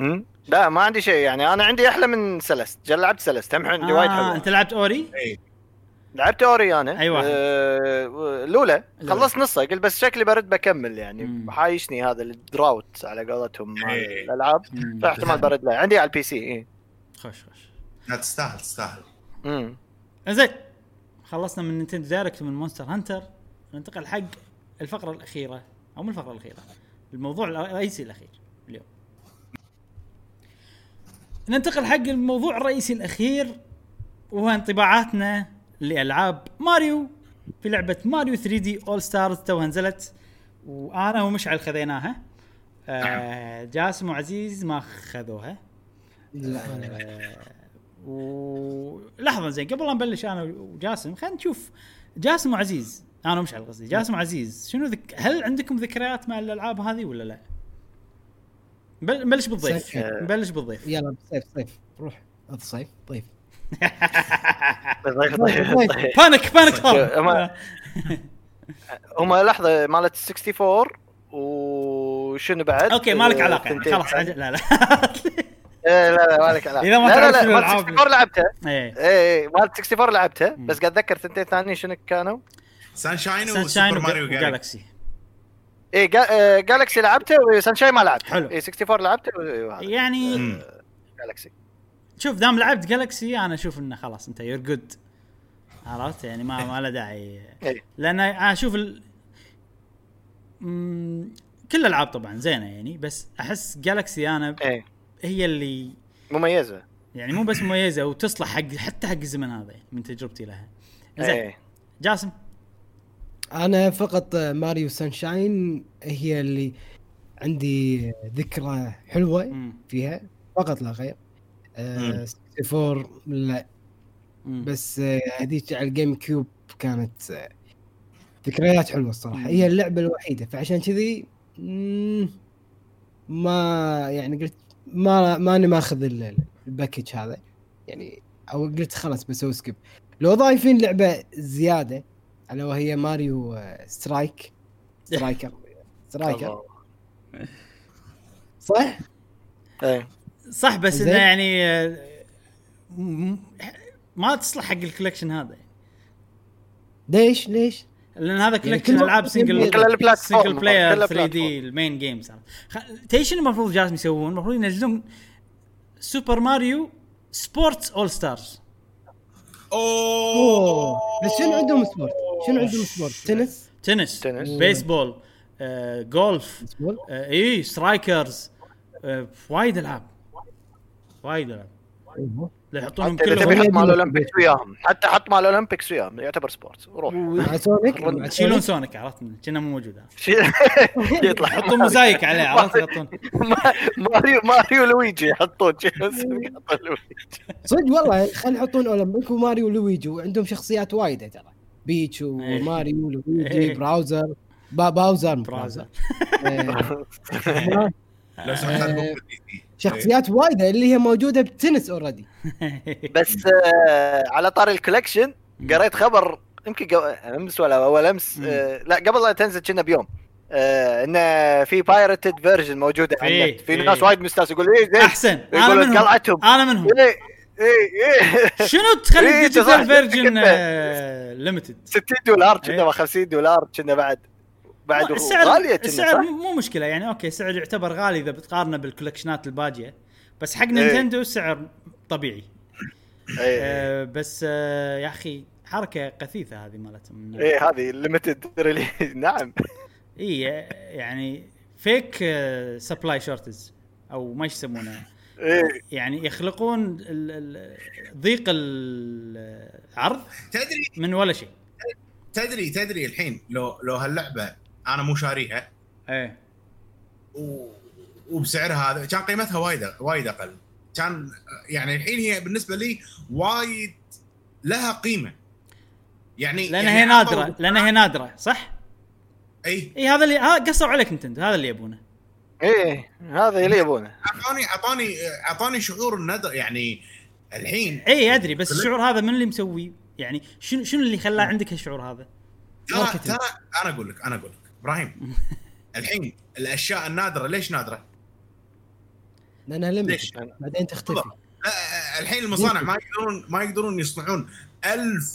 لا ما عندي شيء يعني. انا عندي احلى من سلست. لعبت سلست هم عندي وايد حلو. انت لعبت اوري؟ اي لعبت اوري انا اي واحد الاولى خلصت نصها قلت بس شكلي برد بكمل يعني حايشني هذا الدراوت على قولتهم مال الالعاب فاحتمال برد لا عندي على البي سي خش لا تستاهل زين خلصنا من نينتندو دايركت ومن مونستر هانتر ننتقل حق الفقره الاخيره او من الفقره الاخيره الموضوع الرئيسي الاخير اليوم ننتقل حق الموضوع الرئيسي الاخير وهو انطباعاتنا لألعاب ماريو في لعبة ماريو 3D All Stars توها نزلت وأنا ومشعل خذيناها جاسم وعزيز ما خذوها ولحظة زين قبل لا نبلش أنا وجاسم خلينا نشوف جاسم وعزيز أنا ومشعل قصدي جاسم وعزيز شنو هل عندكم ذكريات مع الألعاب هذه ولا لا؟ نبلش بالضيف يلا صيف روح الصيف ضيف بانك هم لحظه مالت 64 وشنو بعد اوكي مالك علاقه خلاص لا لا مالك علاقه اذا ما تعرف شنو الالعاب 64 لعبتها اي مالت 64 لعبتها بس قاعد اتذكر ثنتين ثانيين شنو كانوا سانشاين وسوبر ماريو جالكسي اي جالكسي لعبته وسانشاين ما لعبت اي 64 لعبته يعني جالكسي شوف دام لعبت جالكسي انا اشوف انه خلاص انت يور جود عرفت يعني ما له داعي لان انا اشوف كل الالعاب طبعا زينه يعني بس احس جالكسي انا هي اللي مميزه يعني مو بس مميزه وتصلح حتى حق الزمن هذا من تجربتي لها زين جاسم انا فقط ماريو سانشاين هي اللي عندي ذكرى حلوه فيها فقط لا غير 64 لا بس هذيك على الجيم كيوب كانت ذكريات حلوه الصراحه هي اللعبه الوحيده فعشان كذي ما يعني قلت ماني ماخذ الباكج هذا يعني او قلت خلاص بسوي سكيب لو ضايفين لعبه زياده على وهي ماريو سترايكر صح صح بس انه يعني ما تصلح حق الكولكشن هذا ليش لان هذا كولكشن يعني العاب سنجل بلاير 3 دي المين جيمز تيشن المفروض جالسين يسوون المفروض ينزلون سوبر ماريو سبورتس اول ستارز بس شنو عندهم سبورت تنس بيسبول جولف اي سترايكرز وايد العاب لا يحطونهم كلهم حط مال الاولمبيكس وياهم حتى حط مال الاولمبيكس وياهم يعتبر سبورت روح يشيلون سونيك عرفت كنا مو موجود يطلع يحطون موزايك عليه عرفت يحطون ماريو لويجي يحطون صدق والله خلي يحطون اولمبيك وماريو لويجي وعندهم شخصيات وايده ترى بيتش وماريو لويجي باوزر لو سمحت شخصيات وايده اللي هي موجوده بالتنس اوريدي بس على طار الكولكشن قريت خبر يمكن امس ولا اول امس لا قبل لا تنزل كنا بيوم انه في بايرتد فيرجن موجوده على النت في ناس وايد مستانس يقول ايه احسن انا منهم شنو تخلي ديجيتال فيرجن ليميتد $60 كنا $50 كنا بعد غاليه السعر مو مشكله يعني اوكي سعر يعتبر غالي اذا بتقارنه بالكولكشنات الباجيه بس حق نينتندو السعر طبيعي بس يا اخي حركه قثيثه هذه مالتهم هذه ليميتد ريليز نعم يعني فيك سبلاي شورتز او ما يسمونه يعني يخلقون ضيق العرض من ولا شيء تدري الحين لو هاللعبه انا مو شاريها وبسعرها هذا كان قيمتها وايد اقل كان يعني الحين هي بالنسبه لي وايد لها قيمه يعني لانها هي نادره صح اي هذا اللي قصوا عليك نينتندو هذا اللي يبونه هذا اللي يبونه اعطاني شعور الندر يعني الحين ادري بس الشعور هذا من اللي مسوي يعني شنو اللي خلاه عندك هالشعور هذا ترى انا اقول لك ابراهيم الحين الاشياء النادره ليش نادره لانها ليميت بعدين تختفي الحين المصانع ما يقدرون يصنعون 1000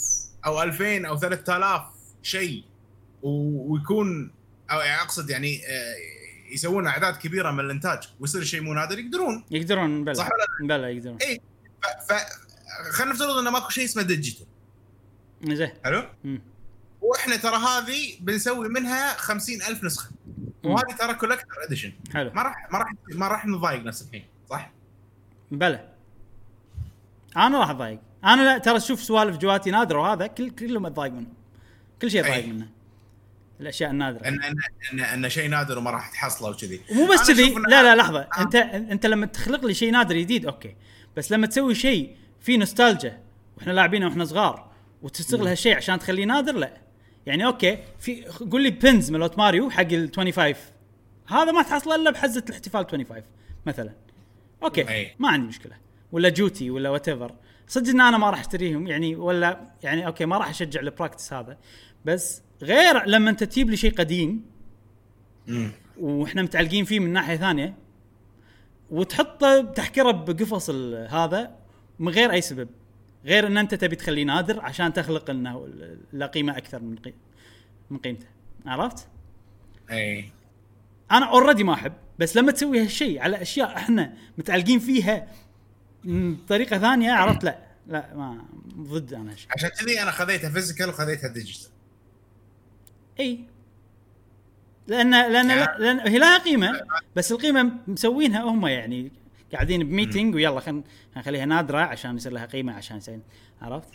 او 2000 او 3000 شيء ويكون او يعني اقصد يعني يسوون اعداد كبيره من الانتاج ويصير شيء مو نادر يقدرون بلا صح ولا بلا يقدرون. اي خلينا نفترض انه ماكو شيء اسمه ديجيتال زين حلو واحنا ترى هذه بنسوي منها 50,000 نسخه وهذه ترى كولكتر اديشن حلو. ما راح نضايق نفس الحين صح بلا انا راح اضايق انا لا ترى شوف سوالف جواتي نادره وهذا كلهم اتضايق منه كل شيء ضايق منه الاشياء النادره ان شيء نادر وما راح تحصله وكذي مو بس كذي لا لحظه انت لما تخلق لي شيء نادر جديد اوكي بس لما تسوي شيء فيه نوستالجيا واحنا لاعبينه واحنا صغار وتستغل هالشيء عشان تخليه نادر لا يعني اوكي في قول لي بنز مالوت ماريو حق ال 25 هذا ما تحصله الا بحزه الاحتفال 25 مثلا اوكي ما عندي مشكله ولا جوتي ولا واتيفر صدق ان انا ما راح اشتريهم يعني ولا يعني اوكي ما راح اشجع البراكتس هذا بس غير لما انت تجيب لي شيء قديم واحنا متعلقين فيه من ناحيه ثانيه وتحطه تحكره بقفص هذا من غير اي سبب غير ان انت تبي تخليه نادر عشان تخلق انه لا قيمه اكثر من قيمته عرفت اي انا اوريدي ما احب بس لما تسوي هالشيء على اشياء احنا متعلقين فيها بطريقه ثانيه عرفت لا ما ضد انا شيء عشان كذي انا خذيتها فيزيكال وخذيتها ديجيتال اي لان هي لها قيمه بس القيمه مسوينها هم يعني قاعدين بميتينج ويلا خلينا نخليها نادره عشان يصير لها قيمه عشان يصير عرفت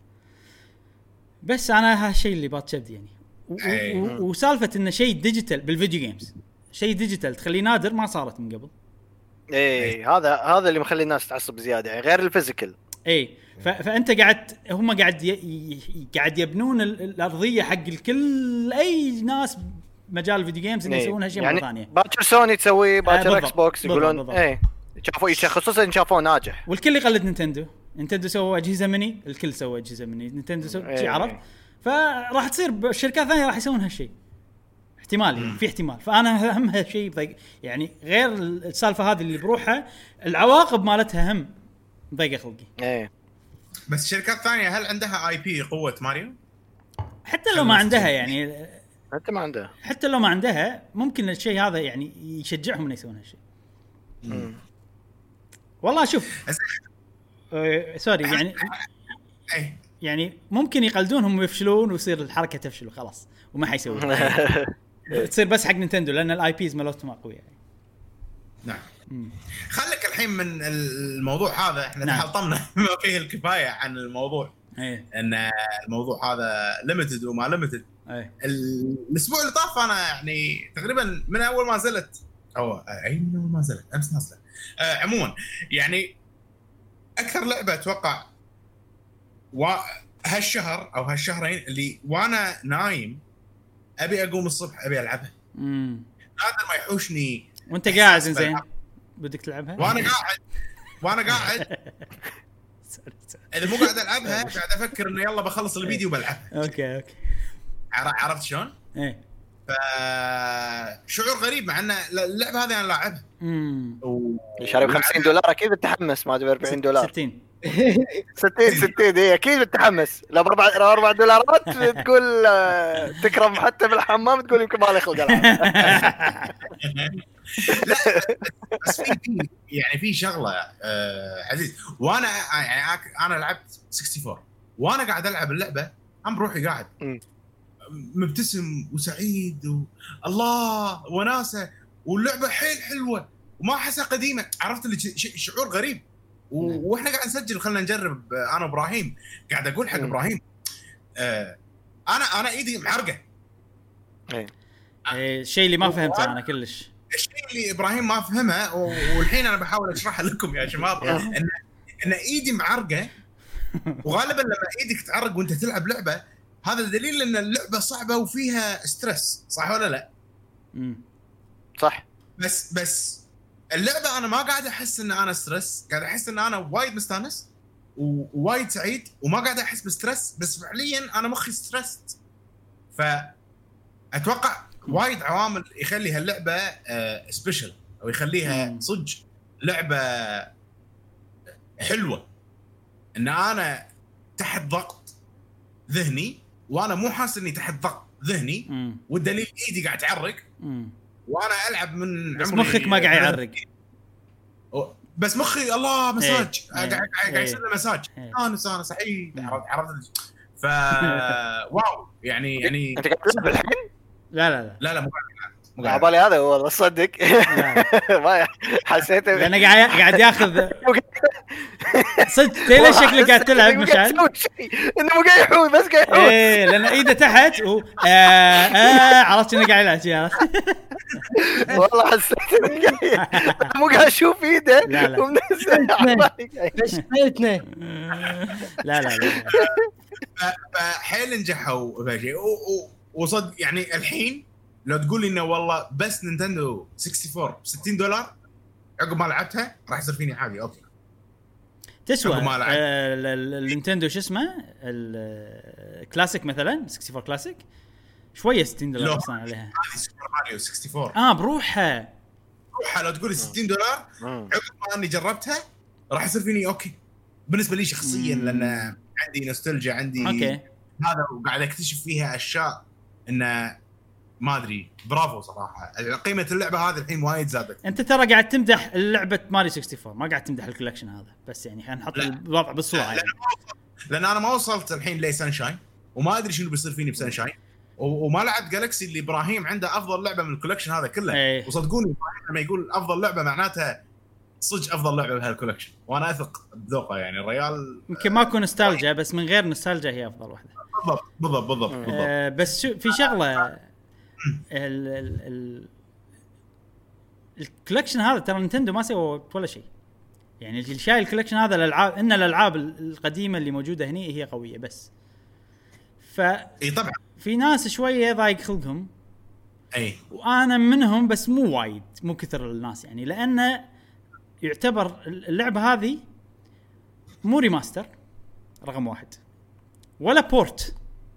بس انا هالشيء اللي باتشد يعني وسالفه ان شيء ديجيتال بالفيديو جيمز شيء ديجيتال تخليه نادر ما صارت من قبل هذا اللي مخلي الناس تعصب زياده يعني غير الفيزيكال فانت هم قاعد يبنون الارضيه حق الكل اي ناس مجال الفيديو جيمز اللي يسوون هالشيء يعني مره ثانيه باكر سوني تسوي باكر اكس بوكس يقولون شافوا خصوصا شافوه ناجح والكل يقلد نينتندو سووا اجهزه مني الكل سوى اجهزه مني نينتندو سوى عرفت فراح تصير شركات ثانيه راح يسوون هالشيء احتمال في احتمال فانا اهم شيء يعني غير السالفه هذه اللي بروحها العواقب مالتها هم ضيق خلقي بس شركات ثانيه هل عندها اي بي قوه ماريو حتى لو ما عندها يعني حتى لو ما عندها ممكن الشيء هذا يعني يشجعهم ان يسوون هالشيء والله شوف سوري يعني ممكن يقلدونهم ويفشلون ويصير الحركه تفشل خلاص وما حيسوي تصير بس حق نينتندو لان الاي بيز مالتهم قويه يعني. نعم خليك الحين من الموضوع هذا احنا تحطمنا ما فيه الكفايه عن الموضوع ان الموضوع هذا ليميتد وما ليميتد الاسبوع اللي طاف انا يعني تقريبا من اول ما نزلت او من اول ما نزلت امس نازله عموما يعني اكثر لعبه اتوقع هالشهر او هالشهرين اللي وانا نايم ابي اقوم الصبح ابي العبها هذا ما يحوشني وانت قاعد زين بدك تلعبها وانا قاعد اذا مو قاعد العبها قاعد افكر انه يلا بخلص الفيديو وبلعبها اوكي عرفت شلون شعور غريب مع ان اللعبه هذه انا لاعبها شاري $50 اكيد بتحمس ما ادري $40 60 هي اكيد بتحمس لو $4 تقول تكرم حتى بالحمام تقول يمكن ما لي خلق العب بس في شغله عزيز وانا يعني انا لعبت 64 وانا قاعد العب اللعبه عم بروحي قاعد مبتسم وسعيد الله وناسه واللعبه حلوه وما احسها قديمه عرفت اللي شعور غريب واحنا قاعد نسجل خلينا نجرب انا وابراهيم قاعد اقول حق ابراهيم انا ايدي معرقه الشيء اللي ما فهمته انا كلش الشيء اللي ابراهيم ما فهمه والحين انا بحاول اشرحه لكم يا شباب ان ايدي معرقه وغالبا لما ايدك تعرق وانت تلعب لعبه هذا دليل ان اللعبه صعبه وفيها ستريس صح ولا لا صح بس اللعبه انا ما قاعد احس ان انا ستريس قاعد احس ان انا وايد مستانس ووايد سعيد وما قاعد احس بستريس بس فعليا انا مخي ستريست فاتوقع وايد عوامل يخلي هاللعبه سبيشل او يخليها صدق لعبه حلوه ان انا تحت ضغط ذهني وانا مو حاسس اني تحت ضغط ذهني والدليل ايدي قاعد تعرق وانا العب من بس مخك ما قاعد يعرق بس مخي الله مساج قاعد يصير له مساج انا صحيح عرفت ف واو يعني انت قاعد تلعب الحين؟ لا مو على بالي هذا والله صدق ما حسيت انا قاعد ياخذ صدق تيلا شكله قاعد تلعب مشان انه مو قاعد يحوم بس قاعد يحوم ايه لان ايده تحت عرفت انه قاعد يلعب والله حسيت مو قاعد اشوف ايده لا فحيل نجحوا بشيء وصدق يعني الحين لو تقول لي انه والله بس نينتندو 64 $60 عقب ما لعبتها راح يصير فيني حاجه اوكي تسوى النينتندو شو اسمه الكلاسيك مثلا 64 كلاسيك شويه $60 اصلا عليها سوبر ماريو 64 بروحها لو تقول لي $60 عقب ما اني جربتها راح يصير فيني اوكي بالنسبه لي شخصيا لان عندي نوستالجيا عندي اوكي هذا وقاعد اكتشف فيها اشياء انه ما ادري برافو صراحه قيمه اللعبه هذه الحين وايد زادت. انت ترى قاعد تمدح لعبه ماريو 64 ما قاعد تمدح الكولكشن هذا بس يعني خلينا نحط الوضع بالصوره يعني. لان انا ما وصلت الحين لي سانشاين وما ادري شنو بيصير فيني بسانشاين وما لعبت جالكسي اللي ابراهيم عنده افضل لعبه من الكولكشن هذا كله وصدقوني لما يقول افضل لعبه معناتها صدق افضل لعبه بهالكولكشن وانا اثق بذوقه يعني الريال يمكن ماكو نوستالجيا بس من غير نوستالجيا هي افضل واحده بالضبط بس في شغله الكولكشن هذا ترى نينتندو ما سووا ولا شيء يعني الشاي الكولكشن هذا الالعاب ان الالعاب القديمه اللي موجوده هني هي قويه بس اي طبعا في ناس شويه ضايق خلقهم اي وانا منهم بس مو وايد مو كثر الناس يعني لانه يعتبر اللعبه هذه مو ريماستر رقم 1 ولا بورت.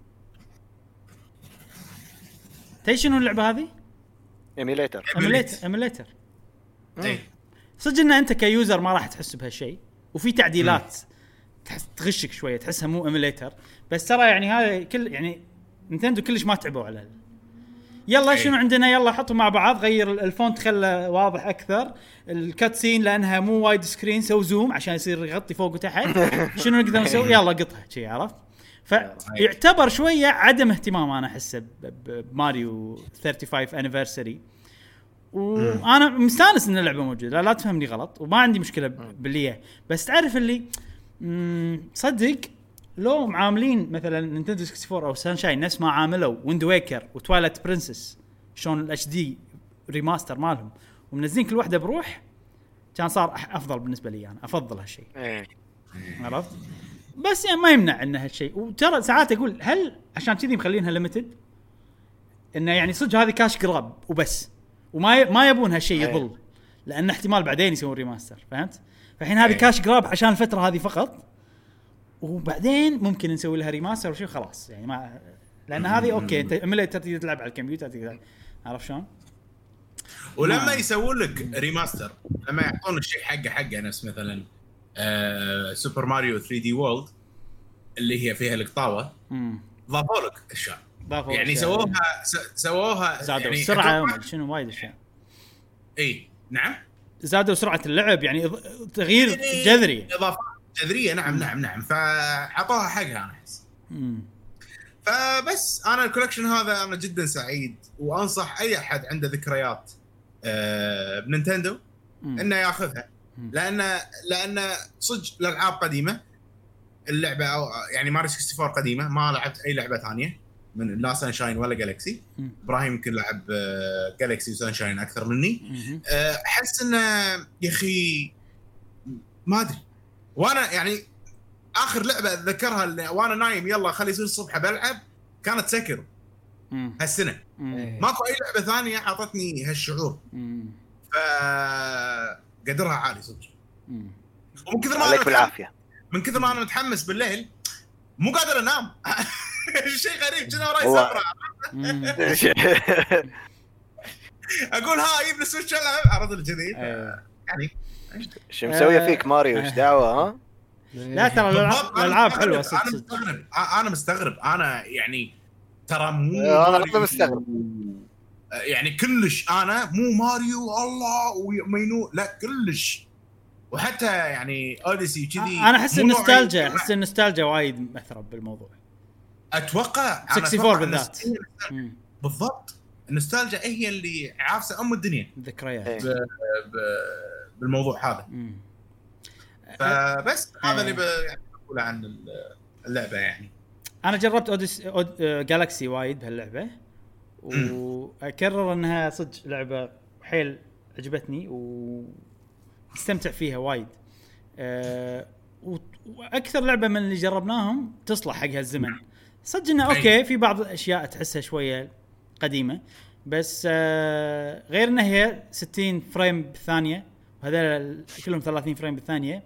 تدري شنو اللعبه هذه؟ ايميليتر صدق ان انت كيوزر ما راح تحس بهالشيء وفي تعديلات تغشك شويه تحسها مو ايميليتر بس ترى يعني هذا كل يعني نينتندو كلش ما تعبوا على يلا شنو عندنا يلا حطوا مع بعض غير الفونت خله واضح اكثر الكاتسين لانها مو وايد سكرين سو زوم عشان يصير يغطي فوق وتحت شنو نقدر نسوي يلا قطها شيء عرفت فيعتبر شويه عدم اهتمام انا احسه بماريو 35 anniversary وانا مستانس ان اللعبه موجوده لا تفهمني غلط وما عندي مشكله بالليه بس تعرف اللي صدق لو معاملين مثلا نينتندو 64 او سانشاين نفس ما عاملوا ويند ويكر وتوايلايت برنسس شلون الاتش دي ريماستر مالهم ومنزلين كل واحده بروح كان صار افضل بالنسبه لي انا افضل هالشيء عرفت بس يعني ما يمنع ان هالشيء وترى ساعات اقول هل عشان كذي مخلينها ليميتد انه يعني صدق هذه كاش جراب وبس وما يبون هالشيء يظل لان احتمال بعدين يسوون ريماستر فهمت فالحين هذه كاش جراب عشان الفتره هذه فقط وبعدين ممكن نسوي لها ريماستر وشيء خلاص يعني ما لان هذه اوكي انت ايميليتر تقدر تلعب على الكمبيوتر تقدر عارف شلون ولما يسوون لك ريماستر لما يعطون الشيء حقه نفس مثلا سوبر ماريو 3 دي وورلد اللي هي فيها القطاوه ضافوا لك اشياء يعني سووها زادوا يعني السرعه شنو وايد اشياء اي نعم زادوا سرعه اللعب يعني تغيير جذري اضافات جذريه نعم فعطوها حقها انا احس فبس انا الكولكشن هذا انا جدا سعيد وانصح اي احد عنده ذكريات بنينتندو انه ياخذها لان صدق الالعاب قديمه اللعبه أو يعني ماريو 64 قديمه ما لعبت اي لعبه ثانيه من لا سانشاين ولا جالكسي ابراهيم يمكن لعب جالكسي وسانشاين اكثر مني احس انه يا اخي ما ادري وانا يعني اخر لعبه اتذكرها وانا نايم يلا خلي يصير الصبح بلعب كانت سكر هالسنه ماكو اي لعبه ثانيه اعطتني هالشعور فقدرها عالي صدق ومن كثر ما عليك بالعافيه من كثر ما انا متحمس بالليل مو قادر انام شيء غريب كنا وراي سفره اقول ها يجيب لي سويتش العب عرض الجديد يعني شو مسويه فيك ماريو ايش دعوه ها لا ترى الالعاب حلوه صدق. انا مستغرب انا يعني ترى مو انا مستغرب يعني كلش انا مو ماريو الله ومينو لا كلش. وحتى يعني اوديسي كذي انا احس النوستالجيا وايد مأثرة بالموضوع. اتوقع 64 بالذات بالضبط النوستالجيا هي اللي عافسه الدنيا ذكريات بالموضوع هذا. فبس هذا اللي بقول عن اللعبه. يعني انا جربت جالاكسي وايد بهاللعبه واكرر انها صدق لعبه حيل عجبتني واستمتع فيها وايد. واكثر لعبه من اللي جربناهم تصلح حق هالزمن. صدق انه اوكي في بعض الاشياء تحسها شويه قديمه بس غير انها هي 60 فريم بالثانيه وهذا كلهم 30 فريم بالثانيه.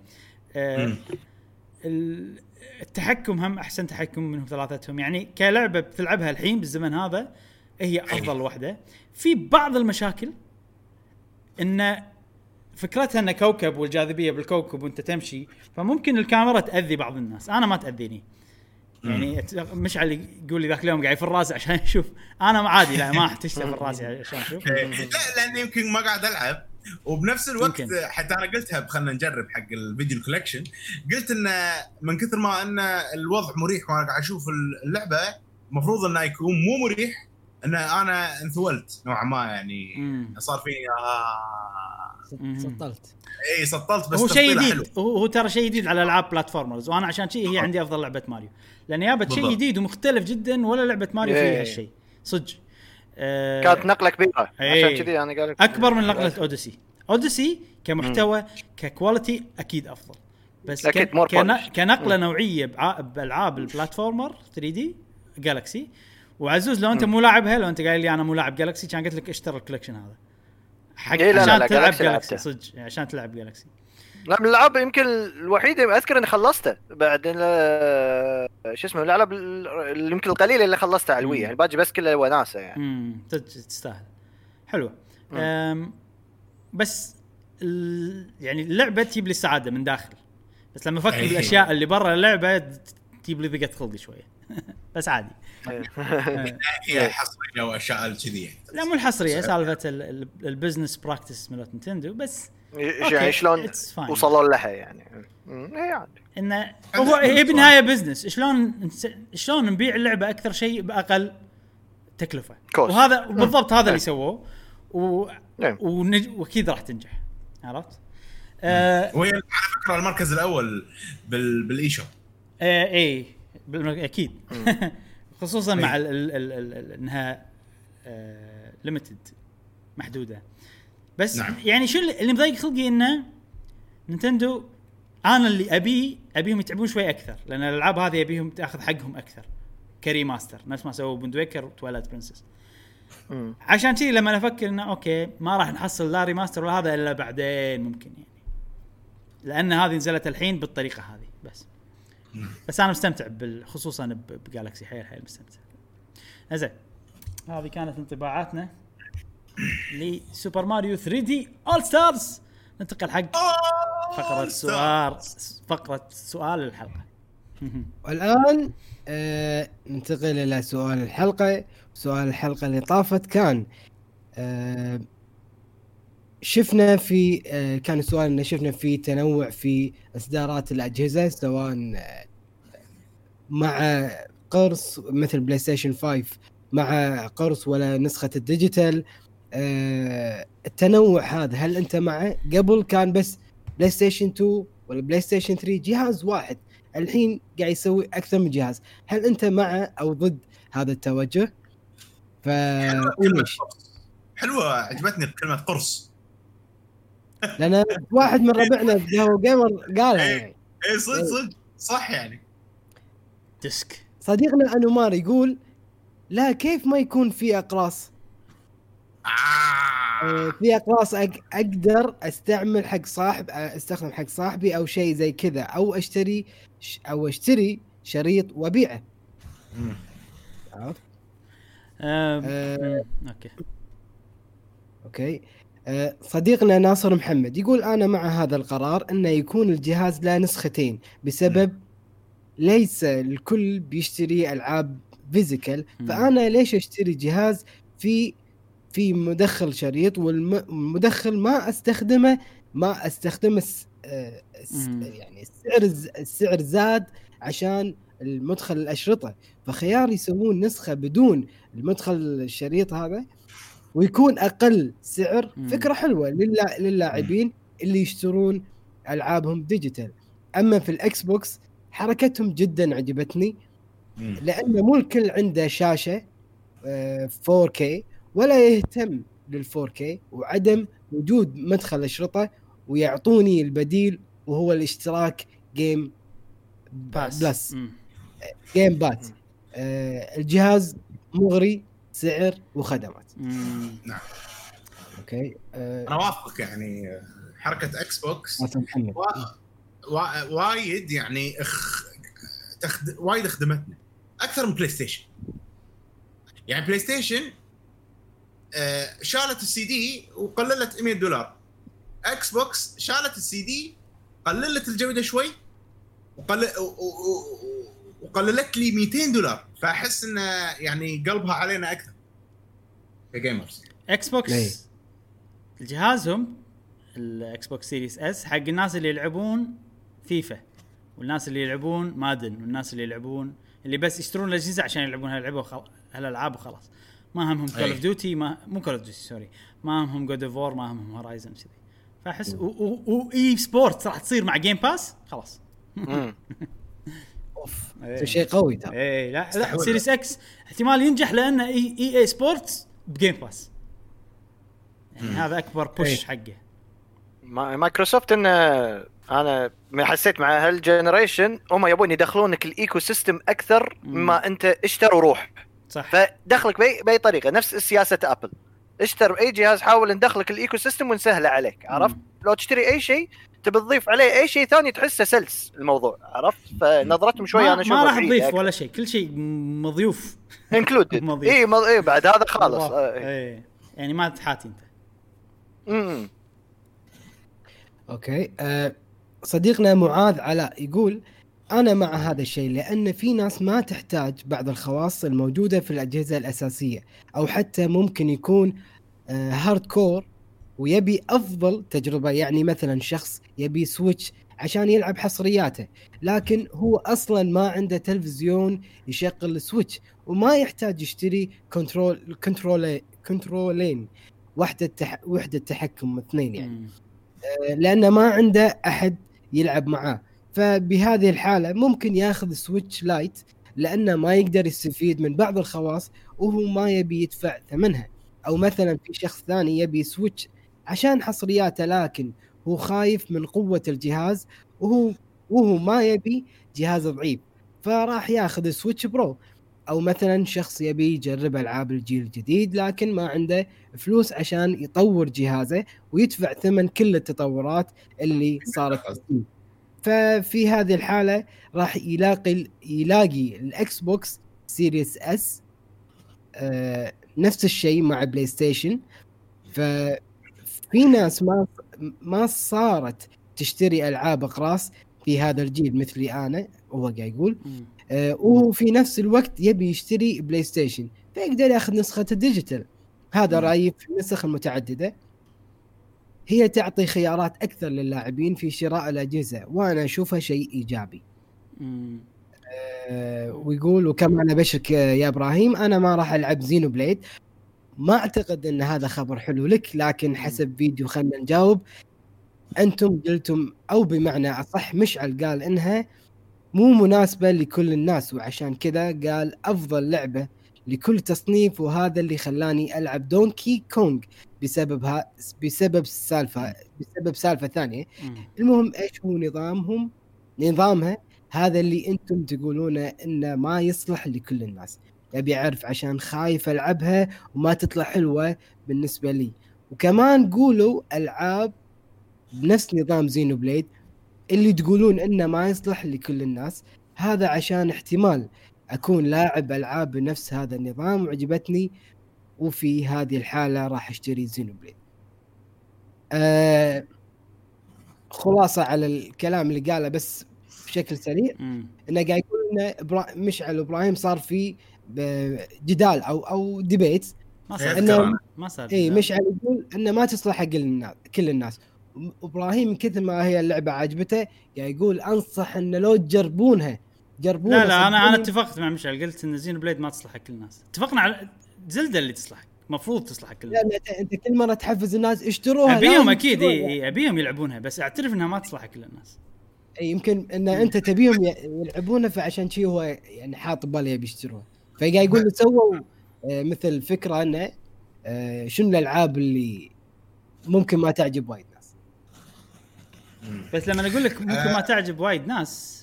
التحكم هم احسن تحكم منهم ثلاثتهم. يعني كلعبه بتلعبها الحين بالزمن هذا هي افضل واحده. في بعض المشاكل ان فكرتها ان كوكب والجاذبيه بالكوكب وانت تمشي فممكن الكاميرا تاذي بعض الناس. انا ما تاذيني يعني مشعل يقول لي ذاك اليوم قاعد في الراس عشان يشوف انا عادي لا ما احتشت في الراس عشان اشوف. لا لان يمكن ما قاعد العب وبنفس الوقت يمكن. حتى انا قلتها خلينا نجرب حق الفيديو كولكشن قلت ان من كثر ما ان الوضع مريح وانا قاعد اشوف اللعبه مفروض انه يكون مو مريح ان انا انثولت نوعا ما يعني صار فيني سطلت. اي سطلت بس هو شيء جديد. هو ترى شيء جديد على العاب بلاتفورمرز وانا عشان شيء هي عندي افضل لعبه ماريو لان يابت شيء جديد ومختلف جدا ولا لعبه ماريو فيها هالشيء صدق. كانت نقله كبيره عشان كذي انا قال اكبر من نقله اوديسي كمحتوى ككواليتي اكيد افضل بس كنقله نوعيه بالعاب البلاتفورمر 3D جالاكسي. وعزوز لو انت مو لاعبها لو انت قايل لي انا مو لاعب جالاكسي كان قلت لك اشتري الكولكشن هذا حق عشان تلعب جالاكسي صدق عشان تلعب جالاكسي. لا من الالعاب يمكن الوحيده اذكر اني خلصته بعدين شو اسمه الالعاب اللي يمكن القليله اللي خلصتها على الوي يعني باجي بس كله وناسه يعني تستاهل حلوه. بس يعني اللعبه تجيب لي السعاده من داخل بس لما افكر بالاشياء اللي برا اللعبه تجيب لي ضيقه خلقي شويه بس عادي. هي حصريه واشياء كذي لا مو الحصريه سالفه البزنس براكتس مالت نينتندو بس يعني شلون وصلوا لها يعني انه هي بالنهايه بزنس شلون نبيع اللعبه اكثر شيء باقل تكلفه وهذا بالضبط هذا اللي سووه واكيد راح تنجح عرفت. وهي على فكره المركز الاول بالاي شوب اي اكيد خصوصا مع انها ليميتد محدوده بس نعم. يعني شو اللي مضايق خلقي انه نينتندو انا اللي ابيهم يتعبون شوي اكثر لان الالعاب هذه ابيهم تاخذ حقهم اكثر كريماستر نفس ما سووا بوندويكر وتواليت برنسس. عشان كذي لما افكر انه اوكي ما راح نحصل لا ريماستر ولا هذا الا بعدين ممكن يعني لان هذه نزلت الحين بالطريقه هذه بس انا مستمتع خصوصا بجالاكسي حيل مستمتع. زين هذه كانت انطباعاتنا لسوبر ماريو 3D All Stars. ننتقل حق فقرة سؤال الحلقة. والآن ننتقل إلى سؤال الحلقة. سؤال الحلقة اللي طافت كان شفنا في كان السؤال إن شفنا في تنوع في إصدارات الأجهزة سواء مع قرص مثل بلاي ستيشن 5 مع قرص ولا نسخة الديجيتال. التنوع هذا هل أنت معه؟ قبل كان بس بلاي ستيشن 2 ولا بلاي ستيشن 3 جهاز واحد الحين قاعد يسوي أكثر من جهاز. هل أنت معه أو ضد هذا التوجه؟ حلوة عجبتني كلمة قرص لأن واحد من ربعنا هو جيمر قالها يعني صدق صح يعني ديسك. صديقنا أنومار يقول لا كيف ما يكون في أقراص في أقراص أقدر أستعمل حق صاحب أستخدم حق صاحبي أو شيء زي كذا أو أشتري شريط وبيعه. اوكي صديقنا ناصر محمد يقول أنا مع هذا القرار أنه يكون الجهاز له نسختين بسبب ليس الكل بيشتري ألعاب فيزيكال، فأنا ليش أشتري جهاز في مدخل شريط والمدخل ما استخدمه يعني السعر زاد عشان المدخل الأشرطة، فخيار يسوون نسخة بدون المدخل الشريط هذا ويكون أقل سعر. فكرة حلوة للاعبين اللي يشترون ألعابهم ديجيتال. أما في الأكس بوكس حركتهم جدا عجبتني، لأن مو الكل عنده شاشة 4K ولا يهتم لل4K، وعدم وجود مدخل أشرطة، ويعطوني البديل وهو الاشتراك جيم بلس جيم باس. الجهاز مغري سعر وخدمات. نعم اوكي. انا وافقك، يعني حركه اكس بوكس وايد يعني وايد خدمتنا اكثر من بلاي ستيشن. يعني بلاي ستيشن شالت السي دي وقللت $100. اكس بوكس شالت السي دي قللت الجوده شوي وقللت لي $200، فاحس انه يعني قلبها علينا اكثر كجيمرز. اكس بوكس جهازهم الاكس بوكس سيريس اس حق الناس اللي يلعبون فيفا، والناس اللي يلعبون مادن، والناس اللي يلعبون اللي بس يشترون الاجهزه عشان يلعبون هاللعبه هالالعاب وخلاص. ما همهم كول اوف ديوتي، مو كول اوف ديوتي سوري، ما همهم جود اوف وور، ما همهم هورايزن كذي. فاحس اي سبورت راح تصير مع جيم باس خلاص. اوف شيء قوي ترى. اي لا سيريس اكس احتمال ينجح لانه اي سبورتس بجيم باس، يعني هذا اكبر بوش حقه. مايكروسوفت ان انا حسيت مع هالجنريشن هم يبون يدخلونك الايكو سيستم اكثر مما انت اشتر وروح. صح. فدخلك باي طريقه، نفس سياسه ابل، اشتر اي جهاز حاول ندخلك الايكو سيستم ونسهله عليك. عرفت؟ لو تشتري اي شيء تبي تضيف عليه اي شيء ثاني تحسه سلس الموضوع. عرفت؟ فنظرتهم شويه انا اشوفها ما راح نضيف ولا شيء، كل شيء مضيوف انكلودد. اي بعد هذا خالص. اي يعني ما تحاتي انت. اوكي. صديقنا معاذ علاء يقول انا مع هذا الشيء، لان في ناس ما تحتاج بعض الخواص الموجوده في الاجهزه الاساسيه، او حتى ممكن يكون هارد كور ويبي افضل تجربه. يعني مثلا شخص يبي سويتش عشان يلعب حصرياته، لكن هو اصلا ما عنده تلفزيون يشغل السويتش، وما يحتاج يشتري كنترولين وحده تحكم 2 يعني، لأنه ما عنده أحد يلعب معاه. فبهذه الحالة ممكن ياخذ سويتش لايت، لأنه ما يقدر يستفيد من بعض الخواص وهو ما يبي يدفع ثمنها. أو مثلا في شخص ثاني يبي سويتش عشان حصرياته، لكن هو خايف من قوة الجهاز وهو ما يبي جهاز ضعيف، فراح ياخذ سويتش برو. أو مثلا شخص يبي يجرب ألعاب الجيل الجديد لكن ما عنده فلوس عشان يطور جهازه ويدفع ثمن كل التطورات اللي صارت. ففي هذه الحالة راح يلاقي الأكس بوكس سيريس اس نفس الشيء مع بلاي ستيشن. ففي ناس ما صارت تشتري ألعاب أقراص في هذا الجيل مثلي أنا، هو قاعد يقول وفي نفس الوقت يبي يشتري بلاي ستيشن، فيقدر ياخذ نسخة الديجيتال. هذا رأيي في النسخ المتعددة، هي تعطي خيارات أكثر للاعبين في شراء الأجهزة، وأنا أشوفها شيء إيجابي. ويقول وكما أنا بشرك يا إبراهيم، أنا ما راح ألعب زينو بليد. ما أعتقد أن هذا خبر حلو لك، لكن حسب فيديو خلنا نجاوب. أنتم قلتم، أو بمعنى أصح مشعل قال إنها مو مناسبة لكل الناس، وعشان كذا قال أفضل لعبة لكل تصنيف، وهذا اللي خلاني ألعب دونكي كونغ بسبب سالفة ثانية. المهم إيش هو نظامها هذا اللي أنتم تقولونه إنه ما يصلح لكل الناس. أبي أعرف عشان خايف ألعبها وما تطلع حلوة بالنسبة لي. وكمان قولوا ألعاب بنفس نظام زينو بليد اللي تقولون إنه ما يصلح لكل الناس، هذا عشان احتمال أكون لاعب ألعاب بنفس هذا النظام وعجبتني، وفي هذه الحالة راح أشتري زينو بليد. خلاصه على الكلام اللي قاله بس بشكل سريع، انه قاعد يقول ان مشعل وابراهيم صار في جدال او ديبيت، ما صار مشعل يقول انه ما تصلح حق كل الناس. ابراهيم من كثر ما هي اللعبه عجبته قاعد يقول انصح ان لو تجربونها. لا انا اتفقت مع مشعل، قلت ان زين بليد ما تصلح حق كل الناس. اتفقنا على زلدة اللي تصلح، مفروض تصلح كل الناس. لا انت كل مره تحفز الناس اشتروها، ابيهم اكيد ابيهم يلعبونها، بس اعترف انها ما تصلح كل الناس. يمكن ان انت تبيهم يلعبونها، فعشان شيء هو يعني حاط بباله يبي يشتروها. فقاعد يقول سووا مثل فكره انه شنو الالعاب اللي ممكن ما تعجب وايد ناس. بس لما اقول لك ممكن ما تعجب وايد ناس،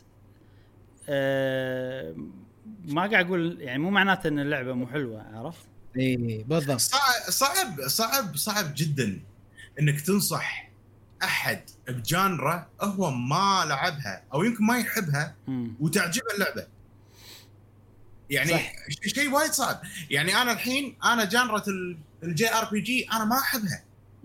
ما قاعد اقول يعني مو معناته ان اللعبه مو حلوه، عرفت؟ اي بالضبط. صعب جدا انك تنصح احد بجانرا هو ما لعبها او يمكن ما يحبها وتعجبه اللعبه. يعني شيء وايد صعب. يعني انا الحين انا جانرة الجي ار بي جي انا ما احبها،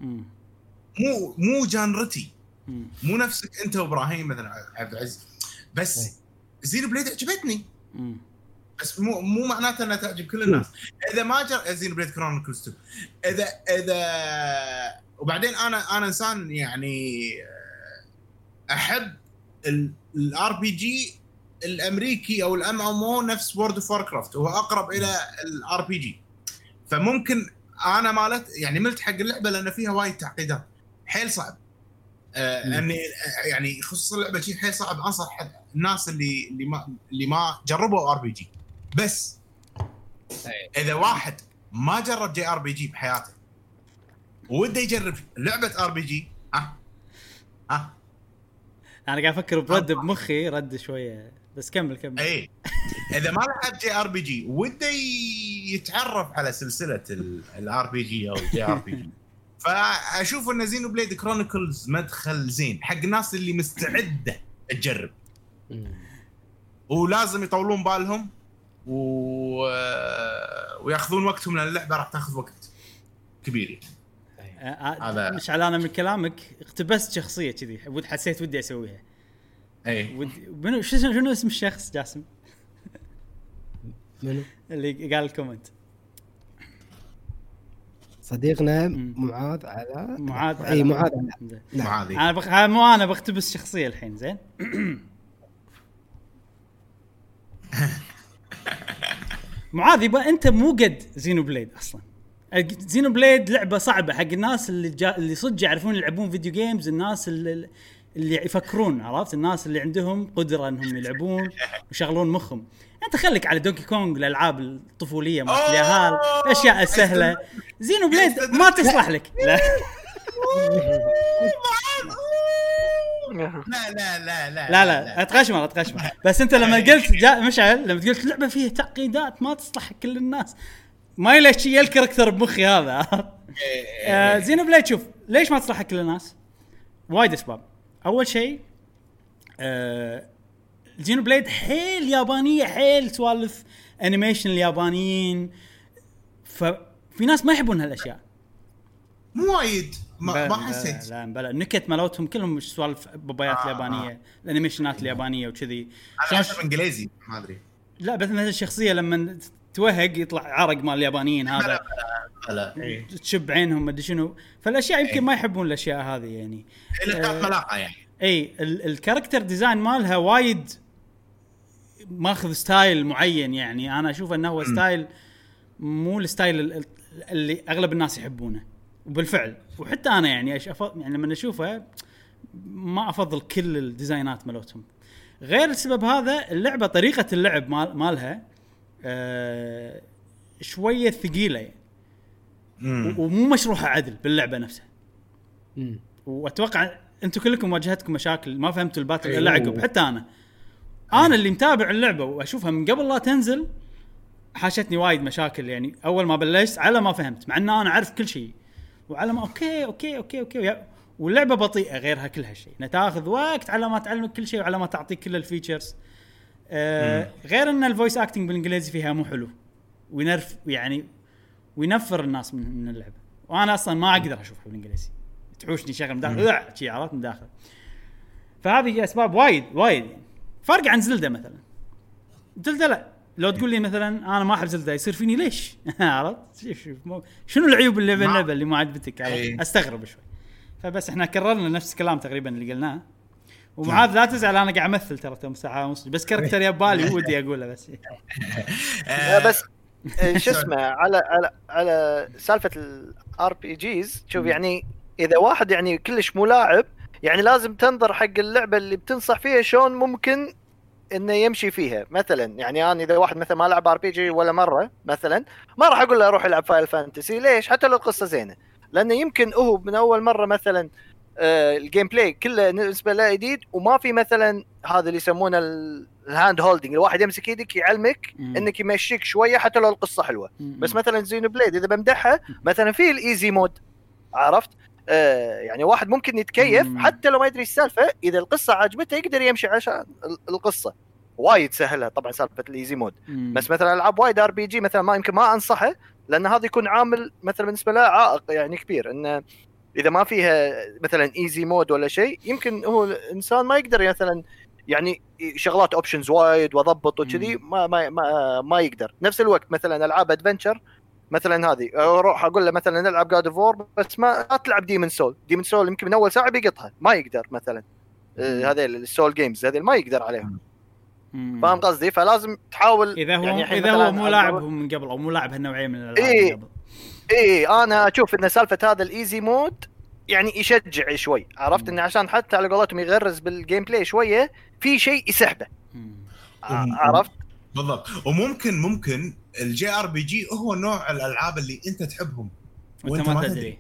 مو جانرتي، مو نفسك انت وابراهيم مثلا عبد العزيز. بس زينو بليد عجبتني، بس مو معناته انها تعجب كل الناس. اذا ما زينو بليد كرونيكلز 2 اذا وبعدين انا انسان يعني احب الار بي جي الامريكي او الام ام او نفس وورد اوف واركرافت، وهو اقرب الى الار بي جي. فممكن انا مالت يعني ملت حق اللعبه لان فيها وايد تعقيدات حيل صعب. اني يعني خصوصا اللعبه شيء حيل صعب انصح الناس اللي ما جربوا ار بي جي. بس اذا واحد ما جرب جي ار بي جي بحياته وده يجرب لعبه ار بي جي، انا قاعد افكر برد بمخي رد شويه، بس كمل. اي اذا ما لعب جي ار بي جي وده يتعرف على سلسله الار بي جي او جي ار بي جي، فاشوف ان زينو بليد كرونيكلز مدخل زين حق الناس اللي مستعده تجرب، ولازم يطولون بالهم وياخذون وقتهم لان اللعبه راح تاخذ وقت كبير. هذا مش على انا من كلامك اقتبست شخصيه كذي حسيت ودي اسويها. اي شنو اسم الشخص جاسم؟ منو اللي قال الكومنت؟ صديقنا معاذ على معاذ. اي معاذ. معاذ. انا بقتبس شخصيه الحين. زين معاذ يبقى انت مو قد زينو بليد اصلا. زينو بليد لعبه صعبه حق الناس اللي صدق يعرفون يلعبون فيديو جيمز، الناس اللي يفكرون، عرفت؟ الناس اللي عندهم قدره انهم يلعبون ويشغلون مخهم. انت خليك على دونكي كونغ، الالعاب الطفوليه مالت اليهال، الاشياء السهله. زينو بليد ما تصلح لك. لا اتغشمر. بس انت لما قلت مشعل، لما قلت لعبه فيها تعقيدات ما تصلح كل الناس، ما يلاش شيء الكاركتر بمخي هذا. زينو بليد شوف ليش ما تصلح كل الناس؟ وايد اسباب. اول شيء زينو بليد حيل يابانيه، حيل سوالف انيميشن اليابانيين، ففي ناس ما يحبون هالاشياء. مو وايد ما حسيت. لا بلا النكت مالتهم كلهم مش سوالف بابايات اليابانيه، الانيميشنات اليابانيه وكذي. انا اشوف انجليزي ما ادري. لا بس مثلا الشخصيه لما توهق يطلع عرق مال اليابانيين هذا، لا تشب عينهم ما ادري شنو. فالاشياء يمكن ما يحبون الاشياء هذه يعني. ملاحه يعني. اي الكاركتر ديزاين مالها وايد ماخذ ستايل معين. يعني انا اشوف انه هو ستايل مو الستايل اللي اغلب الناس يحبونه. وبالفعل وحتى انا يعني يعني لما اشوفها ما افضل كل الديزاينات مالتهم. غير السبب هذا، اللعبه طريقه اللعب مالها شويه ثقيله يعني. ومو مشروحه عدل باللعبه نفسها. واتوقع انتم كلكم واجهتكم مشاكل ما فهمتوا الباتل الا عقب. حتى انا اللي متابع اللعبه واشوفها من قبل لا تنزل حاشتني وايد مشاكل. يعني اول ما بلشت على ما فهمت، مع ان انا اعرف كل شيء، وعلى ما اوكي واللعبه بطيئه غير كل هالشيء. تاخذ وقت على ما تعلمك كل شيء وعلى ما تعطيك كل الفيتشرز. غير ان الفويس اكتنج بالانجليزي فيها مو حلو، وينرف يعني وينفر الناس من اللعبه. وانا اصلا ما اقدر اشوفها بالانجليزي، تحوشني شغله من داخل شي عرفت من داخل. فهذه اسباب وايد فرق عن زلدة مثلا. زلدة لا، لو تقول لي مثلا انا ما احب زلدة يصير فيني ليش؟ عرفت شنو العيوب اللعبه اللي ما عجبتك؟ استغرب شوي. فبس احنا كررنا نفس الكلام تقريبا اللي قلناه. ومعاذ لا تزعل انا قاعد امثل ترى ساعه ونص بس كاركتر يبالي ودي اقوله بس. بس شو اسمه على سالفه الار بي جيز. شوف يعني اذا واحد يعني كلش ملاعب يعني لازم تنظر حق اللعبه اللي بتنصح فيها شلون ممكن انه يمشي فيها. مثلا يعني انا اذا واحد مثلا ما لعب ار بي جي ولا مره مثلا ما راح اقول له اروح العب فاينل فانتسي. ليش؟ حتى لو القصه زينه، لانه يمكن هو من اول مره مثلا الجيم بلاي كله نسبه له جديد وما في مثلا هذا اللي يسمونه الهاند هولدنج، الواحد يمسك يدك يعلمك انك يمشيك شويه حتى لو القصه حلوه. بس مثلا زينو بليد اذا بمدحها مثلا في الايزي مود عرفت يعني واحد ممكن يتكيف حتى لو ما يدري السالفه، اذا القصه عجبته يقدر يمشي عشان القصه وايد سهلها طبعا سالفه الايزي مود. بس مثلا العاب وايد ار بي جي مثلا ما يمكن ما انصحه، لان هذا يكون عامل مثلا بالنسبه له عائق يعني كبير، انه اذا ما فيها مثلا ايزي مود ولا شيء يمكن هو الانسان ما يقدر مثلا يعني شغلات اوبشنز وايد واضبط وكذي ما يقدر. نفس الوقت مثلا العاب ادفنتشر مثلا هذه اروح اقول له مثلا نلعب جاد اوف وور بس ما تلعب ديمن سول يمكن من اول ساعه بيقطها ما يقدر مثلا. هذه السول جيمز هذه ما يقدر عليهم. فاهم قصدي؟ فلازم تحاول اذا هو يعني اذا هو مو لاعب من قبل او مو لاعب هالنوعيه من الالعاب من قبل. انا اشوف ان سالفه هذا الايزي مود يعني يشجع شوي عرفت انه عشان حتى على قولتهم يغرز بالجيم بلاي شويه في شيء يسحبه عرفت بالضبط. وممكن الجي ار بي جي هو نوع الالعاب اللي انت تحبهم وانت ما تدري.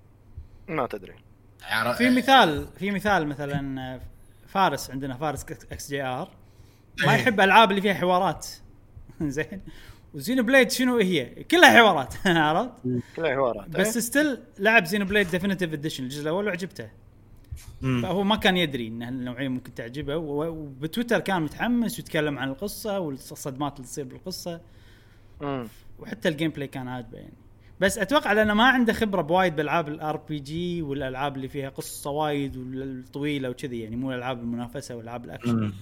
في مثال مثلا فارس، عندنا فارس اكس جي ار ما يحب العاب اللي فيها حوارات زين. وزينو بليد شنو هي؟ كلها حوارات عرفت؟ كلها حوارات بس ستيل لعب زينو بليد ديفينيتيف اديشن الجزء الاول وعجبته. فهو ما كان يدري ان هالنوعيه ممكن تعجبه، وبتويتر كان متحمس ويتكلم عن القصه والصدمات اللي تصير بالقصه وحتى الجيم بلاي كان عاجبه يعني. بس اتوقع لانه ما عنده خبره بوايد بالالعاب الار بي جي والالعاب اللي فيها قصه وايد والطويله وكذي يعني، مو الالعاب المنافسه والالعاب الاكشن.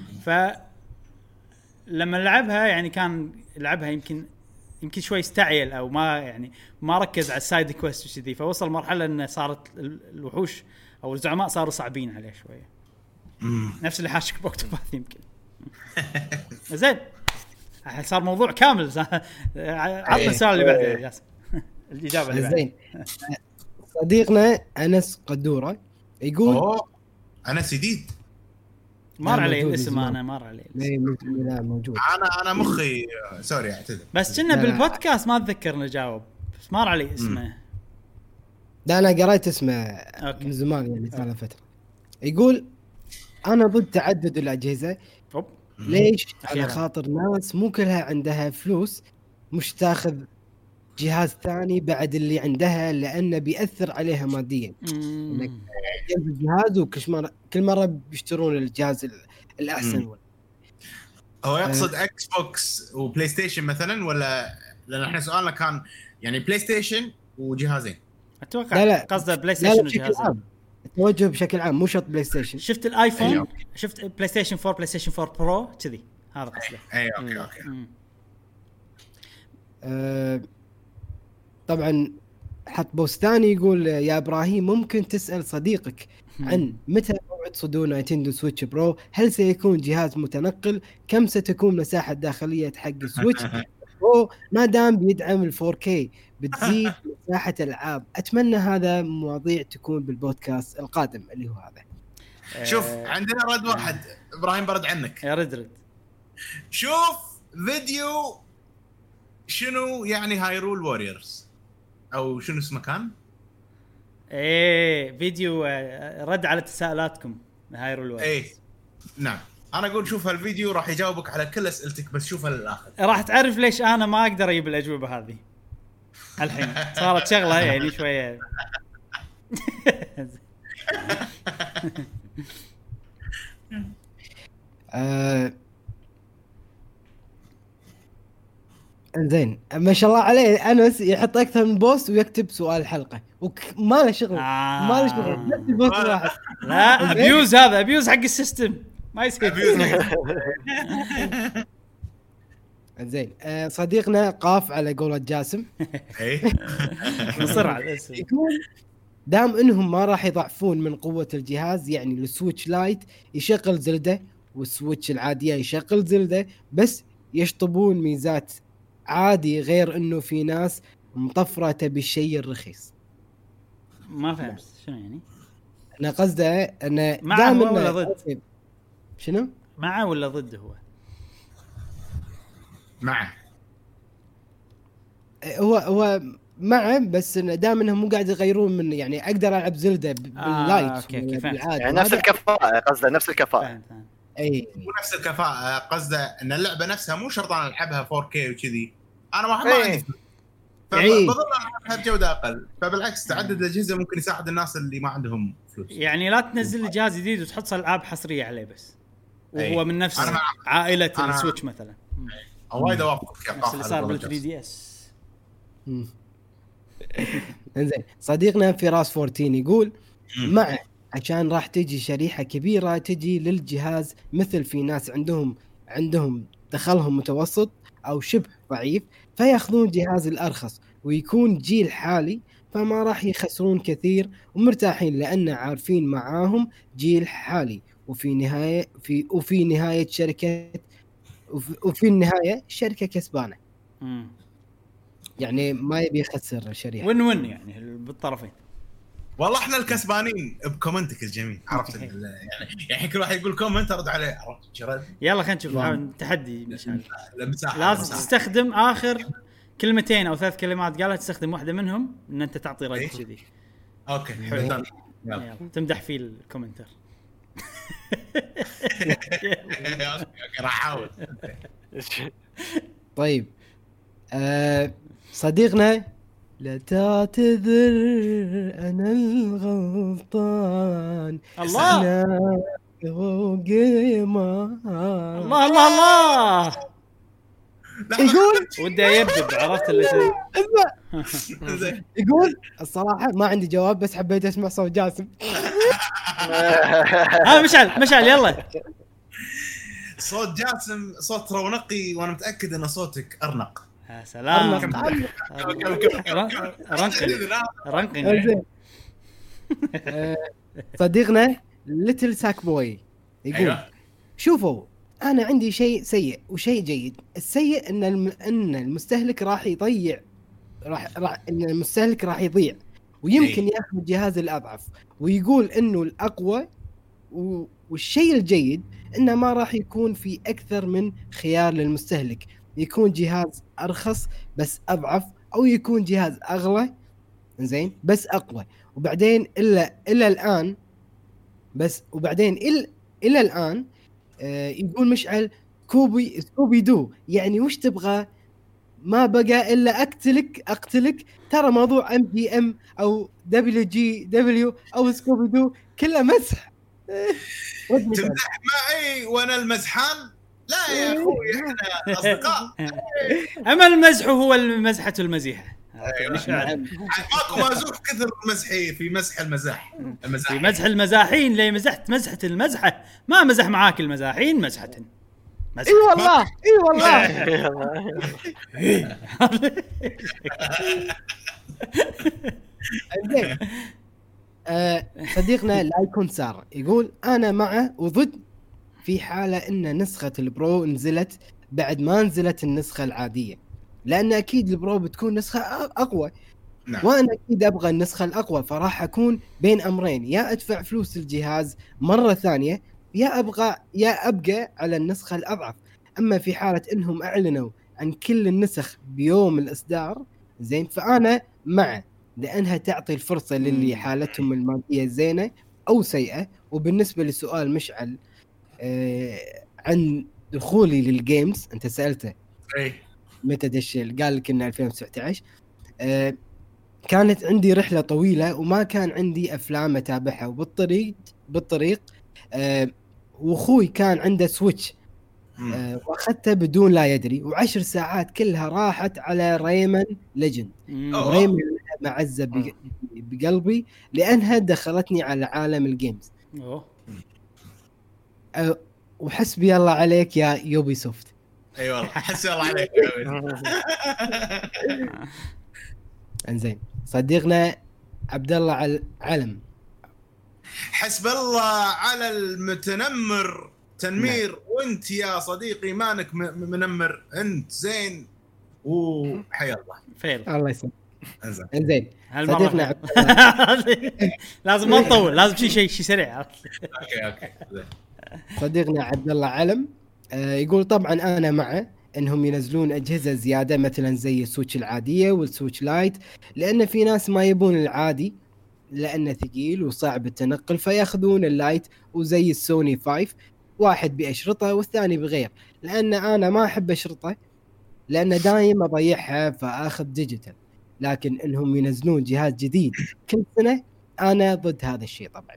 لما لعبها يعني كان لعبها يمكن شوي استعجل او ما ركز على السايد كويست وكذي، فوصل مرحله ان صارت الوحوش او الزعماء صاروا صعبين عليه شويه. نفس اللي حاشك بوكتوباث يمكن. زين صار موضوع كامل. عطنا السؤال اللي بعده ياسر. الاجابه اللي بعده. زين صديقنا انس قدوره يقول انس جديد مر علي الاسم. انا مر علي لا موجود. انا مخي سوري اعتذر. بس كنا بالبودكاست ما اتذكر نجاوب بس مر علي اسمه. لا انا قريت اسمه من زمان يعني صار فتره. يقول انا ضد تعدد الاجهزه. ليش؟ على خاطر ناس مو كلها عندها فلوس مش تاخذ جهاز ثاني بعد اللي عندها، لانه بيأثر عليها ماديا. انك الجهاز كل مره بيشترون الجهاز الاحسن. هو يقصد اكس بوكس وبلاي ستيشن مثلا، ولا لان احنا سؤالنا كان يعني بلاي ستيشن وجهازين؟ اتوقع قصده بلاي ستيشن وجهازين. التوجه بشكل عام مو شرط بلاي ستيشن. شفت الايفون شفت بلاي ستيشن 4 بلاي ستيشن 4 برو كذي هذا قصده. اوكي. طبعا حط بوستاني يقول يا ابراهيم ممكن تسأل صديقك عن متى موعد صدور نينتندو سويتش برو؟ هل سيكون جهاز متنقل؟ كم ستكون مساحة داخلية حق السويتش برو ما دام بيدعم ال 4K؟ بتزيد مساحة الألعاب. أتمنى هذا مواضيع تكون بالبودكاست القادم اللي هو هذا. شوف عندنا رد واحد إبراهيم برد عنك. يا رد شوف فيديو شنو يعني هايرول ووريرز او شنو اسمه كان فيديو رد على تساؤلاتكم هايرول ووريرز. نعم انا اقول شوف هالفيديو راح يجاوبك على كل اسئلتك، بس شوفه للاخر راح تعرف ليش انا ما اقدر اجيب الاجوبه هذه الحين. صارت شغله يعني شويه انزين ما شاء الله عليه انس يحط اكثر من بوست ويكتب سؤال الحلقه وما له شغل ما له شغل نفس البوست واحد. لا ابيوز، هذا ابيوز حق السيستم ما يصير. زين صديقنا قاف على قولة جاسم مصر على الاسم، يقول دام انهم ما راح يضعفون من قوة الجهاز، يعني السويتش لايت يشغل زلدة والسويتش العادية يشغل زلدة، بس يشطبون ميزات عادي، غير انه في ناس مطفرة تبي الشيء الرخيص. ما فهمت شنو يعني. انا قصده انه معه ولا ضد؟ شنو معه ولا ضد؟ هو معه، هو معه، بس دام انهم مو قاعد يغيرون من، يعني اقدر العب زلدة باللايت يعني نفس الكفاءة، قصده نفس الكفاءة. اي مو نفس الكفاءة، قصده ان اللعبة نفسها مو شرط انا العبها 4K وكذي، انا ما عندي فبظل العبها بجودة اقل، فبالعكس تعدد الاجهزة ممكن يساعد الناس اللي ما عندهم فلوس. يعني لا تنزل جهاز جديد وتحط العاب حصرية عليه بس وهو من نفس عائلة السويتش مثلا. وايد اوافق نفس اللي صار بال 3DS. انزين صديقنا فراس 14 يقول مع عشان راح تجي شريحة كبيرة تجي للجهاز، مثل في ناس عندهم دخلهم متوسط أو شبه ضعيف فياخذون جهاز الأرخص ويكون جيل حالي، فما راح يخسرون كثير ومرتاحين لأن عارفين معاهم جيل حالي، وفي نهاية شركة كسبانة. يعني ما يبي يخسر الشريحة، ون يعني بالطرفين. والله احنا الكسبانين بكومنتك الجميل، عرفت يعني كل واحد يقول كومنت ارد عليه، عرفت شرد. يلا خلينا نشوف تحدي مشان لازم تستخدم اخر كلمتين او 3 كلمات قالها، تستخدم واحده منهم ان انت تعطي راي كذي. اوكي يلا تمدح فيه الكومنتر. راح احاول. طيب صديقنا لا تعتذر أنا الغلطان، الله الله يقول ودي يبدب، عرفت اللي يقول الصراحة ما عندي جواب بس حبيت أسمع صوت جاسم. مشعل يلا. صوت جاسم صوت رونقي، وانا متاكد ان صوتك ارنق. يا سلام. رنقي. صديقنا ليتل ساك بوي يقول شوفوا انا عندي شيء سيء وشيء جيد. السيء ان المستهلك راح يضيع، ان المستهلك راح يضيع ويمكن ياخذ الجهاز الاضعف، ويقول انه الاقوى. والشيء الجيد انه ما راح يكون في اكثر من خيار للمستهلك، يكون جهاز ارخص بس اضعف، او يكون جهاز اغلى زين بس اقوى. وبعدين الا الان بس وبعدين الى الان يقول مشعل سكوبي دو، يعني وش تبغى؟ ما بقى الا اقتلك. ترى موضوع MGM او WGW او سكوبي دو كله مسح. تمزح معي وانا المزحان؟ لا يا اخوي احنا اصدقاء. اما المزح هو المزحه المزيحه. ماكو مازوح كثر مزحي في مزح المزاح. في مزح المزاحين لي مزحت مزحه المزحه، ما مزح معاك المزاحين مزحه. اي والله صديقنا لا يكون سار يقول انا معه وضد في حاله ان نسخه البرو نزلت بعد ما نزلت النسخه العاديه، لان اكيد البرو بتكون نسخه اقوى. نعم. وانا اكيد ابغى النسخه الاقوى، فراح اكون بين امرين، يا ادفع فلوس الجهاز مره ثانيه يا ابقى على النسخه الاضعف. اما في حاله انهم اعلنوا عن كل النسخ بيوم الاصدار زين، فانا مع، لانها تعطي الفرصه للي حالتهم الماديه زينه او سيئه. وبالنسبه لسؤال مشعل عن دخولي للجيمز، انت سالته متى دش، قال لك ان 2019. كانت عندي رحله طويله وما كان عندي افلام اتابعها، وبالطريق واخوي كان عنده سويتش واخذته بدون لا يدري، و10 ساعات كلها راحت على ريمان ليجند. ريمان معزة بقلبي لأنها دخلتني على عالم الجيمز. وحسبي الله عليك يا يوبي سوفت. اي والله حسبي الله عليك. انزين صديقنا عبد الله علم، حسب الله على المتنمر تنمير. وانت يا صديقي مانك منمر، انت زين وحيا الله. فيل الله يسلمك. انزين صديقنا لازم ما نطول، لازم شيء سريع. اوكي صديقنا عبد الله علم يقول طبعا انا معه انهم ينزلون اجهزه زياده مثلا زي السويتش العاديه والسويتش لايت، لان في ناس ما يبون العادي لانه ثقيل وصعب التنقل فياخذون اللايت، وزي السوني 5 واحد بأشرطه والثاني بغير، لان انا ما احب اشرطه لان دايم اضيعها فاخذ ديجيتال. لكن انهم ينزلون جهاز جديد كل سنه انا ضد هذا الشيء طبعا.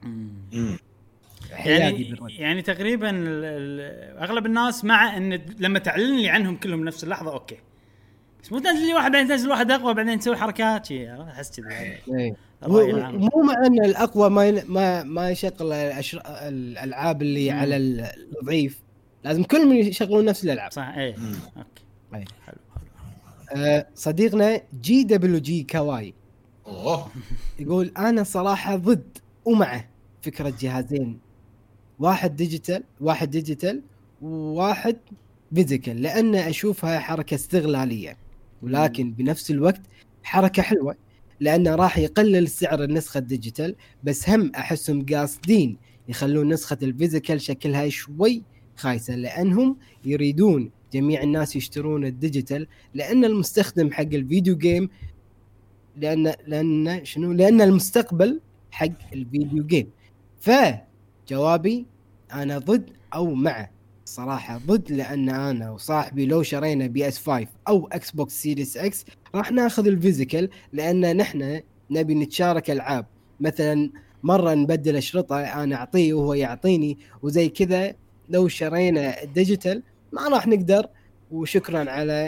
يعني تقريبا اغلب الناس مع ان لما تعلن لي عنهم كلهم نفس اللحظه اوكي، بس مو تنزل لي واحد بعدين تنزل واحد اقوى بعدين تسوي حركات شيء، احس كذا. مو مع ان الاقوى ما يشغل الالعاب اللي على الضعيف، لازم كل من يشغلون نفس الالعاب. صح. اي اوكي حلو. صديقنا جي دبليو جي كواي يقول انا صراحه ضد ومع فكره جهازين، واحد ديجيتال وواحد فيزيكال، لان اشوفها حركه استغلاليه، ولكن بنفس الوقت حركه حلوه لانه راح يقلل سعر النسخه الديجيتال، بس هم احسهم قاصدين يخلون نسخه الفيزيكال شكلها شوي خايسه، لانهم يريدون جميع الناس يشترون الديجيتال لان المستخدم حق الفيديو جيم، لان المستقبل حق الفيديو جيم. فجوابي انا ضد او مع. صراحه ضد، لان انا وصاحبي لو شرينا PS5 او اكس بوكس سيريس اكس راح ناخذ الفيزيكال، لان نحن نبي نتشارك العاب، مثلا مره نبدل اشرطه انا اعطيه وهو يعطيني وزي كذا. لو شرينا الديجيتال ما راح نقدر. وشكرا على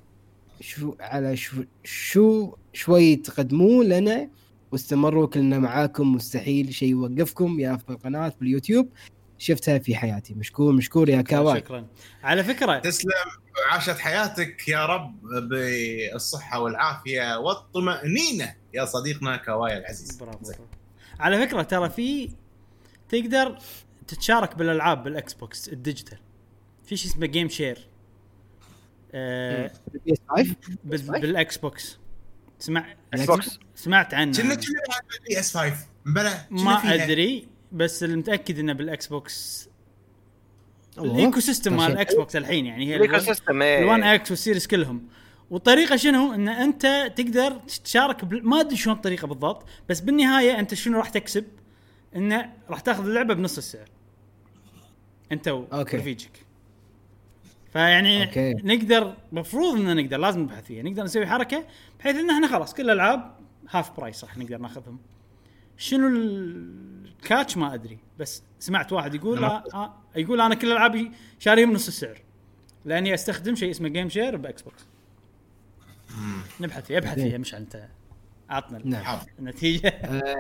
شوي تقدموا لنا واستمروا، كلنا معاكم، مستحيل شيء يوقفكم يا في القناة باليوتيوب، شفتها في حياتي. مشكور يا كواي. شكرا. على فكرة تسلم، عاشت حياتك يا رب بالصحة والعافية والطمأنينة يا صديقنا كواي العزيز. برافو. على فكرة ترى في تقدر تتشارك بالألعاب بالإكس بوكس الديجيتال، في شيء اسمه جيم شير بالاكس بوكس. سمعت عنه. كنا PS5 ما ادري، بس المتاكد انه بالاكس بوكس الايكو سيستم مال الاكس بوكس الحين، يعني هي الايكو سيستم الوان اكس والسيريس كلهم. والطريقه شنو؟ ان انت تقدر تشارك ما ادري شلون الطريقه بالضبط، بس بالنهايه انت شنو راح تكسب؟ انه راح تاخذ اللعبه بنص السعر انت ورفيجك. فيعني نقدر، مفروض ان نقدر، لازم نبحث فيها، نقدر نسوي حركه بحيث ان احنا خلاص كل الالعاب هاف برايس راح نقدر ناخذهم. شنو الكاتش ما ادري، بس سمعت واحد يقول يقول انا كل الالعاب شاريهم نص السعر لاني استخدم شيء اسمه جيم شير باكس بوكس. نبحث فيها مش انت عطنا النتيجه.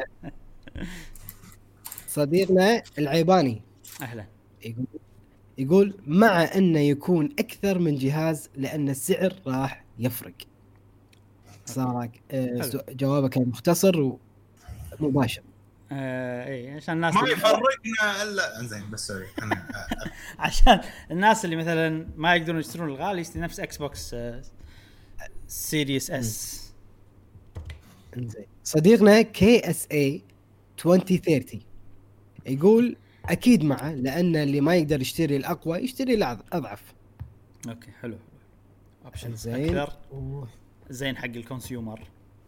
صديقنا العيباني اهلا يقول مع انه يكون اكثر من جهاز لان السعر راح يفرق. صارك جوابك كان مختصر ومباشر. اي عشان الناس ما يفرقنا الا انزين بس سوري عشان الناس اللي مثلا ما يقدرون يشترون الغالي يشتري نفس اكس بوكس سيريس اس. انزين صديقنا KSA 2030 يقول اكيد معه، لان اللي ما يقدر يشتري الاقوى يشتري الاضعف. اوكي حلو. اوبشن اكثر زين حق الكونسيومر.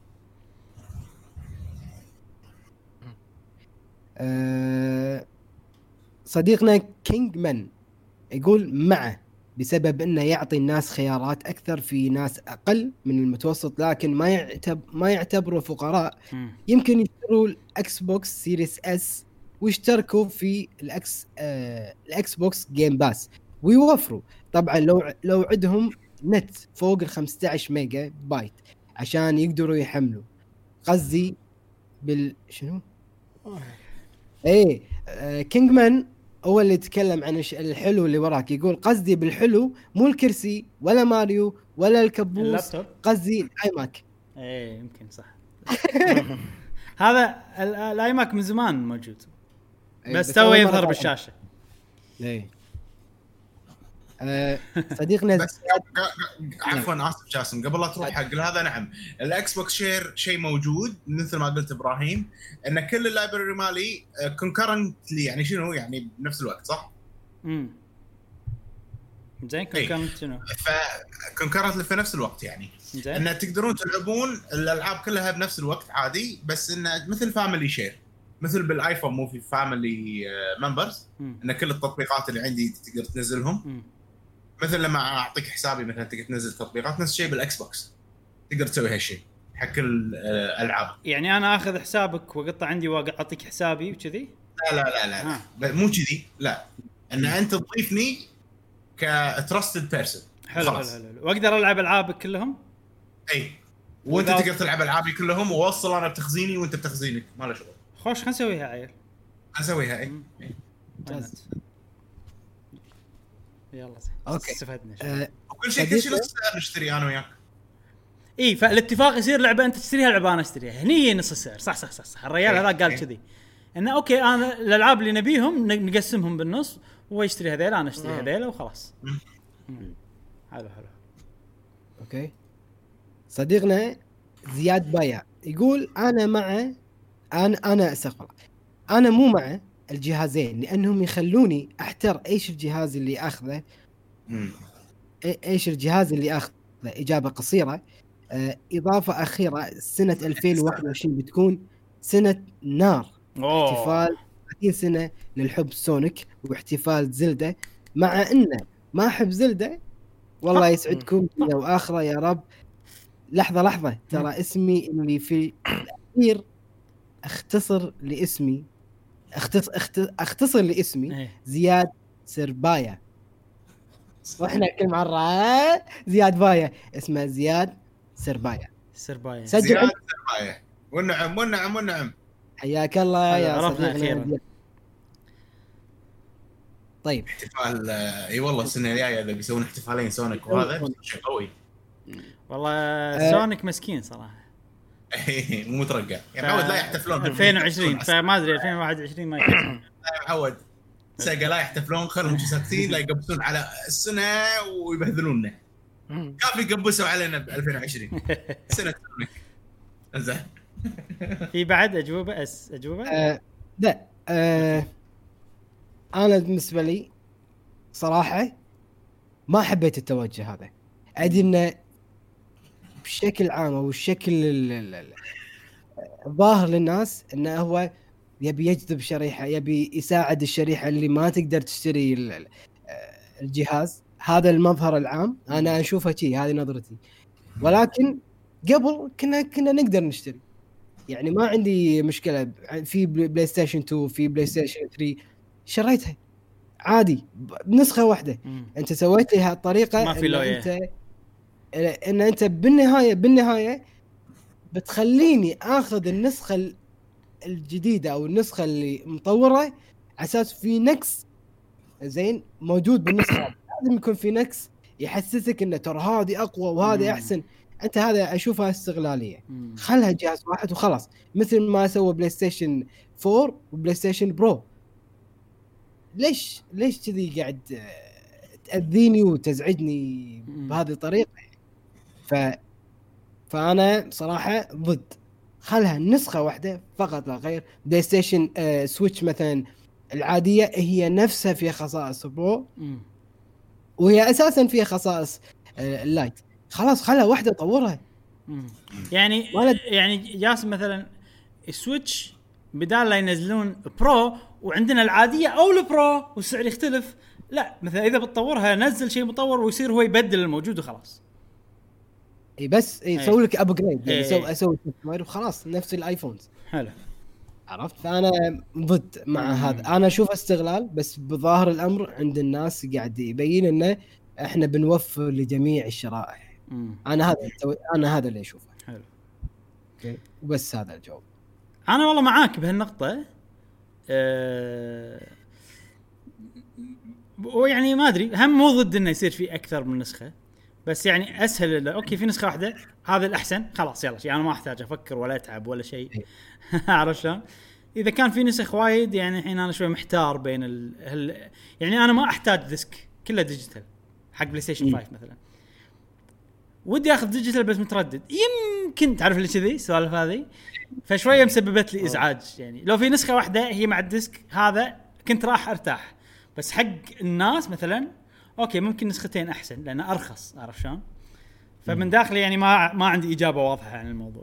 صديقنا كينج من يقول معه بسبب انه يعطي الناس خيارات اكثر، في ناس اقل من المتوسط لكن ما يعتبروا فقراء، يمكن يشتروا الاكس بوكس سيريس اس ويشتركوا في الاكس بوكس جيم باس، ويوفروا. طبعا لو عندهم نت فوق ال 15 ميجا بايت عشان يقدروا يحملوا. قصدي شنو ايه كينج مان هو اللي يتكلم عن الحلو اللي وراك، يقول قصدي بالحلو مو الكرسي ولا ماريو ولا الكبوس، قصدي الاي ماك. ايه يمكن صح. هذا الاي ماك من زمان موجود بس تو يظهر بالشاشه. ايه صديقنا بس عفوا اسف جاسم قبل لا تروح حق هذا. نعم الاكس بوكس شير شيء موجود مثل ما قلت ابراهيم، ان كل اللايبرري مالي كونكرنتلي، يعني شنو يعني بنفس الوقت صح؟ زين كونكرنت شنو؟ فكونكرنتلي في نفس الوقت، يعني ان تقدرون تلعبون الالعاب كلها بنفس الوقت عادي، بس انه مثل فاميلي شير، مثل بالايفون مو في فاميلي ممبرز، ان كل التطبيقات اللي عندي تقدر تنزلهم. مثل لما اعطيك حسابي مثلا تقدر تنزل تطبيقات، نفس الشيء بالاكس بوكس تقدر تسوي هالشيء حق الالعاب. يعني انا اخذ حسابك واقطع عندي واعطيك حسابي وكذي؟ لا مو كذي، لا ان انت تضيفني كتراستد بيرسون. حلو واقدر العب العابك كلهم. اي وانت تقدر تلعب العابي كلهم، ووصل انا بتخزيني وانت بتخزينك، ما له شغل. خوش خلينا نسويها عيل. اسويها اي يلا اوكي استفدنا. وكل شيء شنو نشتري انا وياك. اي فالاتفاق يصير لعبه انت تشتريها لعبه انا اشتريها، هني نص السعر. صح الرجال هذا قال كذي انه اوكي انا الالعاب اللي نبيهم نقسمهم بالنص، هو يشتري هذيل انا اشتري هذيل وخلاص. حلو اوكي. صديقنا زياد بايع يقول انا استغفر، انا مو مع الجهازين لانهم يخلوني احتر ايش الجهاز اللي اخذه. ايش الجهاز اللي اخذه. اجابه قصيره. اضافه اخيره، سنه 2021 بتكون سنه نار. احتفال 30 سنه للحب سونيك واحتفال زلدة، مع انه ما احب زلدة. والله يسعدكم دنيا واخره يا رب. لحظه ترى اسمي اللي في الاخير اختصر لاسمي زياد سربايا. واحنا كل مره زياد بايا، اسمه زياد سربايا. زياد سربايا. والنعم حياك الله يا صديقنا. طيب احتفال اي والله السنه الجايه اذا بيسوون احتفالين سونيك وهذا شيء قوي والله. سونيك مسكين صراحه. مو مترقع يعني. معود لا يحتفلون 2020 فما ادري 2021 ما يحتفلون. معود سيجا لا يحتفلون، خلهم ساكتين لا يقبسون على السنه ويبهذلوننا. كافي يقبسوا علينا ب 2020 سنه سونيك. زين في بعد اجوبه لا انا بالنسبه لي صراحه ما حبيت التوجه هذا. ادري انه بشكل عام او الشكل الظاهر للناس انه هو يبي يجذب شريحه، يبي يساعد الشريحه اللي ما تقدر تشتري الجهاز. هذا المظهر العام انا اشوفه شيء، هذه نظرتي. ولكن قبل كنا نقدر نشتري، يعني ما عندي مشكله. في بلاي ستيشن 2 في بلاي ستيشن 3 شريتها عادي بنسخه واحده. انت سويت لي هالطريقه ما في ان انت بالنهايه بتخليني اخذ النسخه الجديده او النسخه اللي مطوره على اساس في نقص زين موجود بالنسخه. لازم يكون في نقص يحسسك ان ترى هذه اقوى وهذا احسن. انت هذا اشوفها استغلاليه. خلها جهاز واحد وخلاص، مثل ما سوى بلاي ستيشن 4 وبلاي ستيشن برو. ليش كذي قاعد تأذيني وتزعجني بهذه الطريقه؟ فانا صراحه ضد. خلها نسخه واحده فقط لا غير. بلاي ستيشن سويتش مثلا العاديه هي نفسها فيها خصائص برو، وهي اساسا فيها خصائص اللايت. خلاص خلها واحده طورها. يعني جاسم مثلا السويتش بدال لا ينزلون برو وعندنا العاديه او البرو والسعر يختلف، لا مثلا اذا بتطورها نزل شيء مطور ويصير هو يبدل الموجود وخلاص. اي بس يسوي لك ابجريد، يعني اسوي سوفتوير وخلاص نفس الايفونز. حلو عرفت؟ فانا ضد مع هذا. انا اشوف استغلال، بس بظاهر الامر عند الناس قاعد يبين انه احنا بنوفر لجميع الشرائح. انا هذا اللي اشوفه. حلو. اوكي، وبس هذا الجواب. انا والله معاك بهالنقطه. ويعني ما ادري، هم مو ضد انه يصير في اكثر من نسخه، بس يعني اسهل. اوكي في نسخه واحده هذا الاحسن، خلاص يلا شيء انا ما احتاج افكر ولا اتعب ولا شيء. عرفت شلون؟ اذا كان في نسخ وايد يعني الحين انا شوي محتار بين يعني انا ما احتاج ديسك كله ديجيتال حق بلاي ستيشن 5 مثلا، ودي اخذ ديجيتال بس متردد. يمكن تعرف اللي كذي السوالف هذه، فشويه مسببت لي ازعاج. يعني لو في نسخه واحده هي مع الديسك هذا كنت راح ارتاح، بس حق الناس مثلا اوكي ممكن نسختين احسن لانه ارخص. عارف شلون؟ فمن داخلي يعني ما عندي اجابه واضحه عن الموضوع.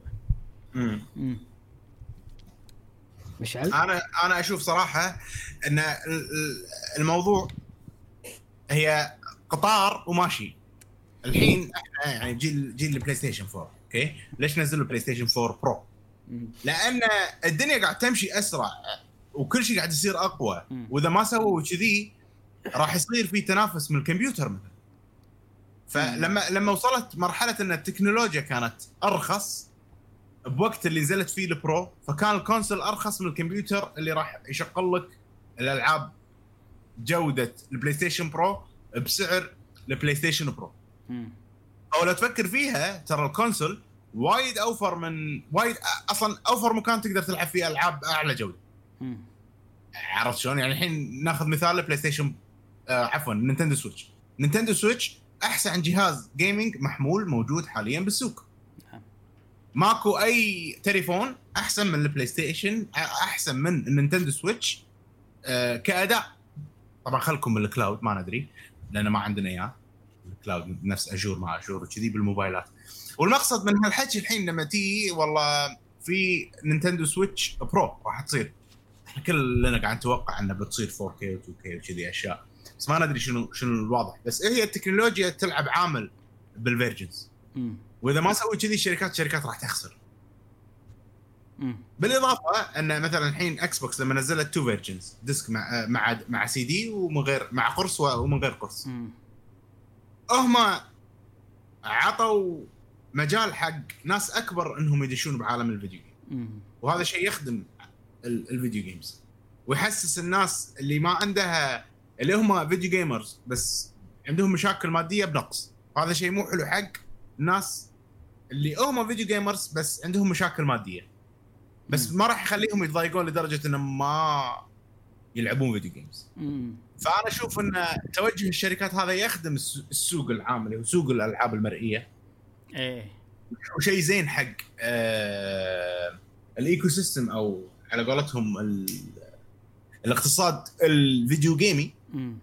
مشعل، انا اشوف صراحه ان الموضوع هي قطار وماشي. الحين احنا يعني جيل البلاي ستيشن 4. اوكي ليش نزلوا البلاي ستيشن 4 برو؟ لان الدنيا قاعد تمشي اسرع وكل شيء قاعد يصير اقوى، واذا ما سووا كذي راح يصير في تنافس من الكمبيوتر مثلا. فلما وصلت مرحله ان التكنولوجيا كانت ارخص بوقت اللي نزلت فيه البرو، فكان الكونسول ارخص من الكمبيوتر اللي راح يشغل لك الالعاب جوده البلاي ستيشن برو بسعر البلاي ستيشن برو. او لو تفكر فيها ترى الكونسول وايد اوفر من وايد، اصلا اوفر مكان تقدر تلعب فيه العاب اعلى جوده. عرفت شلون؟ يعني الحين ناخذ مثال البلاي ستيشن عفوا نينتندو سويتش احسن جهاز جيمنج محمول موجود حاليا بالسوق. ماكو اي تليفون احسن من البلاي ستيشن، احسن من النينتندو سويتش كاداء. طبعا خلكم من الكلاود ما ندري لان ما عندنا اياه الكلاود نفس اجور مع اجور وكذي بالموبايلات. والمقصد من هالحكي الحين لما تيجي والله في نينتندو سويتش برو راح تصير، كلنا قاعد نتوقع انها بتصير 4K و 2K وكذي اشياء، بس ما ندري شنو الواضح. بس هي التكنولوجيا تلعب عامل بالفيرجنز، واذا ما سووا كذي الشركات راح تخسر. بالاضافه ان مثلا الحين اكس بوكس لما نزلت 2 فيرجنز ديسك مع سي دي ومن غير، مع قرص ومن غير قرص، هم عطوا مجال حق ناس اكبر انهم يدشون بعالم الفيديو جيم. وهذا شيء يخدم الفيديو جيمز ويحسس الناس اللي ما عندها، اللي هم فيديو جيمرز بس عندهم مشاكل ماديه بنقص. هذا شيء مو حلو حق الناس اللي هم فيديو جيمرز بس عندهم مشاكل ماديه، بس ما راح يخليهم يتضايقون لدرجه انهم ما يلعبون فيديو جيمز. فانا اشوف ان توجه الشركات هذا يخدم السوق العام اللي هو سوق الالعاب المرئيه، وشيء زين حق الايكو سيستم او على قولتهم الاقتصاد الفيديو جيمي.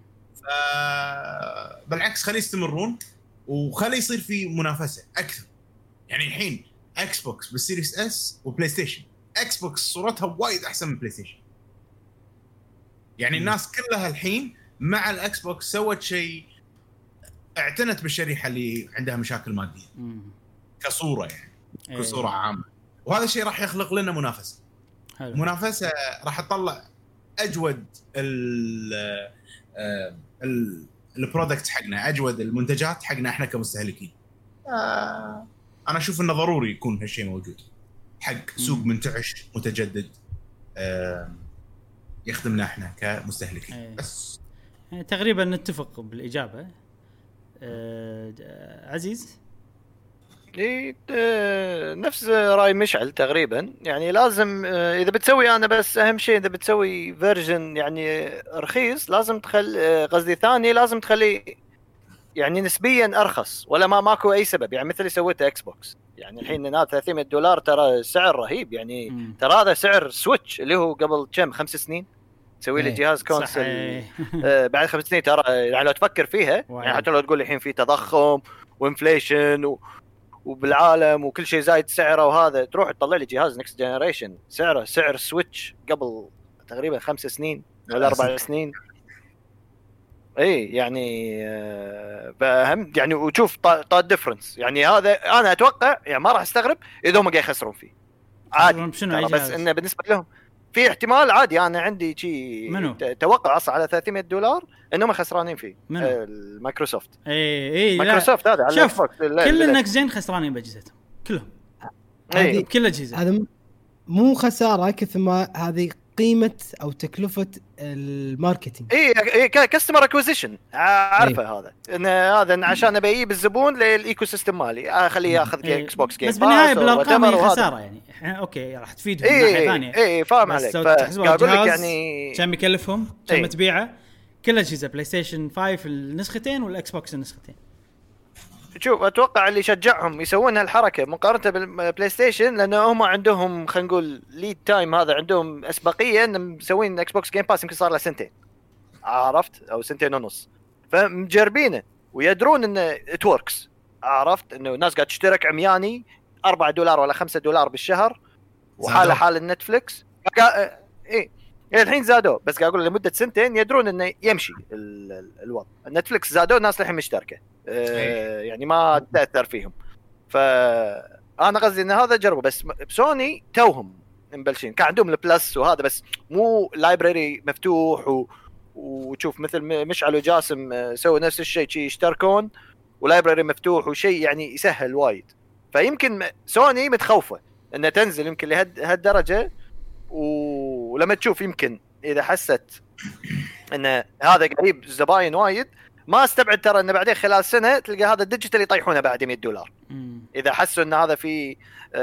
بالعكس خليه يستمرون وخليه يصير في منافسه اكثر. يعني الحين اكس بوكس بالسيريس اس وبلاي ستيشن، اكس بوكس صورتها وايد احسن من بلاي ستيشن. يعني الناس كلها الحين مع الاكس بوكس سوت شيء، اعتنت بالشريحه اللي عندها مشاكل ماديه كصوره، يعني كصوره عامه. وهذا الشيء راح يخلق لنا منافسه. منافسه راح تطلع اجود البرودكت حقنا، اجود المنتجات حقنا احنا كمستهلكين. انا اشوف انه ضروري يكون هالشيء موجود حق سوق منتعش متجدد يخدمنا احنا كمستهلكين. بس يعني تقريبا نتفق بالاجابه. عزيز نفس راي مشعل تقريبا. يعني لازم اذا بتسوي، انا بس اهم شيء اذا بتسوي فيرجن يعني رخيص لازم قصدي ثاني لازم تخلي يعني نسبيا ارخص، ولا ماكو اي سبب. يعني مثل اللي سويته اكس بوكس، يعني الحين هنا $300 ترى سعر رهيب. يعني ترى هذا سعر سويتش اللي هو قبل كم 5 سنين تسوي لي جهاز كونسول بعد 5 سنين. ترى يعني لو تفكر فيها يعني حتى لو تقول الحين في تضخم وانفليشن وبالعالم وكل شيء زايد سعره، وهذا تروح تطلع لي جهاز نكست جنريشن سعره سعر سويتش قبل تقريبا 5 سنين ولا 4 سنين. اي يعني فهم يعني. وشوف طال ديفرنس يعني. هذا انا اتوقع يعني ما راح استغرب اذا هم قاعد يخسرون فيه عادي، بس انه بالنسبه لهم في احتمال عادي انا عندي شيء توقع اصلا على $300 انهم خسرانين فيه المايكروسوفت. اي مايكروسوفت هذا على شوف كل النكست جن خسرانين باجهزتهم كلهم بكل الاجهزه. هذا مو خساره كثر ما هذه قيمه او تكلفه الماركتينج. اي كاستمر اكوزيشن عارفه هذا ان هذا عشان ابيجيب الزبون للايكو سيستم مالي اخليه ياخذ اكس بوكس جيم بس بالنهايه بالارقام هي خساره يعني اوكي راح تفيدهم من ناحيه ثانيه. اي فاهم عليك. فاقول لك يعني كم يكلفهم كم تبيعه كل اجهزه بلاي ستيشن 5 النسختين والاكس بوكس النسختين. شوف اتوقع اللي شجعهم يسوون هالحركه مقارنه بالبلاي ستيشن لانه هم عندهم خلينا نقول ليد تايم هذا عندهم اسبقيه انهم مسوين اكس بوكس جيم باس يمكن صار له سنتين عرفت او سنتين ونص فمجربينه ويدرون انه ات وركس. عرفت انه الناس قاعد تشترك عمياني $4 ولا $5 بالشهر وحاله حال النتفليكس ايه الحين زادوه بس قاعد اقول لمده سنتين يدرون انه يمشي الوضع. نتفليكس زادوه الناس الحين مشتركه يعني ما تاثر فيهم. فانا قصدي ان هذا جربوا بس سوني توهم مبلشين كان عندهم البلس وهذا بس مو لايبراري مفتوح وتشوف مثل مشعل وجاسم سووا نفس الشيء شيء يشتركون ولايبراري مفتوح وشيء يعني يسهل وايد. فيمكن سوني متخوفه انها تنزل يمكن لهالدرجه ولما تشوف يمكن اذا حست ان هذا قريب زباين وايد ما استبعد ترى ان بعدين خلال سنه تلقى هذا الديجيتال يطيحونه بعد $100 اذا حسوا ان هذا في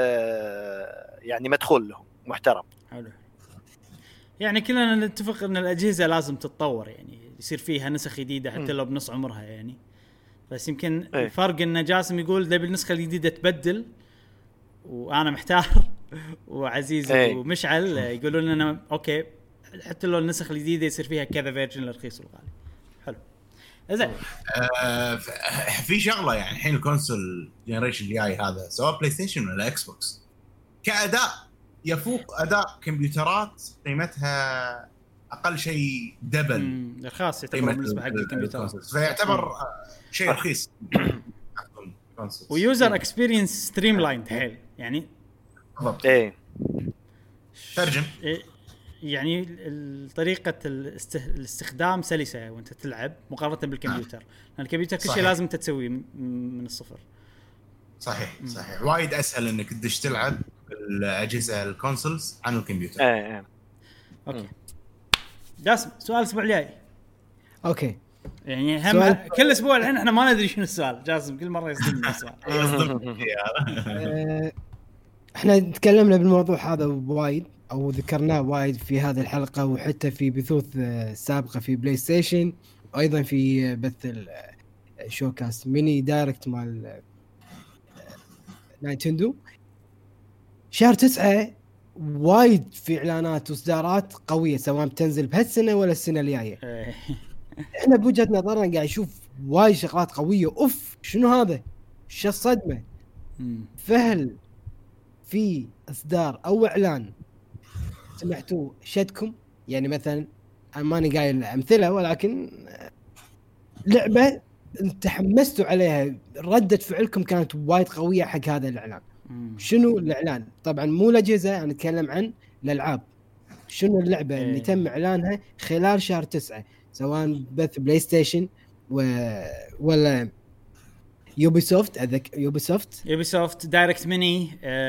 يعني مدخول لهم محترم. حلو يعني كلنا نتفق ان الاجهزه لازم تتطور يعني يصير فيها نسخ جديده حتى لو بنص عمرها يعني. بس يمكن الفرق ان جاسم يقول نبي النسخه الجديده تبدل وانا محتار وعزيز ومشعل يقولون لنا اوكي حتى لو النسخ الجديده يصير فيها كذا فيرجن الرخيص والغالي. حلو زين. في شغله يعني الحين الكونسول جنريشن الجاي هذا سواء بلاي ستيشن ولا اكس بوكس كاداء يفوق اداء كمبيوترات قيمتها اقل شيء دبل الخاص يعتبر بالنسبه حق الكمبيوترات فيعتبر شيء رخيص ويوزر اكسبيرينس ستريم لايند حيل يعني بالضبط. ترجم يعني طريقه الاستخدام سلسه وانت تلعب مقارنه بالكمبيوتر لان الكمبيوتر كل شيء لازم تسويه من الصفر. صحيح وايد اسهل انك تدش تلعب الاجهزه الكونسولز عن الكمبيوتر. اوكي جاسم سؤال الاسبوع الجاي. اوكي يعني هم كل اسبوع الحين احنا ما ندري شنو السؤال. جاسم كل مره يصدمنا السؤال. احنا تكلمنا بالموضوع هذا وايد او ذكرناه وايد في هذه الحلقه وحتى في بثوث سابقه في بلاي ستيشن وايضا في بث الشوكاست ميني دايركت مال نايتندو. شهر 9 وايد في اعلانات واصدارات قويه سواء بتنزل بهالسنه ولا السنه الجايه. احنا بوجهه نظرنا قاعد نشوف وايد شغلات قويه. اوف شنو هذا شو الصدمه. فهل في اصدار او اعلان سمعتوا شدكم يعني مثلا انا ماني قايل امثله ولكن لعبه تحمستوا عليها ردة فعلكم كانت وايد قويه حق هذا الاعلان؟ شنو الاعلان؟ طبعا مو الاجهزه انا اتكلم عن الالعاب. شنو اللعبه اللي تم اعلانها خلال شهر 9 سواء بث بلاي ستيشن ولا يوبيسوفت يوبيسوفت دايركت ميني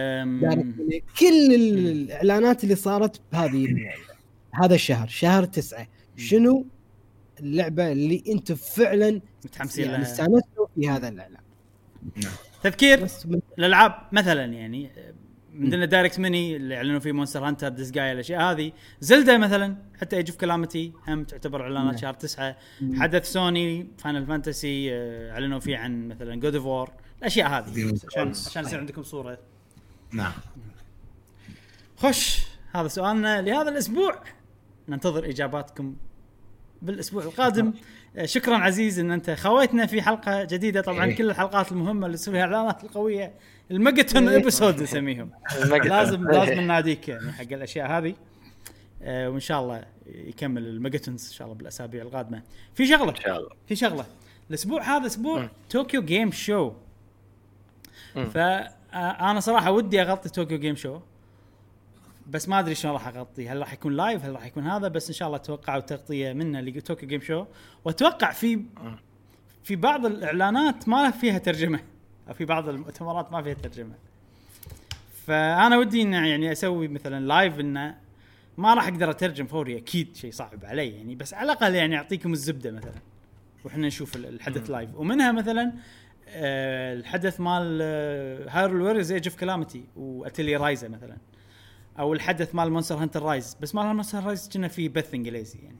كل الاعلانات اللي صارت بهذه هذا الشهر شهر 9 شنو اللعبه اللي انتم فعلا متحمسين يعني استانستوا في هذا الاعلان؟ تذكير الالعاب مثلا يعني عندنا دايركت ميني اللي اعلنوا فيه مونستر هانتر ديسجاي الاشياء هذه. زلدة مثلا حتى يجي في كلامتي هم تعتبر اعلانات شهر 9. حدث سوني فاينل فانتسي اعلنوا فيه عن مثلا جود اوف وور الاشياء هذه عشان يصير عندكم صوره. نعم خش هذا سؤالنا لهذا الاسبوع. ننتظر اجاباتكم بالاسبوع القادم. شكرا عزيز ان انت خويتنا في حلقه جديده. طبعا كل الحلقات المهمه اللي تصير فيها اعلانات القويه الميجاتون ابيسود نسميهم لازم نناديك يعني حق الاشياء هذه. وان شاء الله يكمل الميجاتونز ان شاء الله بالاسابيع القادمه. في شغله الاسبوع هذا اسبوع طوكيو جيم شو. فانا صراحه ودي اغطي طوكيو جيم شو بس ما ادري شلون راح اغطيه، هل راح يكون لايف هل راح يكون هذا، بس ان شاء الله اتوقع تغطيه منه لطوكيو جيم شو. واتوقع في بعض الاعلانات ما فيها ترجمه، او في بعض المؤتمرات ما فيها ترجمه. فانا ودي ان يعني اسوي مثلا لايف، انه ما راح اقدر اترجم فوري اكيد، شيء صعب علي يعني، بس على الاقل يعني اعطيكم الزبده مثلا واحنا نشوف الحدث لايف. ومنها مثلا الحدث مال هايرول ويرز ايج اوف كلامتي واتلي رايزا مثلا، او الحدث مال مونستر هانتر رايز، بس مال مونستر رايز كنا فيه بث انجليزي يعني.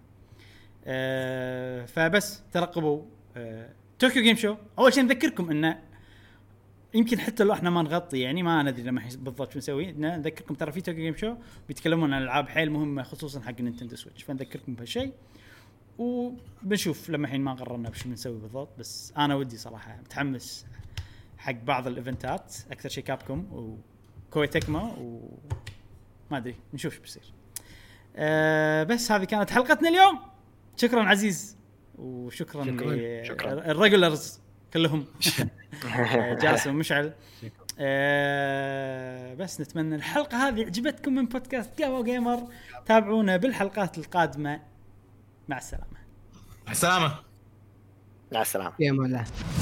فبس ترقبوا طوكيو جيم شو. اول شيء نذكركم انه يمكن حتى لو احنا ما نغطي يعني ما ندري لما بالضبط شو نسوي، نذكركم ترى في طوكيو جيم شو بيتكلمون عن العاب حيل مهمه خصوصا حق نينتندو سويتش، فنذكركم بهالشيء وبنشوف لما الحين ما قررنا بشو بنسوي بالضبط. بس انا ودي صراحه متحمس حق بعض الايفنتات اكثر شيء كابكوم وكوي تكما وما ادري نشوف شو بيصير. بس هذه كانت حلقتنا اليوم. شكرا عزيز وشكرا الريجولرز كلهم جاسم ومشعل. بس نتمنى الحلقه هذه عجبتكم من بودكاست قهوة جيمر. تابعونا بالحلقات القادمه. مع السلامه. مع السلامه. يا مولا.